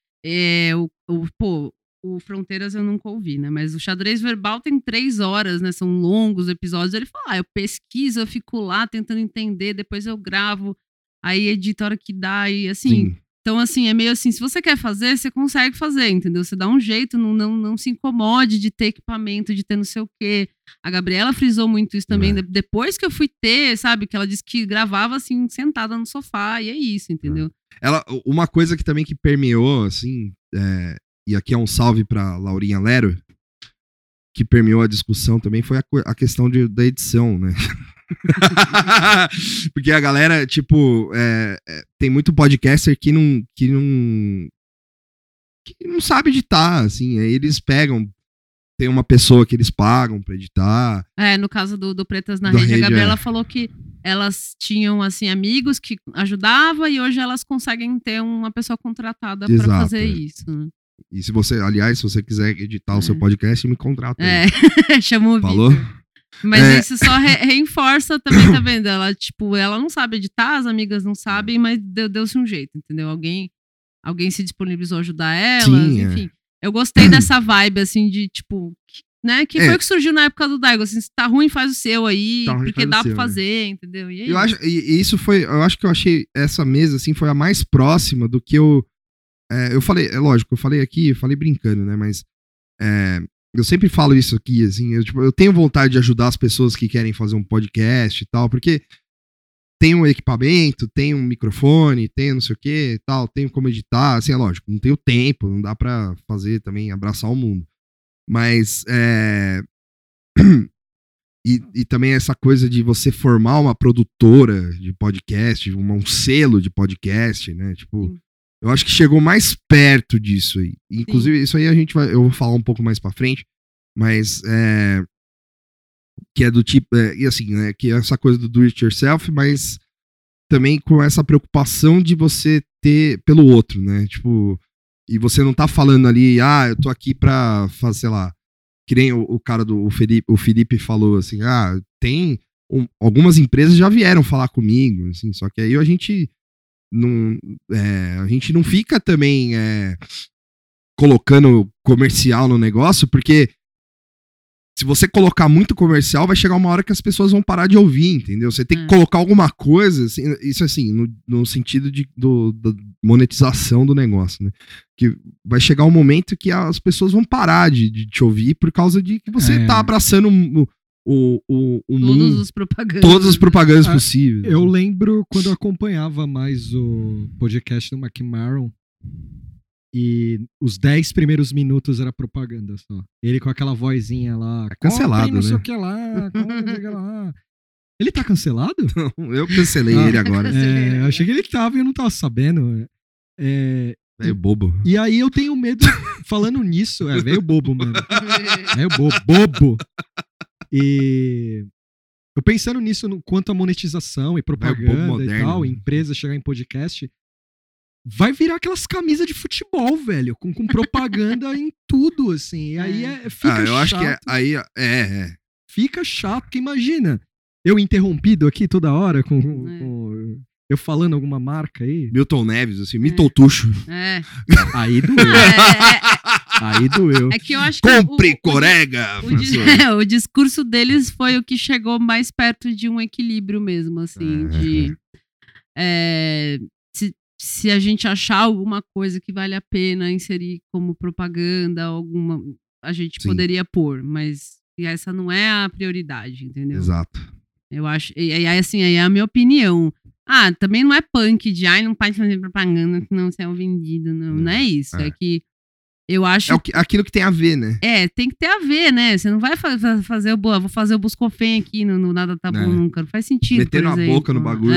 o Fronteiras eu nunca ouvi, né? Mas o Xadrez Verbal tem 3 horas, né? São longos episódios. Ele fala, eu pesquiso, eu fico lá tentando entender, depois eu gravo, aí edito a hora que dá, e assim... Sim. Então, assim, é meio assim, se você quer fazer, você consegue fazer, entendeu? Você dá um jeito, não se incomode de ter equipamento, de ter não sei o quê. A Gabriela frisou muito isso também, depois que eu fui ter, sabe? Que ela disse que gravava, assim, sentada no sofá, e é isso, entendeu?
Uma coisa que também que permeou, assim, e aqui é um salve pra Laurinha Lero, que permeou a discussão também, foi a questão da edição, né? Porque a galera, tipo, tem muito podcaster que não sabe editar, assim, aí eles pegam, tem uma pessoa que eles pagam pra editar.
No caso do Pretas na Rede, a Gabriela falou que elas tinham, assim, amigos que ajudavam e hoje elas conseguem ter uma pessoa contratada pra fazer isso, né?
E se você quiser editar o seu podcast, me contrata.
Chama o Vitor.
Falou?
Mas isso só reforça também, tá vendo? Ela, tipo, ela não sabe editar, as amigas não sabem, mas deu-se um jeito, entendeu? Alguém se disponibilizou a ajudar elas, enfim. Eu gostei dessa vibe, assim, de, tipo, né? Que foi o que surgiu na época do Daigo, assim, se tá ruim, faz o seu aí, porque dá pra fazer, entendeu? E
eu acho que eu achei essa mesa, assim, foi a mais próxima do que eu falei, lógico, eu falei brincando, né, mas eu sempre falo isso aqui, assim, eu tenho vontade de ajudar as pessoas que querem fazer um podcast e tal, porque tem um equipamento, tem um microfone, tem não sei o que e tal, tenho como editar, assim, é lógico, não tenho tempo, não dá pra fazer também, abraçar o mundo. Mas, e também essa coisa de você formar uma produtora de podcast, um selo de podcast, né, tipo... Eu acho que chegou mais perto disso aí. Inclusive, isso aí eu vou falar um pouco mais pra frente, mas que é do tipo, e assim, né, que é essa coisa do do it yourself, mas também com essa preocupação de você ter pelo outro, né? Tipo, e você não tá falando ali, eu tô aqui pra fazer, sei lá, que nem o cara o Felipe falou assim, tem algumas empresas já vieram falar comigo, assim, só que aí a gente não fica também colocando comercial no negócio, porque se você colocar muito comercial, vai chegar uma hora que as pessoas vão parar de ouvir, entendeu? Você tem que colocar alguma coisa, assim, isso assim, no sentido da monetização do negócio, né? Que vai chegar um momento que as pessoas vão parar de te ouvir por causa de que você tá abraçando todas as propagandas possíveis.
Eu lembro quando eu acompanhava mais o podcast do McMahon e os 10 primeiros minutos era propaganda só. Ele com aquela vozinha lá.
Cancelado,
não
né?
sei o que lá, lá. Ele tá cancelado?
Não, eu cancelei ele agora.
Eu achei que ele tava e eu não tava sabendo.
Velho bobo.
E aí eu tenho medo, falando nisso, velho bobo, mano. Velho bobo. E eu pensando nisso quanto a monetização e propaganda e tal, empresa chegar em podcast, vai virar aquelas camisas de futebol, velho, com propaganda em tudo, assim. E aí fica chato.
Eu acho que aí
Fica chato, porque imagina, eu interrompido aqui toda hora com eu falando alguma marca aí.
Milton Neves, assim, Mitotucho.
Aí doeu. Aí doeu.
É que eu acho que
compre Corega!
O discurso deles foi o que chegou mais perto de um equilíbrio mesmo, assim, se a gente achar alguma coisa que vale a pena inserir como propaganda, a gente poderia pôr, mas essa não é a prioridade, entendeu?
Exato.
Eu acho, e assim, aí é a minha opinião. Também não é punk de, não pode fazer propaganda que não será vendido, não é isso, é que eu acho...
aquilo que tem a ver, né?
Tem que ter a ver, né? Você não vai fazer vou fazer o Buscofem aqui no Nada Tá Bom Nunca, não faz sentido,
metendo a boca no bagulho.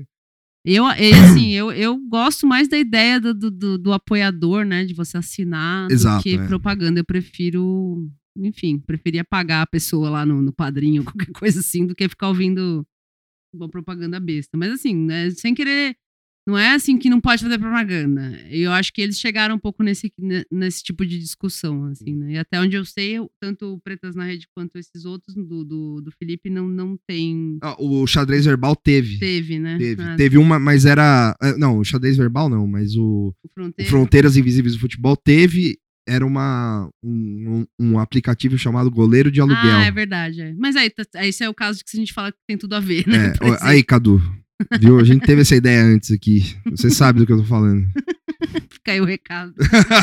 Eu gosto mais da ideia do apoiador, né? De você assinar do que propaganda. Eu prefiro, preferia pagar a pessoa lá no Padrinho, qualquer coisa assim, do que ficar ouvindo uma propaganda besta. Mas assim, né, sem querer Não é assim que não pode fazer propaganda. Eu acho que eles chegaram um pouco nesse tipo de discussão, assim, né? E até onde eu sei, tanto o Pretas na Rede quanto esses outros do Felipe não tem...
O Xadrez Verbal teve.
Teve, né?
Teve uma, mas era... Não, o Xadrez Verbal não, mas o Fronteiras Invisíveis do Futebol teve... Era um aplicativo chamado Goleiro de Aluguel.
É verdade. Mas aí, esse é o caso de que a gente fala que tem tudo a ver, né?
Aí, Cadu... Viu? A gente teve essa ideia antes aqui. Você sabe do que eu tô falando.
Fica aí o recado.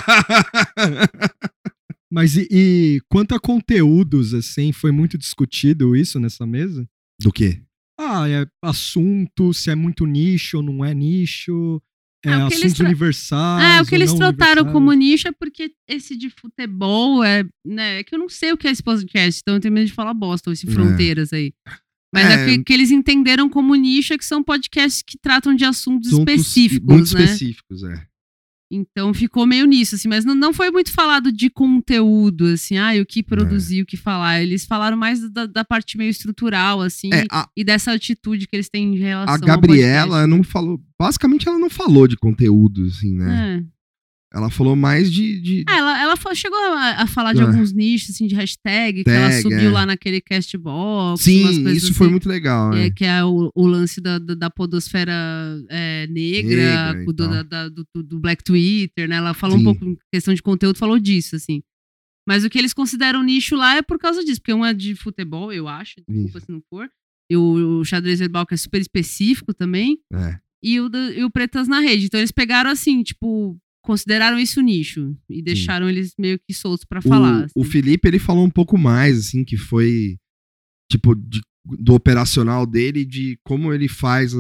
Mas e quanto a conteúdos, assim, foi muito discutido isso nessa mesa?
Do quê?
É assunto, se é muito nicho ou não é nicho. Assuntos universais.
O que eles trataram como nicho é porque esse de futebol é que eu não sei o que é esse podcast, então eu tenho medo de falar bosta, esse Fronteiras aí. Mas que eles entenderam como nicho é que são podcasts que tratam de assuntos específicos,
muito
né?
específicos,
Então ficou meio nisso, assim, mas não foi muito falado de conteúdo, assim, o que produzir, o que falar. Eles falaram mais da parte meio estrutural, assim, e dessa atitude que eles têm em relação ao podcast.
A Gabriela não falou, basicamente ela não falou de conteúdo, assim, né? Ela falou mais de...
Ela chegou a falar de alguns nichos, assim, de hashtag, que ela subiu lá naquele Castbox.
Sim, isso assim, foi muito legal.
Que é o lance da podosfera negra do Black Twitter, né? Ela falou um pouco em questão de conteúdo, falou disso, assim. Mas o que eles consideram nicho lá é por causa disso, porque um é de futebol, eu acho, desculpa se não for. E o Xadrez Verbal, que é super específico também. E o Pretas na Rede. Então eles pegaram, assim, tipo... Consideraram isso nicho e deixaram eles meio que soltos pra falar. Assim.
O Felipe, ele falou um pouco mais, assim, que foi, tipo, do operacional dele, de como ele faz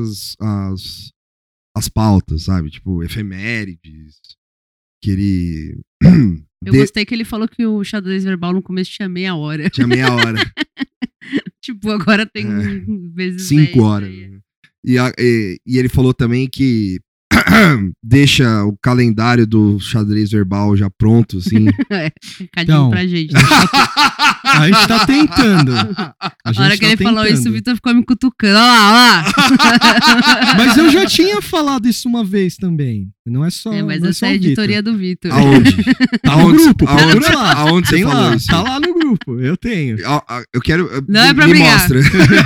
as pautas, sabe? Tipo, efemérides, que ele...
Eu gostei que ele falou que o Xadrez Verbal no começo tinha meia hora.
Tinha meia hora.
Tipo, agora tem vezes
5 horas. E ele falou também que deixa o calendário do Xadrez Verbal já pronto, assim.
Recadinho pra gente.
A gente tá tentando.
A hora que ele falou isso, o Vitor ficou me cutucando. Olha lá.
Mas eu já tinha falado isso uma vez também. Não é só.
Mas essa é a editoria do Vitor.
Aonde?
Tá no grupo.
Aonde você falou isso?
Tá lá no grupo. Eu tenho.
Eu quero.
Não é pra me
mostra.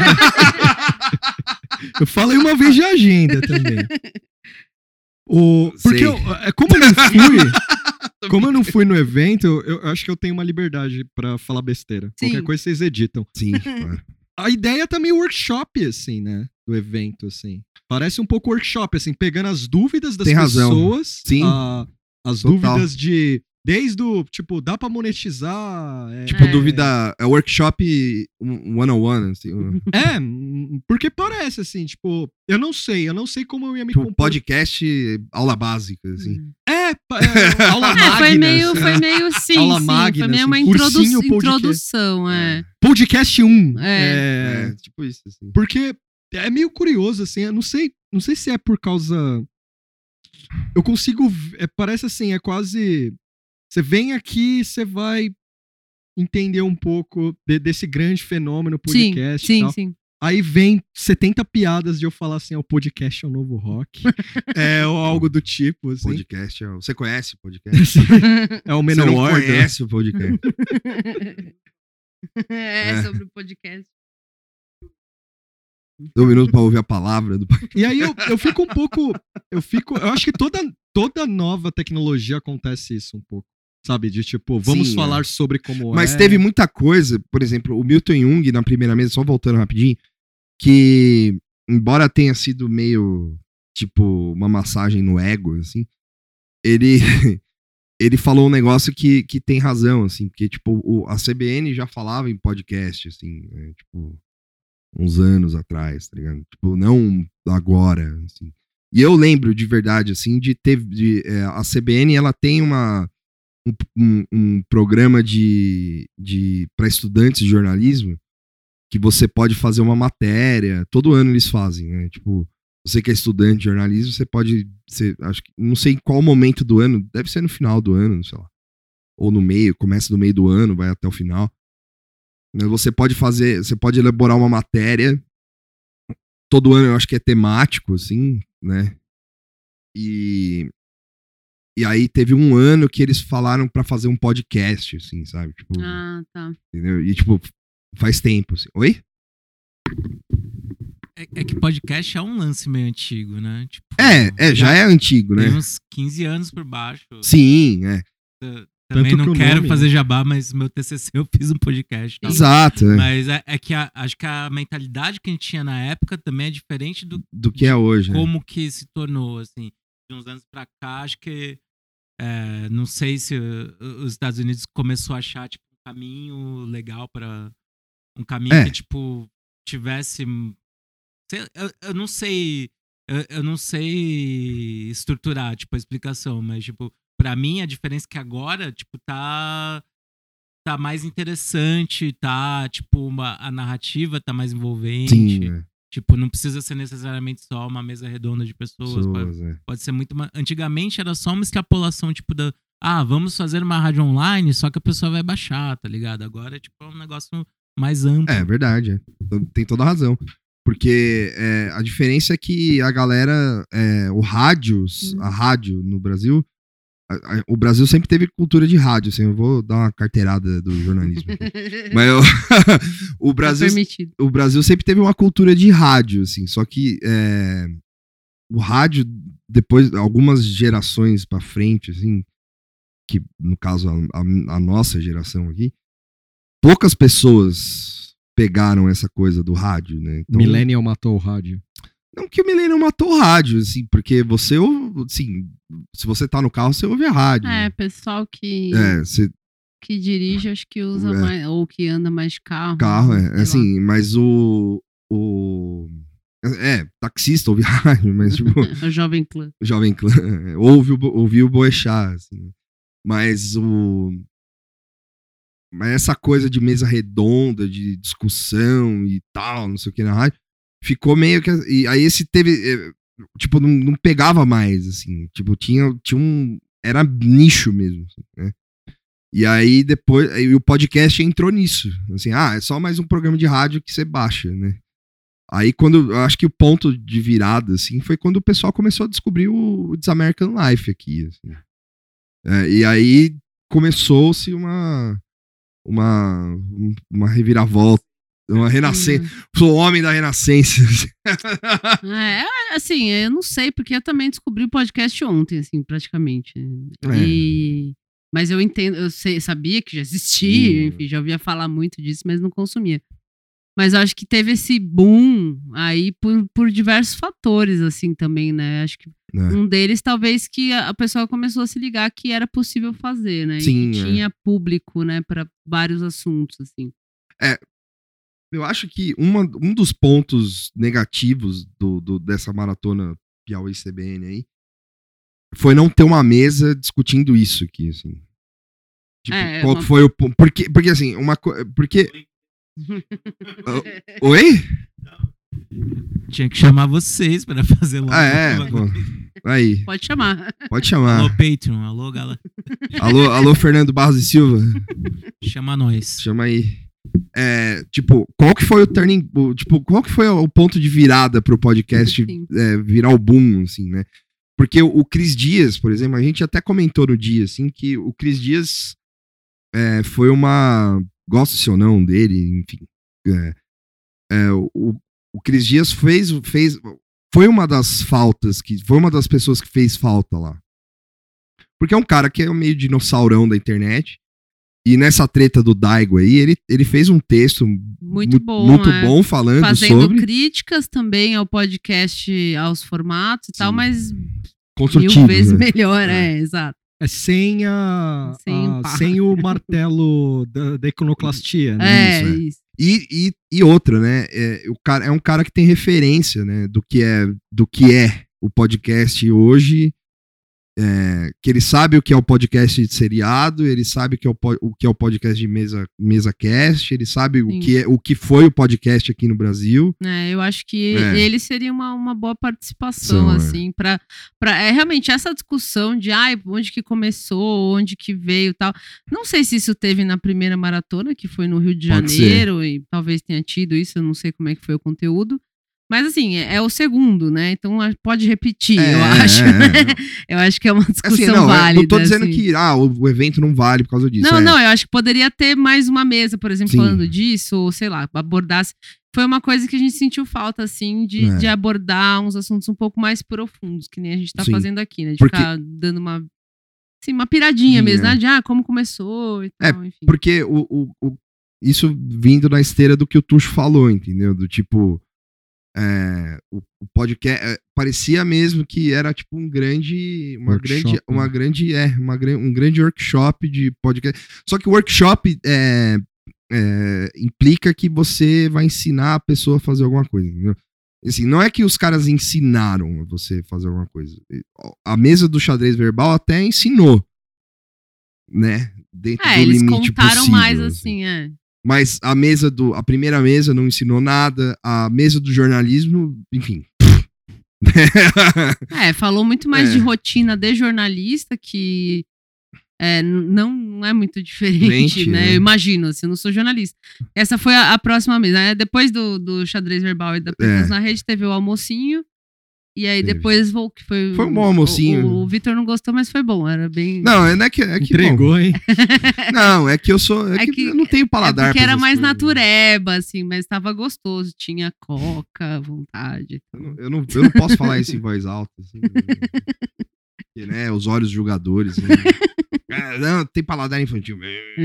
Eu falei uma vez de agenda também. Porque como eu não fui no evento, eu acho que eu tenho uma liberdade pra falar besteira. Sim. Qualquer coisa vocês editam.
Sim, claro.
A ideia tá meio workshop, assim, né? Do evento, assim. Parece um pouco workshop, assim, pegando as dúvidas das pessoas.
Sim.
As dúvidas de... Desde o, tipo, dá pra monetizar...
dúvida... É workshop 101, assim.
Porque parece, assim, tipo... Eu não sei como eu ia me
compor. Podcast, aula básica, assim.
Aula magna.
Foi meio sim,
aula magna,
foi meio uma introdução,
Podcast 1.
Tipo isso, assim.
Porque é meio curioso, assim, eu não sei se é por causa... Eu consigo... parece assim, é quase... Você vem aqui, você vai entender um pouco desse grande fenômeno podcast e tal. Sim. Aí vem 70 piadas de eu falar assim, o podcast é o novo rock. Ou algo do tipo, assim.
Podcast você conhece o podcast?
É o Menor.
Você não conhece o podcast.
Sobre o podcast.
2 minutos pra ouvir a palavra.
E aí eu fico um pouco... Eu acho que toda nova tecnologia acontece isso um pouco. Sabe, de tipo, vamos falar sobre como
Mas teve muita coisa, por exemplo, o Milton Jung na primeira mesa, só voltando rapidinho, que embora tenha sido meio, tipo, uma massagem no ego, assim, ele falou um negócio que tem razão, assim, porque, tipo, a CBN já falava em podcast, assim, tipo, uns anos atrás, tá ligado? Tipo, não agora, assim. E eu lembro de verdade, assim, de ter... a CBN, ela tem um programa para estudantes de jornalismo que você pode fazer uma matéria. Todo ano eles fazem, né? Tipo, você que é estudante de jornalismo, você pode... acho que, não sei em qual momento do ano, deve ser no final do ano, sei lá. Ou no meio, começa no meio do ano, vai até o final. Você pode elaborar uma matéria. Todo ano eu acho que é temático, assim, né? E aí teve um ano que eles falaram pra fazer um podcast, assim, sabe? Tipo,
tá.
Entendeu? E, tipo, faz tempo, assim. Oi?
É que podcast é um lance meio antigo, né? Tipo,
já é antigo, né?
Tem uns 15 anos por baixo.
Sim,
Também não quero fazer jabá, mas meu TCC eu fiz um podcast. Tá?
Exato.
Mas é que acho que a mentalidade que a gente tinha na época também é diferente
do que é hoje.
Como que se tornou, assim. De uns anos pra cá, acho que não sei se os Estados Unidos começou a achar tipo, um caminho legal para um caminho que tipo tivesse eu não sei estruturar tipo a explicação, mas tipo para mim a diferença é que agora tipo tá mais interessante, tá tipo a narrativa tá mais envolvente.
Sim,
Tipo, não precisa ser necessariamente só uma mesa redonda de pessoas. Pode ser muito... Antigamente era só uma extrapolação, tipo, vamos fazer uma rádio online, só que a pessoa vai baixar, tá ligado? Agora, tipo, é um negócio mais amplo.
É verdade, tem toda a razão. Porque a diferença é que a galera... a rádio no Brasil... O Brasil sempre teve cultura de rádio, assim, eu vou dar uma carteirada do jornalismo aqui. Mas o Brasil sempre teve uma cultura de rádio, assim, só que o rádio, depois, algumas gerações pra frente, assim, que no caso a nossa geração aqui, poucas pessoas pegaram essa coisa do rádio, né?
Então, Millennial matou o rádio.
Não que o Millennial matou o rádio, assim, porque você, assim, se você tá no carro, você ouve a rádio.
Pessoal que
que
dirige, acho que usa mais, ou que anda mais de carro.
Assim, mas taxista ouve rádio, mas tipo...
O Jovem Clã.
Ouvi o Boechat, assim. Mas essa coisa de mesa redonda, de discussão e tal, não sei o que na rádio, ficou meio que... E aí esse teve... Tipo, não pegava mais, assim. Tipo, tinha um... Era nicho mesmo, assim, né? E aí depois... o podcast entrou nisso. Assim, é só mais um programa de rádio que você baixa, né? Aí eu acho que o ponto de virada, assim, foi quando o pessoal começou a descobrir o This American Life aqui, assim. E aí começou-se uma reviravolta. Uma renascença. Sou homem da renascença.
Assim, eu não sei, porque eu também descobri o podcast ontem, assim, praticamente. Mas eu entendo, sabia que já existia, enfim, já ouvia falar muito disso, mas não consumia. Mas eu acho que teve esse boom aí por diversos fatores, assim, também, né? Acho que um deles, talvez, que a pessoa começou a se ligar que era possível fazer, né?
Sim,
e que tinha público, né, para vários assuntos, assim.
Eu acho que um dos pontos negativos dessa maratona Piauí-CBN aí foi não ter uma mesa discutindo isso aqui, assim. Tipo, qual foi o ponto? Porque assim, porque... Oi?
Tinha que chamar vocês para fazer logo.
Aí.
Pode chamar.
Alô, Patreon. Alô, galera.
Alô, Fernando Barros e Silva.
Chama nós.
Chama aí. Tipo, qual que foi o turning... Tipo, qual que foi o ponto de virada pro podcast virar o boom, assim, né? Porque o Cris Dias, por exemplo, a gente até comentou no dia, assim, que o Cris Dias foi uma... Gosto-se ou não dele, enfim. O Cris Dias foi uma das faltas, foi uma das pessoas que fez falta lá. Porque é um cara que é meio dinossaurão da internet. E nessa treta do Daigo aí, ele fez um texto muito bom falando
fazendo críticas também ao podcast, aos formatos e tal, mas
mil
vezes melhor, exato.
Sem o martelo da iconoclastia, né?
Isso.
E outra, né? O cara é um cara que tem referência, né? Do que é o podcast hoje. Que ele sabe o que é o podcast de seriado, ele sabe o que é o podcast de mesa cast, ele sabe o que foi o podcast aqui no Brasil.
Eu acho que ele seria uma boa participação, assim, pra realmente essa discussão de onde que começou, onde que veio e tal. Não sei se isso teve na primeira maratona, que foi no Rio de Janeiro, e talvez tenha tido isso, eu não sei como é que foi o conteúdo. Mas assim, é o segundo, né? Então pode repetir, eu acho. Eu acho que é uma discussão válida.
Não tô dizendo que o evento não vale por causa disso.
Não, eu acho que poderia ter mais uma mesa, por exemplo, falando disso, ou sei lá, abordasse. Foi uma coisa que a gente sentiu falta, assim, de abordar uns assuntos um pouco mais profundos, que nem a gente tá fazendo aqui, né? De ficar dando uma piradinha mesmo, né? De como começou e tal, enfim.
Porque isso vindo na esteira do que o Tuxo falou, entendeu? Do tipo, o podcast parecia mesmo que era tipo um grande workshop de podcast. Só que o workshop implica que você vai ensinar a pessoa a fazer alguma coisa, entendeu? Assim, não é que os caras ensinaram você a fazer alguma coisa. A mesa do xadrez verbal até ensinou, né? Dentro do
eles
limite
contaram
possível,
mais assim,
Mas a primeira mesa não ensinou nada. A mesa do jornalismo, enfim.
Falou muito mais de rotina de jornalista, que não é muito diferente, né? Eu imagino, assim, eu não sou jornalista. Essa foi a próxima mesa. Depois do xadrez verbal e da Perguntas na Rede, teve o almocinho. E aí depois foi
um bom almocinho.
O Vitor não gostou, mas foi bom. Era bem.
Não, é que
entregou,
bom.
Hein?
Não, é que eu sou. Eu não tenho paladar.
Porque era mais natureba, assim, mas tava gostoso. Tinha coca à vontade.
Eu não posso falar isso em voz alta, assim. Porque, né, os olhos dos jogadores. Né? Não, tem paladar infantil.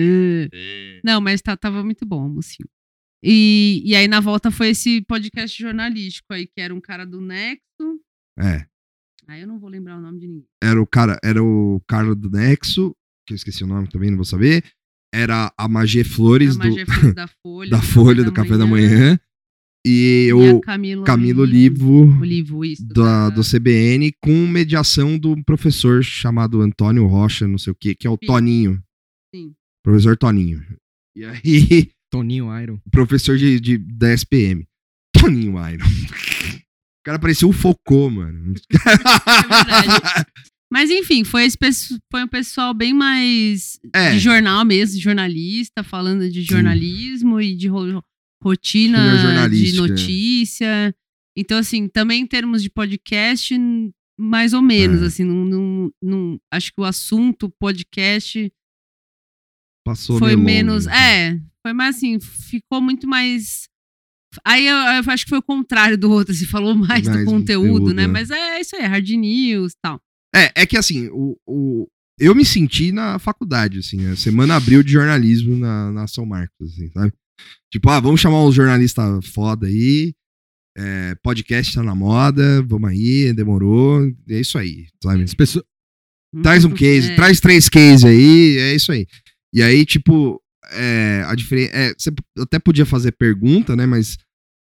Não, mas tava muito bom o almocinho. E aí na volta foi esse podcast jornalístico aí, que era um cara do Nexo. Aí eu não vou lembrar o nome de ninguém.
Era o cara do Nexo, que eu esqueci o nome também, não vou saber. Era a Magê Flores,
da Folha.
Da Folha, do Café da Manhã. E o Camilo Olivo,
isso,
do CBN, com mediação do professor chamado Antônio Rocha, não sei o que é o Toninho.
Sim.
Professor Toninho. E aí...
Toninho Iron.
Professor da SPM. Toninho Iron. O cara parecia o Foucault, mano.
É verdade. Mas enfim, foi um pessoal bem mais de jornal mesmo, de jornalista, falando de jornalismo e de rotina de notícia. Então, assim, também em termos de podcast, mais ou menos, assim, não, acho que o assunto podcast
passou
foi
menos
longe. Foi mais assim, ficou muito mais. Aí eu acho que foi o contrário do outro, assim, falou mais do conteúdo, né? Mas é isso aí, hard news e tal.
É que assim, eu me senti na faculdade, assim, a semana abril de jornalismo na São Marcos, assim, sabe? Tipo, vamos chamar uns jornalistas foda aí, podcast tá na moda, vamos aí, demorou, é isso aí, sabe? As pessoas... Traz um case, traz 3 cases aí, é isso aí. E aí, tipo, a diferença. Você até podia fazer pergunta, né? Mas.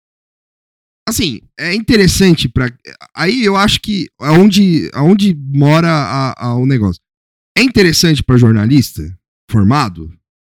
Assim, é interessante pra. Aí eu acho que aonde mora o negócio. É interessante pra jornalista formado?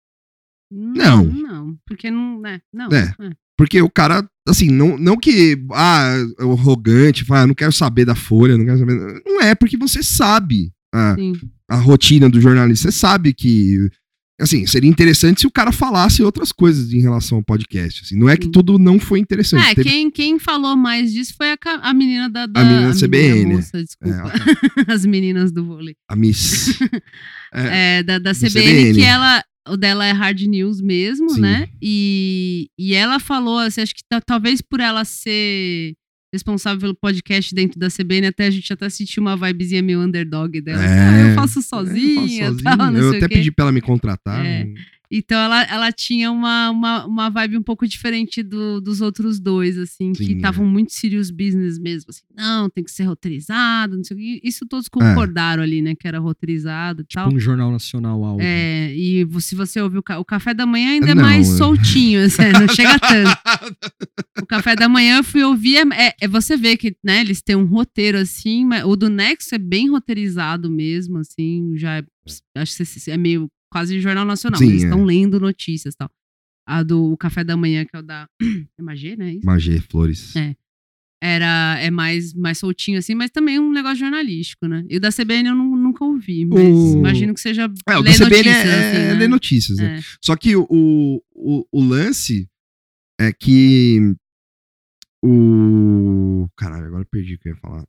Não, porque não. Não.
Porque o cara, assim, não que. É arrogante, fala, não quero saber da Folha, não quero saber. Não é, porque você sabe a rotina do jornalista. Você sabe que. Assim, seria interessante se o cara falasse outras coisas em relação ao podcast. Assim. Não é que tudo não foi interessante.
Quem falou mais disso foi a menina da
menina da CBN.
Moça, desculpa. As meninas do vôlei.
A Miss.
Da CBN, que o dela é hard news mesmo, sim, né? E ela falou, assim, acho que talvez por ela ser responsável pelo podcast dentro da CBN, a gente até sentiu uma vibezinha meio underdog dela. Eu faço sozinha. Tal,
eu até pedi pra ela me contratar.
Então ela tinha uma vibe um pouco diferente dos outros dois, assim, sim, que estavam muito serious business mesmo. Assim, não, tem que ser roteirizado, não sei o que. Isso todos concordaram ali, né? Que era roteirizado e
tipo
tal.
Um jornal nacional áudio.
E se você ouvir o Café da Manhã, ainda é mais soltinho, assim, não chega tanto. O Café da Manhã eu fui ouvir, você vê que, né, eles têm um roteiro, assim, mas o do Nexo é bem roteirizado mesmo, assim, já acho que é meio quase jornal nacional, sim, eles estão lendo notícias e tal. A do Café da Manhã, que é o da Magê, né?
Magê Flores.
É mais soltinho, assim, mas também um negócio jornalístico, né? E o da CBN eu nunca ouvi, mas imagino que seja
o
ler
da CBN
notícias, assim, né?
Ler notícias, né? Só que o lance é que Caralho, agora eu perdi o que eu ia falar.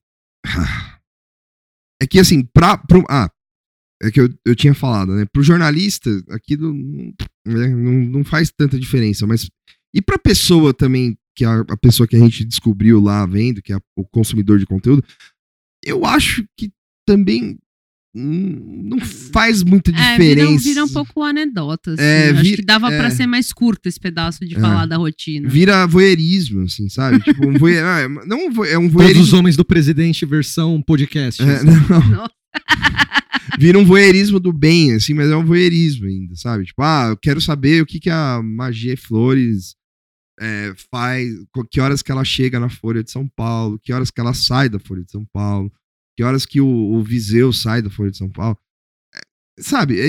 É que assim, é que eu tinha falado, né? Pro jornalista, aquilo não faz tanta diferença, mas e pra pessoa também, que é a pessoa que a gente descobriu lá vendo, que é o consumidor de conteúdo, eu acho que também não faz muita diferença.
Vira um pouco anedota, assim. Acho que dava pra ser mais curto esse pedaço de falar da rotina.
Vira voyeurismo, assim, sabe? Tipo, é um voyeurismo.
Todos os homens do presidente versão podcast.
Não. Vira um voyeurismo do bem, assim, mas é um voyeurismo ainda, sabe? Tipo, eu quero saber o que a Magia Flores faz, que horas que ela chega na Folha de São Paulo, que horas que ela sai da Folha de São Paulo, que horas que o Viseu sai da Folha de São Paulo. Sabe?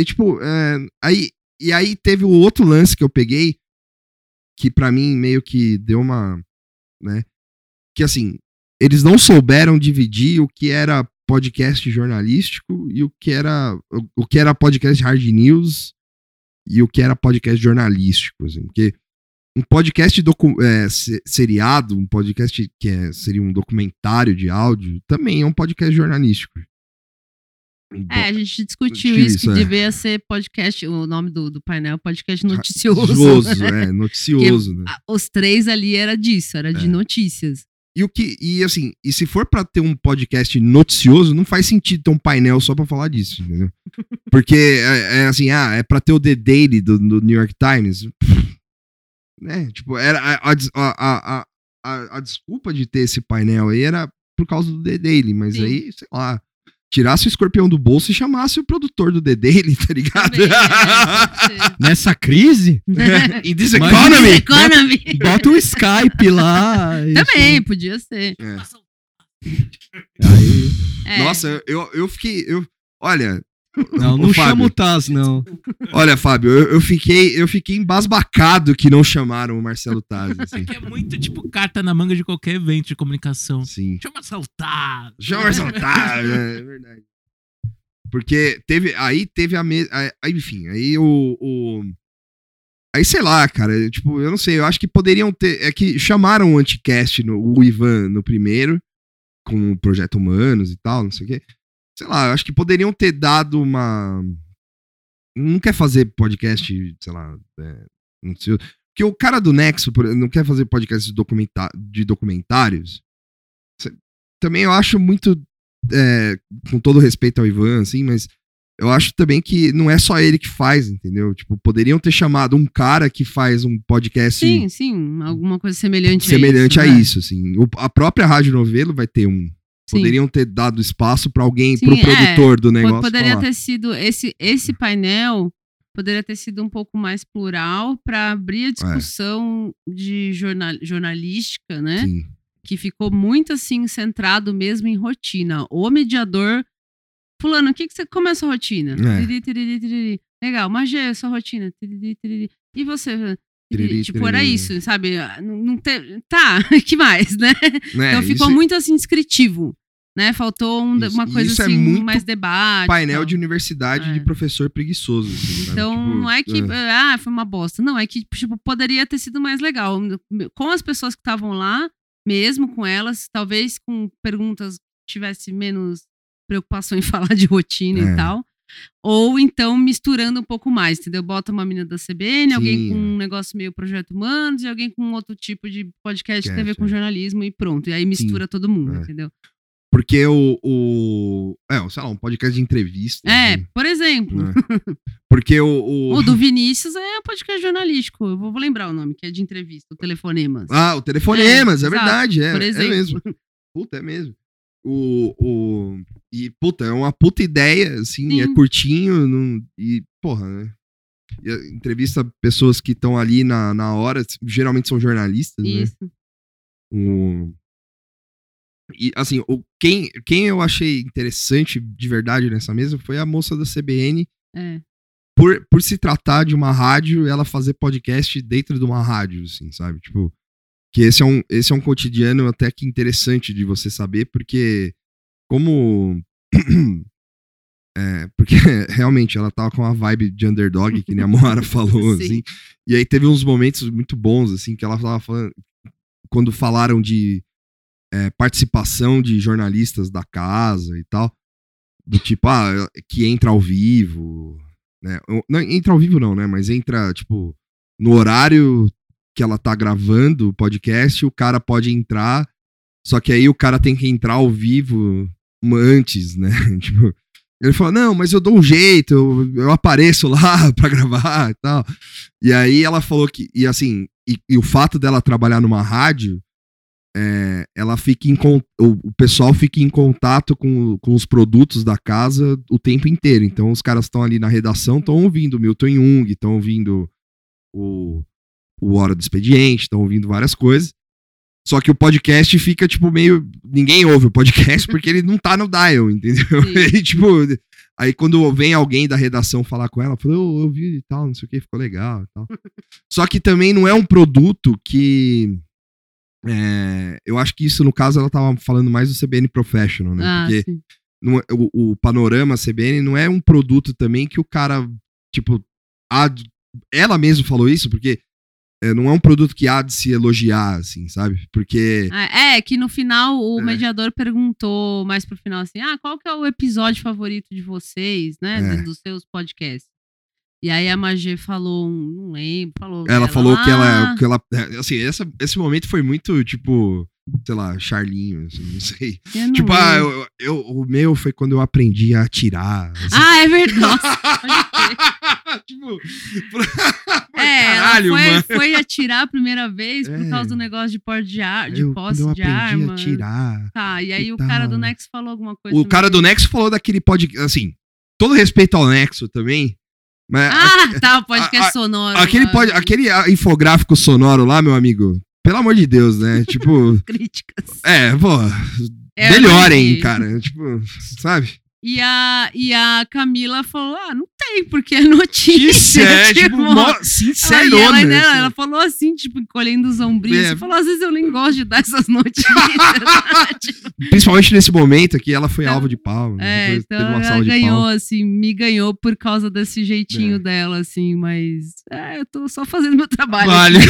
Aí teve o outro lance que eu peguei, que pra mim meio que deu uma... né? Que assim, eles não souberam dividir o que era podcast jornalístico e o que era podcast hard news e o que era podcast jornalístico, assim, porque um podcast seriado, um podcast que seria um documentário de áudio, também é um podcast jornalístico.
A gente discutiu isso, que devia ser podcast, o nome do painel, podcast noticioso.
Noticioso, né?
Os 3 ali era disso, era de notícias.
E se for pra ter um podcast noticioso, não faz sentido ter um painel só pra falar disso, entendeu? Porque é pra ter o The Daily do New York Times. Né? Tipo, era a desculpa de ter esse painel aí era por causa do The Daily, mas sim. Aí, sei lá, tirasse o escorpião do bolso e chamasse o produtor do The Daily, tá ligado?
Também, nessa crise?
In this economy.
Bota um Skype lá.
Também, podia ser.
Nossa, eu fiquei... olha...
Não chama o Taz, não.
Olha, Fábio, eu fiquei embasbacado que não chamaram o Marcelo Taz. Assim.
É muito tipo carta na manga de qualquer evento de comunicação.
Sim.
Chama o Marcelo Taz.
Chama o Marcelo Taz, é verdade. Porque teve a mesa. Enfim, aí aí sei lá, cara, tipo, eu não sei, eu acho que poderiam ter. É que chamaram o Anticast, o Ivan no primeiro, com o Projeto Humanos e tal, não sei o quê. Sei lá, eu acho que poderiam ter dado uma... Não quer fazer podcast, sei lá... não sei. Porque o cara do Nexo não quer fazer podcast de documentários. Também eu acho muito... com todo respeito ao Ivan, assim, mas eu acho também que não é só ele que faz, entendeu? Tipo, poderiam ter chamado um cara que faz um podcast...
Sim, alguma coisa semelhante
a isso, assim. A própria Rádio Novelo vai ter um... Sim. Poderiam ter dado espaço para alguém, pro produtor do negócio.
Poderia ter sido esse painel poderia ter sido um pouco mais plural para abrir a discussão de jornalística, né?
Sim.
Que ficou muito assim centrado mesmo em rotina. O mediador, fulano, como é a sua rotina? Legal, Magia, sua rotina. E você? Tipo, era isso, sabe? Que mais, né? Então ficou muito assim descritivo, né? Faltou uma coisa assim, mais debate.
Painel de universidade de professor preguiçoso. Assim,
então,
tipo,
não é que, foi uma bosta. Não, é que, tipo, poderia ter sido mais legal. Com as pessoas que estavam lá, mesmo com elas, talvez com perguntas tivesse menos preocupação em falar de rotina e tal. Ou então misturando um pouco mais, entendeu? Bota uma menina da CBN, alguém com um negócio meio Projeto Humanos e alguém com outro tipo de podcast que tem a ver com jornalismo e pronto. E aí mistura todo mundo, entendeu?
Porque sei lá, um podcast de entrevista.
Por exemplo.
Porque
o do Vinícius é um podcast jornalístico. Eu vou lembrar o nome, que é de entrevista, o Telefonemas.
O Telefonemas, é verdade.
Por exemplo.
É mesmo. Puta, é mesmo. E, puta, é uma puta ideia, assim, sim. É curtinho, e, porra, né? E entrevista pessoas que estão ali na hora, geralmente são jornalistas,
isso.
Né? E, assim, quem eu achei interessante de verdade nessa mesa foi a moça da CBN. Por se tratar de uma rádio, ela fazer podcast dentro de uma rádio, assim, sabe? Tipo, que esse é um cotidiano até que interessante de você saber, porque porque realmente ela tava com uma vibe de underdog, que nem a Moara falou, assim. E aí teve uns momentos muito bons, assim, que ela tava falando, quando falaram de participação de jornalistas da casa e tal, do tipo, que entra ao vivo, né? Não, entra ao vivo não, né? Mas entra, tipo, no horário que ela tá gravando o podcast, o cara pode entrar, só que aí o cara tem que entrar ao vivo antes, né? Tipo, ele falou, não, mas eu dou um jeito, eu apareço lá pra gravar e tal. E aí ela falou que, e assim, e o fato dela trabalhar numa rádio, ela fica o pessoal fica em contato com os produtos da casa o tempo inteiro. Então os caras estão ali na redação, estão ouvindo o Milton Jung, estão ouvindo o Hora do Expediente, estão ouvindo várias coisas. Só que o podcast fica, tipo, meio... Ninguém ouve o podcast porque ele não tá no dial, entendeu? E, tipo, aí quando vem alguém da redação falar com ela, fala, eu ouvi e tal, não sei o que, ficou legal e tal. Só que também não é um produto que... eu acho que isso, no caso, ela tava falando mais do CBN Professional, né? Porque o Panorama CBN não é um produto também que o cara, tipo... ela mesma falou isso, porque... não é um produto que há de se elogiar, assim, sabe? Porque...
que no final o mediador perguntou mais pro final assim, qual que é o episódio favorito de vocês, né? Dos seus podcasts. E aí a Magê falou, não lembro,
ela falou que ela assim, esse momento foi muito, tipo, sei lá, Charlinho, assim, não sei. Tipo, o meu foi quando eu aprendi a atirar. Assim.
É verdade.
Tipo,
caralho, ela foi atirar a primeira vez por causa do negócio de posse de arma.
Atirar.
Tá, e aí o cara do Nexo falou alguma coisa.
O cara do Nexo falou daquele podcast, assim, todo respeito ao Nexo também. Mas
o podcast sonoro.
Aquele infográfico sonoro lá, meu amigo. Pelo amor de Deus, né? Tipo.
Críticas.
Melhorem, cara. Tipo, sabe?
E a Camila falou, não tem, porque é notícia.
Sincerona.
Ela falou assim, tipo, encolhendo os ombrinhos. Você falou, às vezes eu nem gosto de dar essas notícias.
Principalmente nesse momento aqui, ela foi alvo de pau.
Então ela ganhou, assim, me ganhou por causa desse jeitinho dela, assim, mas eu tô só fazendo meu trabalho.
Vale.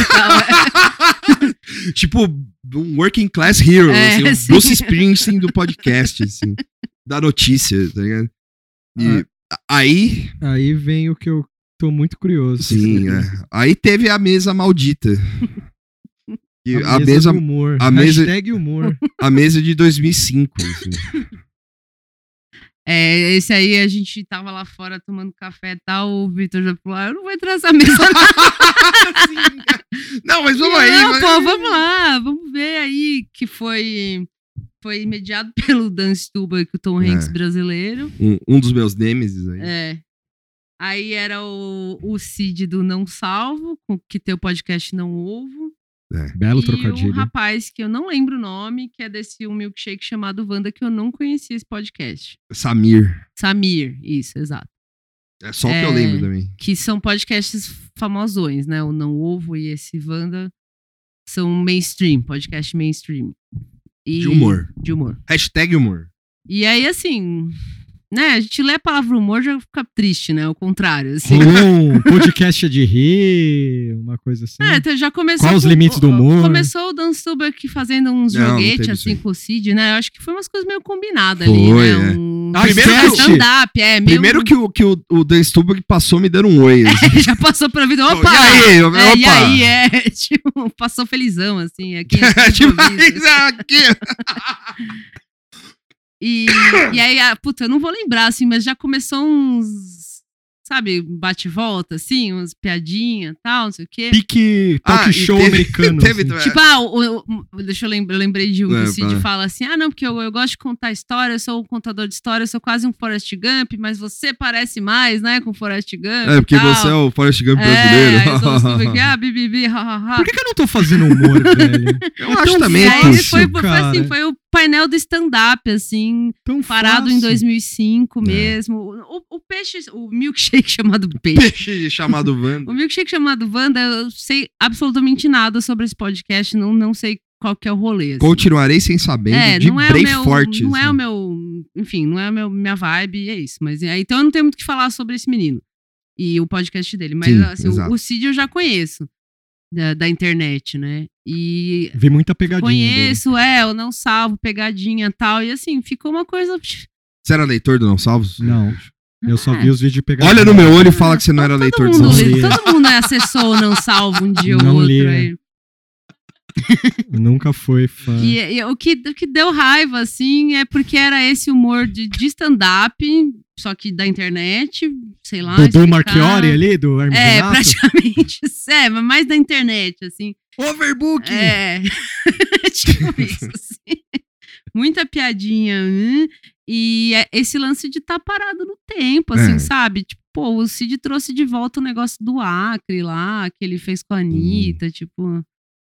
Tipo, um working class hero, assim, o Bruce Springsteen do podcast, assim. Da notícia, tá ligado? E
aí vem o que eu tô muito curioso.
Sim, Aí teve a mesa maldita.
A mesa do humor. Hashtag humor.
A mesa de 2005. Assim.
Esse aí a gente tava lá fora tomando café e tal, o Vitor já falou, eu não vou entrar nessa mesa
não, mas vamos aí.
Pô, vamos lá, vamos ver aí, que foi mediado pelo Dan Stubach, o Tom Hanks brasileiro.
Um dos meus nêmesis aí.
Aí era o Cid do Não Salvo, que tem o podcast Não Ovo.
Belo trocadilho.
E um rapaz que eu não lembro o nome, que é desse milkshake chamado Wanda, que eu não conhecia esse podcast.
Samir,
isso, exato.
É só o que eu lembro também.
Que são podcasts famosões, né? O Não Ovo e esse Wanda são mainstream, podcast mainstream.
De humor.
Hashtag
humor.
E aí, assim, né? A gente lê a palavra humor já fica triste, né? Ao contrário, assim.
Podcast é de rir, uma coisa assim.
Então já começou...
Qual os limites do humor?
Começou o Dan Stubach fazendo uns joguetes, assim, com o Cid, né? Eu acho que foi umas coisas meio combinadas ali, né?
Primeiro que o Dan Stubach passou me dando um oi. Assim.
Já passou pra vida. Opa!
E aí?
Tipo, passou felizão, assim. Aqui, E aí, eu não vou lembrar, assim, mas já começou uns, sabe, bate-volta, assim, umas piadinhas e tal, não sei o quê.
Pique talk show americano.
Assim. Tipo, deixa eu lembrei de um que o Cid fala assim, não, porque eu gosto de contar história, eu sou um contador de história, eu sou quase um Forrest Gump, mas você parece mais, né, com Forrest Gump.
Porque você é o Forrest Gump brasileiro.
Por que eu não tô fazendo humor, velho?
Eu acho também.
Aí foi o painel do stand-up, assim, tão parado fácil. Em 2005 mesmo. O peixe, o milkshake chamado Peixe.
Peixe chamado Wanda.
O milkshake chamado Wanda, eu sei absolutamente nada sobre esse podcast, não sei qual que é o rolê. Assim.
Continuarei sem saber.
Não é o meu, enfim, não é minha vibe, e é isso. Mas então eu não tenho muito o que falar sobre esse menino e o podcast dele. Mas sim, assim, o Cid eu já conheço. da internet, né? E
vi muita pegadinha.
Conheço, eu Não Salvo, pegadinha e tal. E assim, ficou uma coisa...
Você era leitor do Não Salvos?
Não. Eu só vi os vídeos de pegadinha.
Olha no meu olho e fala que você não era leitor do Não Salvos.
Todo mundo acessou o Não Salvo um dia ou outro aí.
Nunca foi fã.
E o que deu raiva, assim, é porque era esse humor de stand-up, só que da internet, sei lá.
Do Marchiori ali, do Hermes Renato?
Praticamente. Mas mais da internet, assim.
Overbook!
Tipo isso, assim. Muita piadinha. E esse lance de estar parado no tempo, assim, sabe? Tipo, pô, o Cid trouxe de volta o negócio do Acre lá, que ele fez com a Anitta, tipo...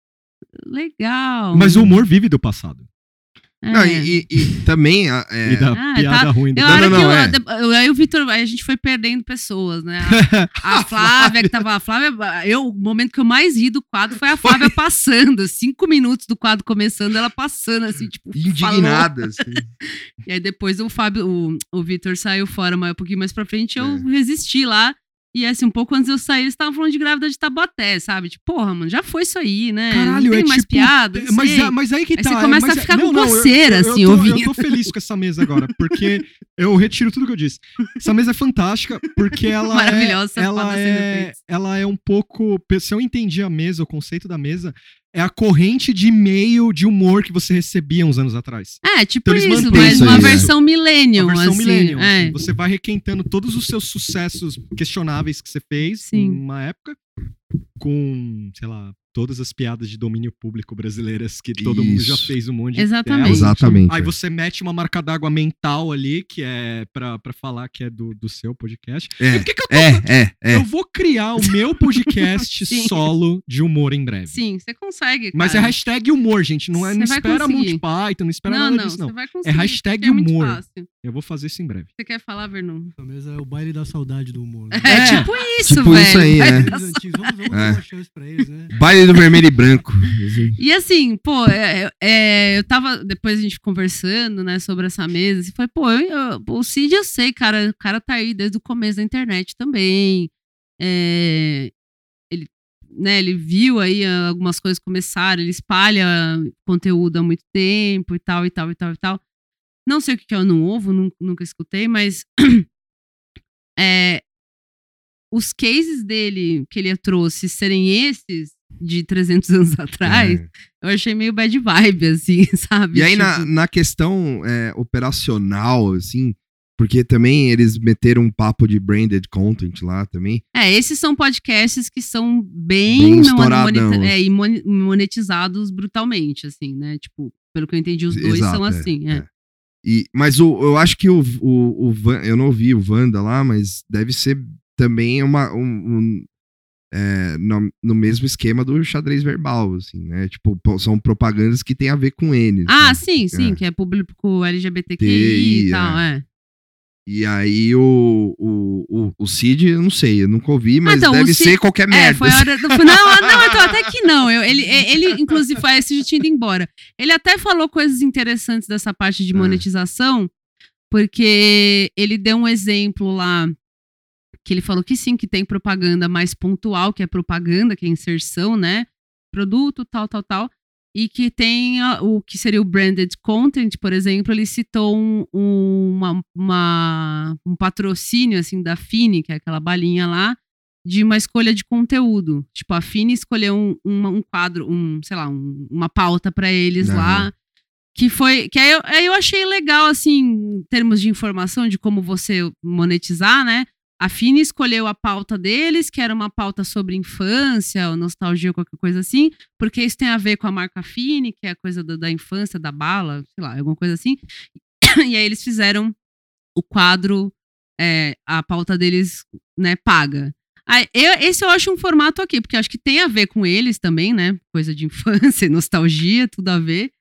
Legal.
Mas o humor vive do passado.
Não, e também...
E da piada ruim.
Aí o Vitor, a gente foi perdendo pessoas, né? A Flávia, que tava... o momento que eu mais ri do quadro foi a Flávia passando. 5 minutos do quadro começando, ela passando, assim, tipo...
Indignada, assim.
E aí depois o Vitor saiu fora, mas um pouquinho mais pra frente eu resisti lá. E assim, um pouco antes de eu sair, eles estavam falando de grávida de Tabaté, sabe? Tipo, porra, mano, já foi isso aí, né?
Caralho,
não tem mais
tipo,
piada.
Mas aí que
aí
tá.
Você começa a ficar com coceira, assim, ouvindo.
Eu tô feliz com essa mesa agora, porque eu retiro tudo que eu disse. Essa mesa é fantástica, porque ela
maravilhosa,
ela é um pouco... Se eu entendi a mesa, o conceito da mesa, é a corrente de e-mail de humor que você recebia uns anos atrás.
Tipo então, isso, mas uma versão millennium.
Uma versão
assim,
millennium. Assim, você vai requentando todos os seus sucessos questionáveis que você fez numa época, com, sei lá, todas as piadas de domínio público brasileiras que todo mundo já fez um monte de
Exatamente.
Aí você mete uma marca d'água mental ali, que é pra falar que é do seu podcast. Por que eu vou criar o meu podcast solo de humor em breve.
Sim, você consegue, cara.
Mas é hashtag humor, gente. Não espera Monty Python, não espera nada disso, não.
Você vai conseguir,
é hashtag humor. Eu vou fazer isso em breve.
Você quer falar, Vernon?
Essa mesa é o baile da saudade do humor. Né?
Tipo isso,
tipo
velho.
Isso aí,
Vamos dar uma chance pra eles, né?
Baile do vermelho e branco.
E assim, pô, eu tava, depois a gente conversando, né, sobre essa mesa, assim, foi, pô, o Cid eu sei, cara, o cara tá aí desde o começo da internet também. Ele viu aí algumas coisas começarem, ele espalha conteúdo há muito tempo e tal. Não sei o que é o Não Ovo, nunca escutei, mas os cases dele que ele trouxe serem esses de 300 anos atrás, eu achei meio bad vibe, assim, sabe?
E aí, na questão operacional, assim, porque também eles meteram um papo de branded content lá também.
Esses são podcasts que são bem monetizados brutalmente, assim, né? Tipo, pelo que eu entendi, os dois são assim,
Mas eu acho que eu não ouvi o Wanda lá, mas deve ser também no mesmo esquema do xadrez verbal, assim, né? Tipo, são propagandas que tem a ver com eles.
Né? Sim, que é público LGBTQI e tal,
E aí o Cid, eu não sei, eu nunca ouvi, mas então, deve ser qualquer merda.
Foi a hora não, então até que não. Ele inclusive, esse já tinha ido embora. Ele até falou coisas interessantes dessa parte de monetização, porque ele deu um exemplo lá, que ele falou que sim, que tem propaganda mais pontual, que é propaganda, que é inserção, né? Produto, tal. E que tem o que seria o branded content, por exemplo, ele citou um patrocínio, assim, da Fini, que é aquela balinha lá, de uma escolha de conteúdo. Tipo, a Fini escolheu um quadro, uma pauta para eles lá, que aí eu achei legal, assim, em termos de informação, de como você monetizar, né? A Fini escolheu a pauta deles, que era uma pauta sobre infância, ou nostalgia, qualquer coisa assim, porque isso tem a ver com a marca Fini, que é a coisa da infância, da bala, sei lá, alguma coisa assim. E aí eles fizeram o quadro, a pauta deles, né, paga. Esse eu acho um formato aqui, porque acho que tem a ver com eles também, né? Coisa de infância, nostalgia, tudo a ver.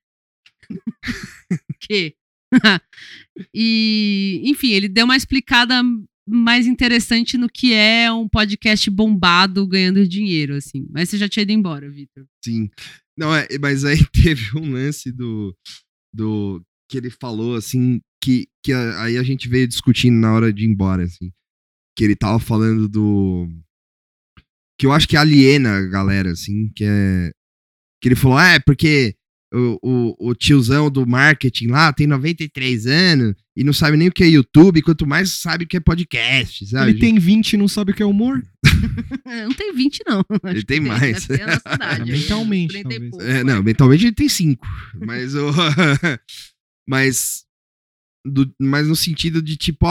E, enfim, ele deu uma explicada mais interessante no que é um podcast bombado ganhando dinheiro, assim. Mas você já tinha ido embora, Vitor.
Sim. Não, mas aí teve um lance do que ele falou, assim, que aí a gente veio discutindo na hora de ir embora, assim. Que ele tava falando que eu acho que aliena a galera, assim, que ele falou, porque o tiozão do marketing lá tem 93 anos e não sabe nem o que é YouTube, quanto mais sabe o que é podcast, sabe?
Ele tem 20 e não sabe o que é humor?
Não tem 20, não.
Ele tem mais.
Deve ter a nossa idade,
mentalmente,
talvez. Não, mentalmente ele tem 5. Mas no sentido de, tipo,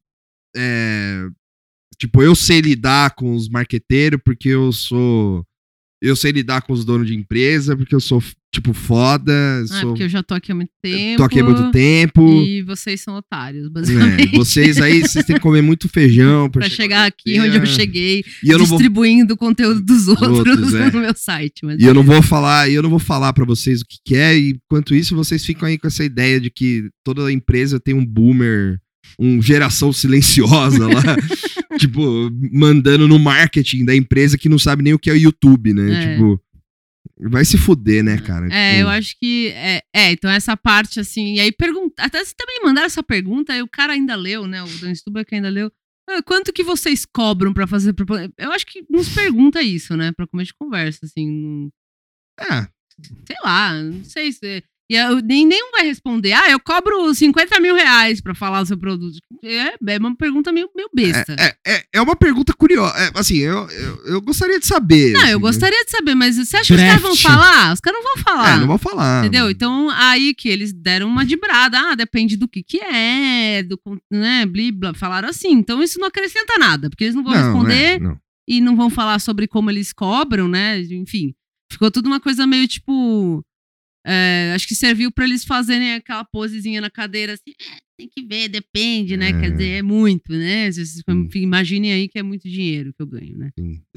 tipo, eu sei lidar com os marqueteiros porque eu sei lidar com os donos de empresa, porque eu sou, tipo, foda.
Porque eu já tô aqui há muito tempo.
Tô aqui há muito tempo.
E vocês são otários, basicamente.
Vocês tem que comer muito feijão
pra chegar aqui onde eu cheguei,
e eu
distribuindo o conteúdo dos outros no meu site. Mas...
E eu não vou falar pra vocês o que é, e enquanto isso, vocês ficam aí com essa ideia de que toda empresa tem um boomer, geração silenciosa lá. Tipo, mandando no marketing da empresa que não sabe nem o que é o YouTube, né? Tipo, vai se fuder, né, cara? Tipo...
eu acho que... então essa parte, assim... E aí, até se também mandaram essa pergunta, aí o cara ainda leu, né? O Dan Stuback ainda leu. Quanto que vocês cobram pra fazer... Eu acho que nos pergunta isso, né? Pra começo de conversa, assim. Sei lá, não sei se... E nenhum vai responder, eu cobro 50 mil reais pra falar o seu produto. É uma pergunta meio besta.
É uma pergunta curiosa. Assim, eu gostaria de saber.
Não,
assim,
eu gostaria de saber, mas você acha que os caras vão falar? Os caras não vão falar.
Não vão falar.
Entendeu? Então, aí que eles deram uma dibrada. Depende do que é, né, blibla, falaram assim. Então, isso não acrescenta nada, porque eles não vão responder e não vão falar sobre como eles cobram, né? Enfim, ficou tudo uma coisa meio tipo... acho que serviu pra eles fazerem aquela posezinha na cadeira assim, tem que ver, depende, né? Quer dizer, é muito, né? Imaginem aí que é muito dinheiro que eu ganho, né?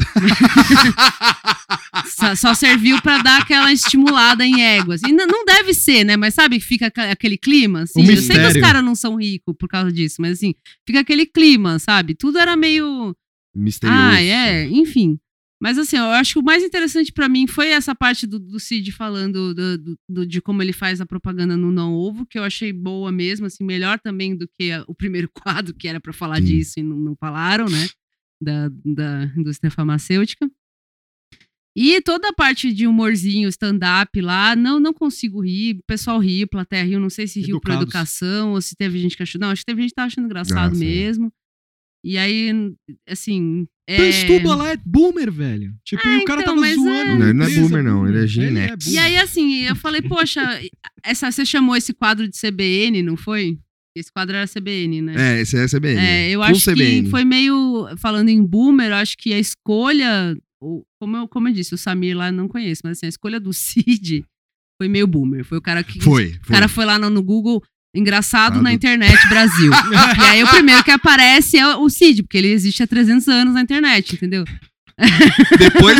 Só serviu pra dar aquela estimulada em éguas. E não deve ser, né? Mas sabe que fica aquele clima, assim? Eu sei que os caras não são ricos por causa disso, mas assim, fica aquele clima, sabe? Tudo era meio...
misterioso.
Enfim. Mas assim, eu acho que o mais interessante pra mim foi essa parte do Cid falando de como ele faz a propaganda no Não Ovo, que eu achei boa mesmo, assim, melhor também do que o primeiro quadro, que era pra falar disso e não falaram, né? Da indústria farmacêutica. E toda a parte de humorzinho, stand-up lá, não consigo rir. O pessoal riu, plateia riu, não sei se riu por educação ou se teve gente que achou. Não, acho que teve gente que tava achando engraçado mesmo. E aí, assim...
O Stuba lá é boomer, velho. Tipo, e o cara tava zoando.
Não, ele não é boomer, não. Ele é Gen X.
E aí, assim, eu falei, poxa, você chamou esse quadro de CBN, não foi? Esse quadro era CBN, né?
Esse é CBN.
Eu acho que foi meio... Falando em boomer, eu acho que a escolha... Como eu disse, o Samir lá eu não conheço, mas assim, a escolha do Cid foi meio boomer. Foi o cara que... O cara foi lá no Google... Engraçado na internet, Brasil. E aí o primeiro que aparece é o Cid, porque ele existe há 300 anos na internet, entendeu?
Depois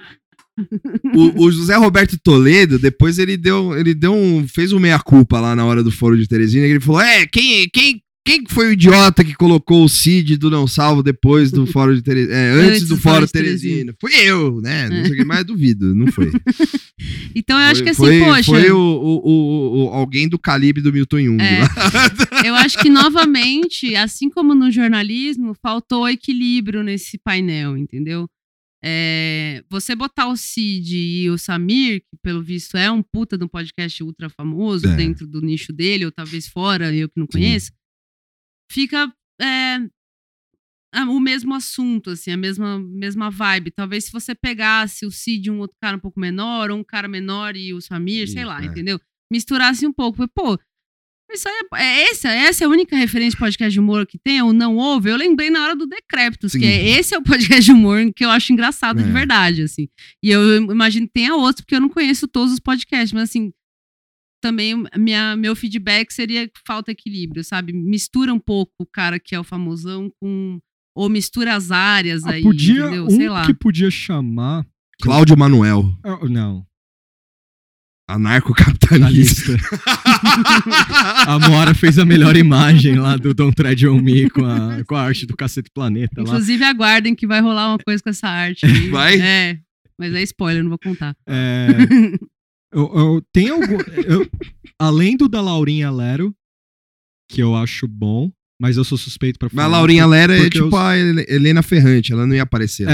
o José Roberto Toledo, depois ele fez um meia-culpa lá na hora do Fórum de Teresina, que ele falou, quem foi o idiota que colocou o Cid do Não Salvo depois do Fórum de Teresina? Antes do Fórum de Teresina. Fui eu, né? Não sei o que mais, duvido, não foi.
Então eu acho que assim, poxa...
Foi alguém do calibre do Milton Jung.
Eu acho que, novamente, assim como no jornalismo, faltou equilíbrio nesse painel, entendeu? Você botar o Cid e o Samir, que pelo visto é um puta de um podcast ultra famoso dentro do nicho dele, ou talvez fora, eu que não conheço, fica o mesmo assunto, assim, a mesma vibe. Talvez se você pegasse o Cid, um outro cara um pouco menor, ou um cara menor e o Samir, sei lá, entendeu? Misturasse um pouco. Pô, isso aí essa é a única referência de podcast de humor que tem, ou Não Houve. Eu lembrei na hora do Decrépitos, que esse é o podcast de humor que eu acho engraçado de verdade, assim. E eu imagino que tenha outros, porque eu não conheço todos os podcasts, mas assim... Também meu feedback seria que falta equilíbrio, sabe? Mistura um pouco o cara que é o famosão com... Ou mistura as áreas aí, entendeu? Sei lá.
Que podia chamar...
Cláudio Manuel.
Não.
Anarcocapitalista.
A Moara fez a melhor imagem lá do Don't Tread on Me com a arte do Cacete Planeta.
Inclusive, lá. Aguardem que vai rolar uma coisa com essa arte. Aí.
Vai?
Mas é spoiler, não vou contar.
Tem algum... além do da Laurinha Lero, que eu acho bom, Mas eu sou suspeito pra falar.
Mas a Laurinha Lera é tipo a Helena Ferrante, ela não ia aparecer.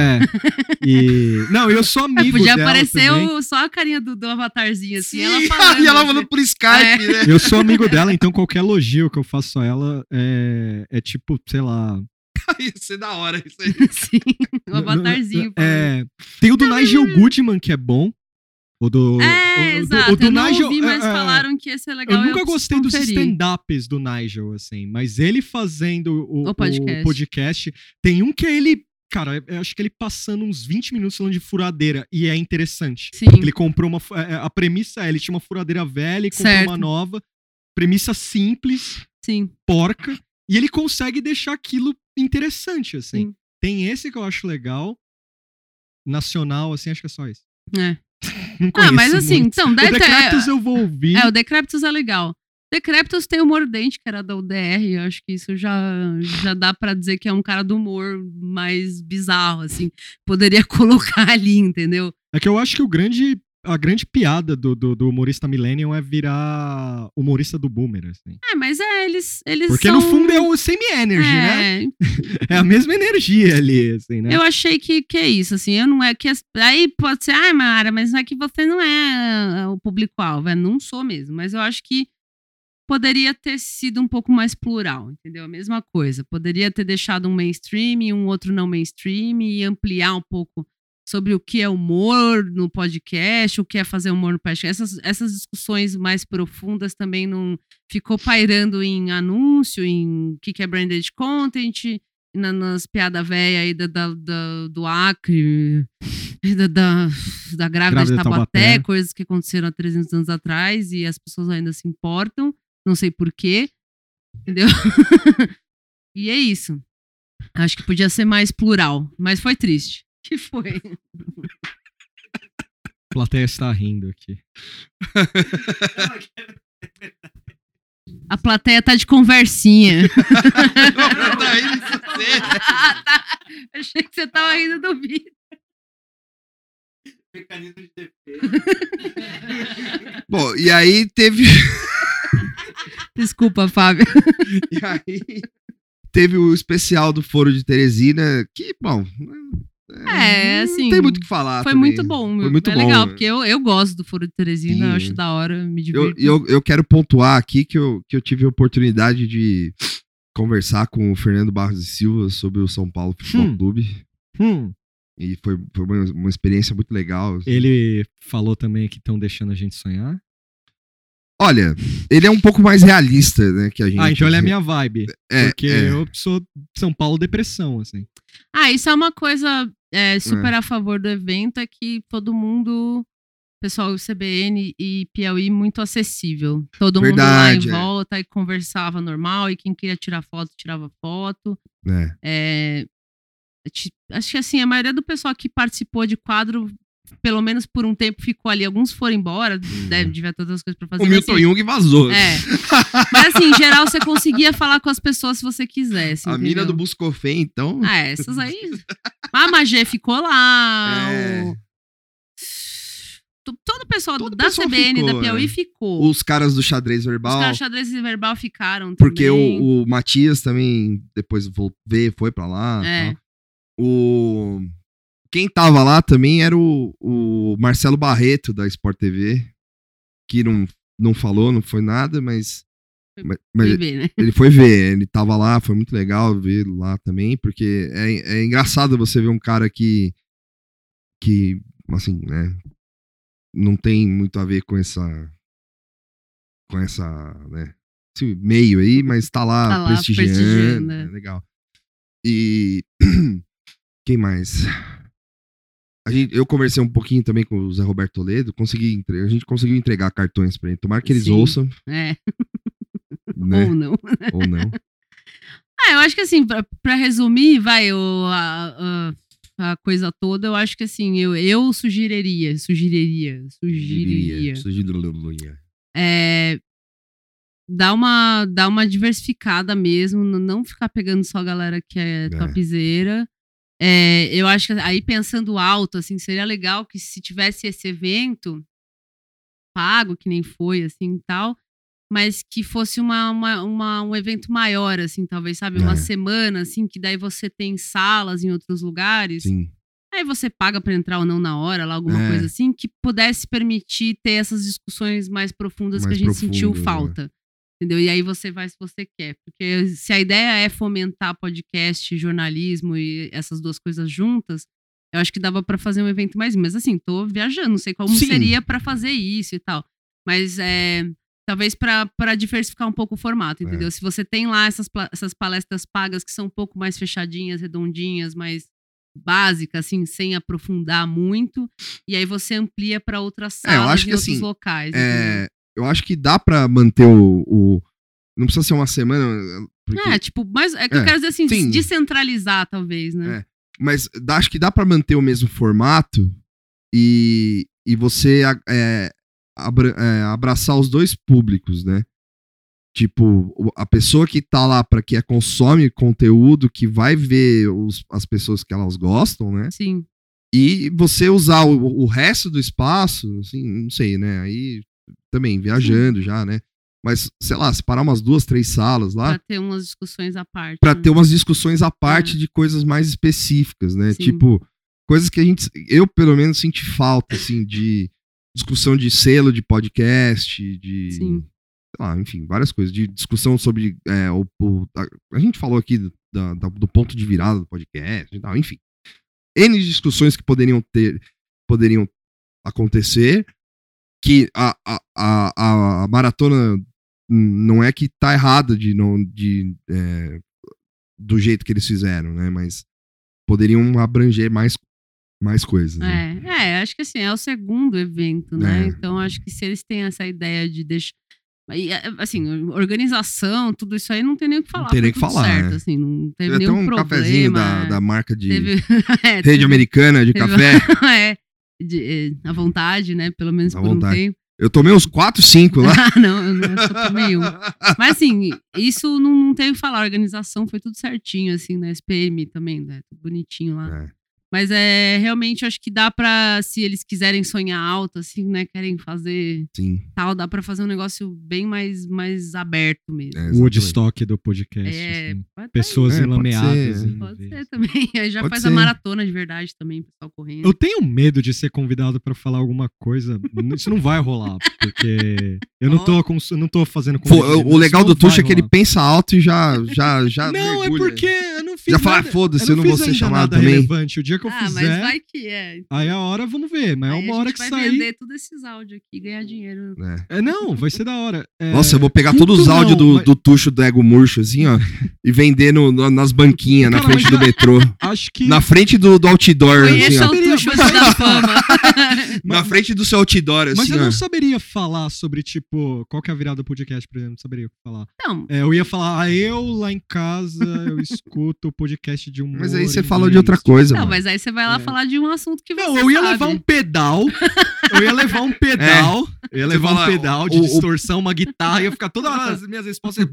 Não, eu sou amigo
podia
dela
aparecer
também.
Só a carinha do avatarzinho, assim,
Sim,
ela falando.
e ela falando por Skype, né?
Eu sou amigo dela, então qualquer elogio que eu faço a ela é tipo, sei lá...
Ia ser da hora isso aí.
Sim, um avatarzinho.
Tem o do Nigel Goodman, que é bom.
Exato.
O do
eu não
Nigel,
ouvi, mas falaram que ia ser legal.
Eu nunca gostei dos
conferir.
stand-ups do Nigel, assim. Mas ele fazendo o
podcast.
Tem um que é ele... Cara, eu acho que ele passando uns 20 minutos falando de furadeira. E é interessante.
Sim.
Porque ele comprou uma... A premissa é, ele tinha uma furadeira velha e comprou uma nova. Premissa simples.
Sim.
Porca. E ele consegue deixar aquilo interessante, assim.
Sim.
Tem esse que eu acho legal. Nacional, assim, acho que é só esse.
Não conheço mas assim, muito. Então...
O Decreptus eu vou ouvir.
O Decreptus é legal. Decreptus tem o Mordente, que era da UDR. Eu acho que isso já dá pra dizer que é um cara do humor mais bizarro, assim. Poderia colocar ali, entendeu?
É que eu acho que a grande piada do humorista millennial é virar humorista do boomer, assim.
Mas eles
porque
são...
no fundo é o semi-energy, né? É a mesma energia ali, assim, né?
Eu achei que é isso, assim, eu não é que... Aí pode ser, Mara, mas não é que você não é o público-alvo, não sou mesmo, mas eu acho que poderia ter sido um pouco mais plural, entendeu? A mesma coisa, poderia ter deixado um mainstream e um outro não mainstream e ampliar um pouco sobre o que é humor no podcast, o que é fazer humor no podcast. Essas discussões mais profundas também não ficou pairando em anúncio, em o que é branded content, nas piadas velhas aí do Acre, da grávida de Taubaté, coisas que aconteceram há 300 anos atrás e as pessoas ainda se importam, não sei porquê, entendeu? E é isso. Acho que podia ser mais plural, mas foi triste. Que foi?
A plateia está rindo aqui.
A plateia tá de conversinha.
Não, tá rindo de você.
Tá. Achei que você tava rindo do vídeo.
Mecanismo de defesa.
Bom, e aí teve...
Desculpa, Fábio.
E aí teve o especial do Foro de Teresina, que, bom...
assim...
Não tem muito o que falar.
Foi
também.
Muito bom.
Foi muito bom.
Legal, porque eu gosto do Foro de Teresina, eu acho da hora, me divirto.
Eu quero pontuar aqui que eu tive a oportunidade de conversar com o Fernando Barros e Silva sobre o São Paulo Futebol Clube. E foi uma experiência muito legal. Assim.
Ele falou também que estão deixando a gente sonhar?
Olha, ele é um pouco mais realista, né, que a gente.
Então ele é a minha vibe. Porque eu sou São Paulo depressão, assim.
Isso é uma coisa super a favor do evento, é que todo mundo, pessoal CBN e Piauí, muito acessível. Todo mundo lá em volta e conversava normal, e quem queria tirar foto, tirava foto. Acho que assim, a maioria do pessoal que participou de quadro, pelo menos por um tempo, ficou ali. Alguns foram embora, devia ter outras coisas pra fazer.
O Milton Jung vazou.
Mas assim, em geral, você conseguia falar com as pessoas se você quisesse.
A mina do Buscofé, então.
Essas aí. A Magé ficou lá. Todo o pessoal da CBN, ficou, da Piauí, ficou.
Os caras do xadrez verbal.
Os caras do xadrez verbal ficaram
porque
também.
O Matias também, depois foi pra lá. Quem tava lá também era o Marcelo Barreto, da Sport TV, que não falou, não foi nada, mas
foi ver, né?
Ele foi ver, ele tava lá, foi muito legal ver lá também, porque é engraçado você ver um cara que assim, né, não tem muito a ver com essa, né, esse meio aí, mas tá lá prestigiando, é legal. E quem mais? Eu conversei um pouquinho também com o Zé Roberto Toledo, a gente conseguiu entregar cartões pra ele, tomara que eles ouçam.
Né?
Ou
não.
Ou não.
Eu acho que assim, pra resumir, a coisa toda, eu acho que assim, eu sugeriria. Dar uma diversificada mesmo, não ficar pegando só a galera que é topzera. Eu acho que aí pensando alto, assim, seria legal que se tivesse esse evento pago, que nem foi, assim, tal, mas que fosse um evento maior, assim, talvez, sabe? Uma semana, assim, que daí você tem salas em outros lugares.
Sim.
Aí você paga pra entrar ou não na hora, lá, alguma coisa assim, que pudesse permitir ter essas discussões mais profundas que a gente sentiu falta. Entendeu? E aí você vai se você quer. Porque se a ideia é fomentar podcast, jornalismo e essas duas coisas juntas, eu acho que dava pra fazer um evento mais. Mas assim, tô viajando, não sei como seria pra fazer isso e tal. Mas talvez pra diversificar um pouco o formato, entendeu? Se você tem lá essas palestras pagas que são um pouco mais fechadinhas, redondinhas, mais básicas, assim, sem aprofundar muito, e aí você amplia pra outras salas e outros locais.
Eu acho que dá pra manter o... Não precisa ser uma semana... Porque...
tipo, mas é que eu quero dizer assim, descentralizar, talvez, né?
Mas acho que dá pra manter o mesmo formato e você abraçar os dois públicos, né? Tipo, a pessoa que tá lá pra que consome conteúdo, que vai ver as pessoas que elas gostam, né?
Sim.
E você usar o resto do espaço, assim, não sei, né? Aí também viajando já, né? Mas, sei lá, separar umas 2, 3 salas lá.
Pra ter umas discussões à parte.
Pra ter umas discussões à parte de coisas mais específicas, né?
Sim.
Tipo, coisas que eu pelo menos senti falta, assim, de discussão de selo de podcast,
Sim.
Sei lá, enfim, várias coisas. De discussão sobre a gente falou aqui do ponto de virada do podcast e tal, enfim. N discussões que poderiam acontecer, que a maratona não é que tá errada do jeito que eles fizeram, né? Mas poderiam abranger mais coisas. Né?
Acho que assim, é o segundo evento, né? Então acho que se eles têm essa ideia de deixar... Assim, organização, tudo isso aí não tem nem o que falar.
Não tem nem o que falar,
certo, assim, não teve nenhum problema.
Um cafezinho da marca de rede americana de café.
À vontade, né? Pelo menos por um tempo.
Eu tomei uns 4, 5 lá.
Não, eu só tomei um. Mas assim, isso não tem o que falar. A organização foi tudo certinho, assim, na SPM também, né? Tudo bonitinho lá. Mas realmente, eu acho que dá pra, se eles quiserem sonhar alto, assim, né, querem fazer tal, dá pra fazer um negócio bem mais aberto mesmo.
O Woodstock do podcast. Assim. Pessoas enlameadas.
Pode ser também. Aí já faz a maratona de verdade também, pessoal correndo.
Eu tenho medo de ser convidado pra falar alguma coisa. Isso não vai rolar, porque eu não tô fazendo...
O legal do Tuxo é que ele pensa alto e já
não,
mergulha.
É porque eu não fiz
já fala, foda-se, eu não vou ser chamado também.
Relevante. O dia que eu fizer...
mas vai que é.
Aí a hora, vamos ver. Mas é uma hora que sair...
a gente vai vender todos esses áudios aqui e ganhar dinheiro.
Não, vai ser da hora.
Nossa, eu vou pegar todos os áudios do Tuxo do Ego Murcho, assim, ó, e vender nas banquinhas, na frente do metrô.
Acho que...
Na frente do outdoor, assim, ó.
O Tuxo da fama.
Na frente do seu outdoor, assim,
mas eu não saberia falar sobre, tipo, qual que é a virada do podcast, por exemplo, não saberia o que falar.
Não.
Eu ia falar, eu lá em casa, eu escuto o podcast de humor.
Mas aí você fala de outra coisa, mano.
Mas aí você vai lá falar de um assunto que você
eu ia levar um pedal. Eu ia levar um pedal. Eu ia levar um pedal de distorção, uma guitarra, ia ficar toda hora as minhas respostas.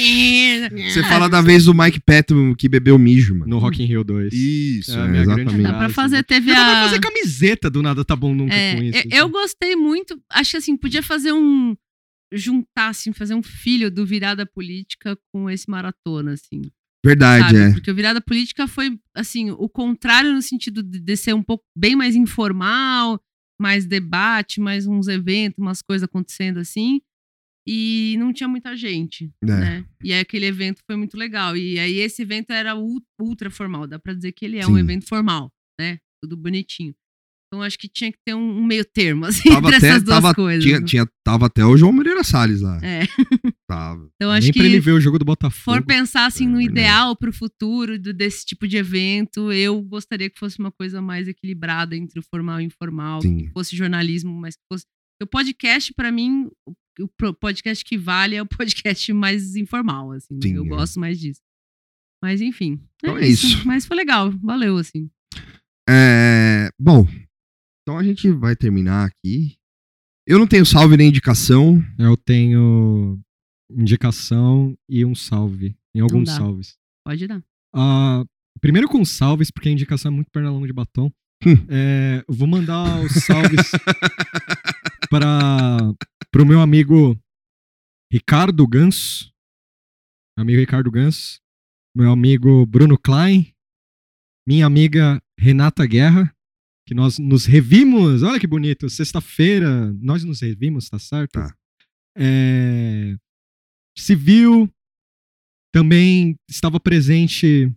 Você fala da vez do Mike Patton que bebeu mijo, mano.
No Rock in Rio 2.
Isso,
exatamente. Dá pra fazer, teve
dá pra fazer camiseta do Nada Tá Bom Nunca com isso.
Eu gostei muito, acho que assim, podia fazer juntar, assim, fazer um filho do Virada Política com esse maratona, assim.
Verdade,
sabe? Porque o Virada Política foi, assim, o contrário no sentido de ser um pouco bem mais informal, mais debate, mais uns eventos, umas coisas acontecendo assim, e não tinha muita gente, né? E aí aquele evento foi muito legal. E aí esse evento era ultra formal, dá pra dizer que ele é um evento formal, né? Tudo bonitinho. Então acho que tinha que ter um meio termo, assim, entre essas duas coisas.
Tava até o João Moreira Salles lá. Tava.
Então acho
nem
que
pra ele ver o jogo do Botafogo.
For pensar, assim, no ideal pro futuro desse tipo de evento, eu gostaria que fosse uma coisa mais equilibrada entre o formal e o informal, que fosse jornalismo, mas que fosse... O podcast, pra mim, o podcast que vale é o podcast mais informal, assim. Eu gosto mais disso. Mas enfim.
Então é isso.
Mas foi legal, valeu, assim.
Bom, então a gente vai terminar aqui. Eu não tenho salve nem indicação.
Eu tenho indicação e um salve. Em alguns salves.
Pode dar.
Primeiro com salves, porque a indicação é muito pernalonga de batom. Eu vou mandar os salves pro meu amigo Ricardo Ganso, meu amigo Ricardo Ganso, meu amigo Bruno Klein, minha amiga Renata Guerra, que nós nos revimos, olha que bonito, sexta-feira, nós nos revimos, tá certo?
Tá.
Civil, também estava presente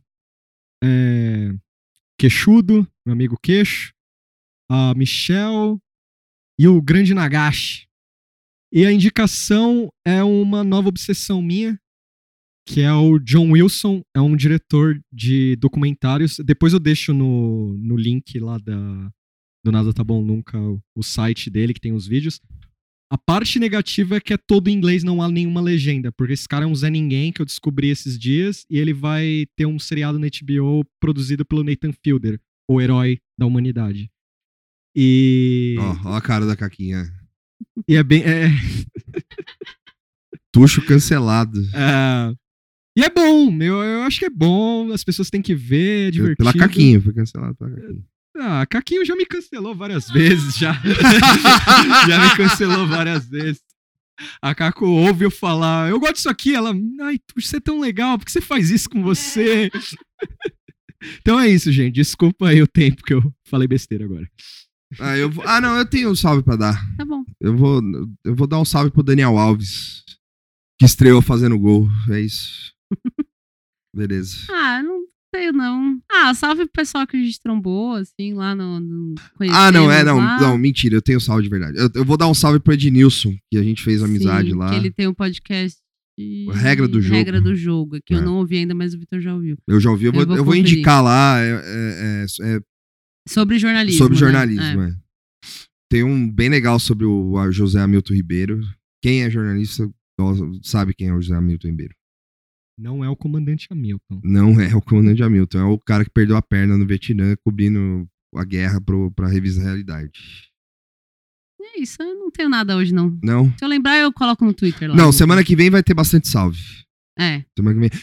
Queixudo, meu amigo Queixo, a Michel e o grande Nagashi. E a indicação é uma nova obsessão minha, que é o John Wilson, é um diretor de documentários. Depois eu deixo no link lá do Nada Tá Bom Nunca, o site dele, que tem os vídeos. A parte negativa é que é todo em inglês, não há nenhuma legenda, porque esse cara é um Zé Ninguém, que eu descobri esses dias, e ele vai ter um seriado na HBO produzido pelo Nathan Fielder, o herói da humanidade. E...
Ó a cara da Caquinha.
E é bem...
Tuxo cancelado.
E é bom, eu acho que é bom, as pessoas têm que ver, é divertido.
Pela Caquinha, foi cancelado pela Caquinha.
A Caquinho já me cancelou várias vezes, já. Já me cancelou várias vezes. A Caco ouve eu falar, eu gosto disso aqui, ela, ai, você é tão legal, por que você faz isso com você? Então é isso, gente, desculpa aí o tempo que eu falei besteira agora.
Não, eu tenho um salve pra dar.
Tá bom.
Eu vou dar um salve pro Daniel Alves, que estreou fazendo gol, é isso. Beleza.
Não sei não. Salve pro pessoal que a gente trombou, assim, lá no
não, mentira, eu tenho salve de verdade. Eu vou dar um salve pro Ednilson, que a gente fez amizade lá.
Que ele tem um podcast
Regra do Jogo.
Que eu não ouvi ainda, mas o Vitor já ouviu.
Eu já ouvi, eu vou indicar lá.
Sobre jornalismo.
Sobre jornalismo,
né?
Tem um bem legal sobre o José Hamilton Ribeiro. Quem é jornalista sabe quem é o José Hamilton Ribeiro.
Não é o comandante Hamilton.
Não é o comandante Hamilton. É o cara que perdeu a perna no Vietnã cobrindo a guerra pra Revista Realidade.
É isso, eu não tenho nada hoje, não.
Não?
Se eu lembrar, eu coloco no Twitter lá.
Não, semana que vem vai ter bastante salve. Semana que vem.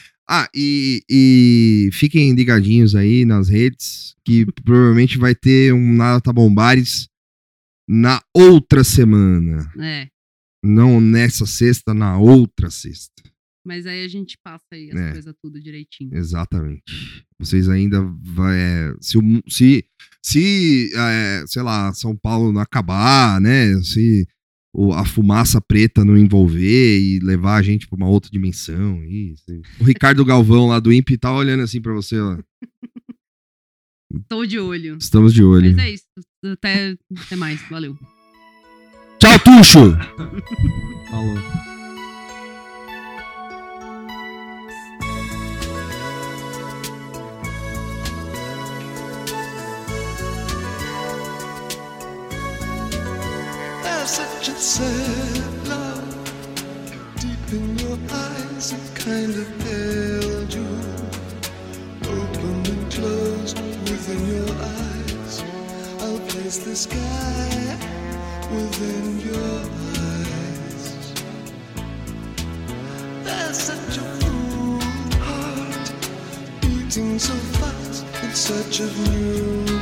E fiquem ligadinhos aí nas redes, que provavelmente vai ter um Nada Tá Bombares na outra semana. Não nessa sexta, na outra sexta.
Mas aí a gente passa aí as coisas tudo direitinho.
Exatamente. Vocês ainda vai... Se sei lá, São Paulo não acabar, né? Se a fumaça preta não envolver e levar a gente pra uma outra dimensão. Isso. O Ricardo Galvão lá do INPE tá olhando assim pra você, ó.
Tô de olho.
Estamos de olho.
Mas é isso. Até mais. Valeu.
Tchau, Tuxo!
Falou.
Such a sad love deep in your eyes, it kind of held you, open and closed within your eyes. I'll place the sky within your eyes. There's such a full heart beating so fast in search of new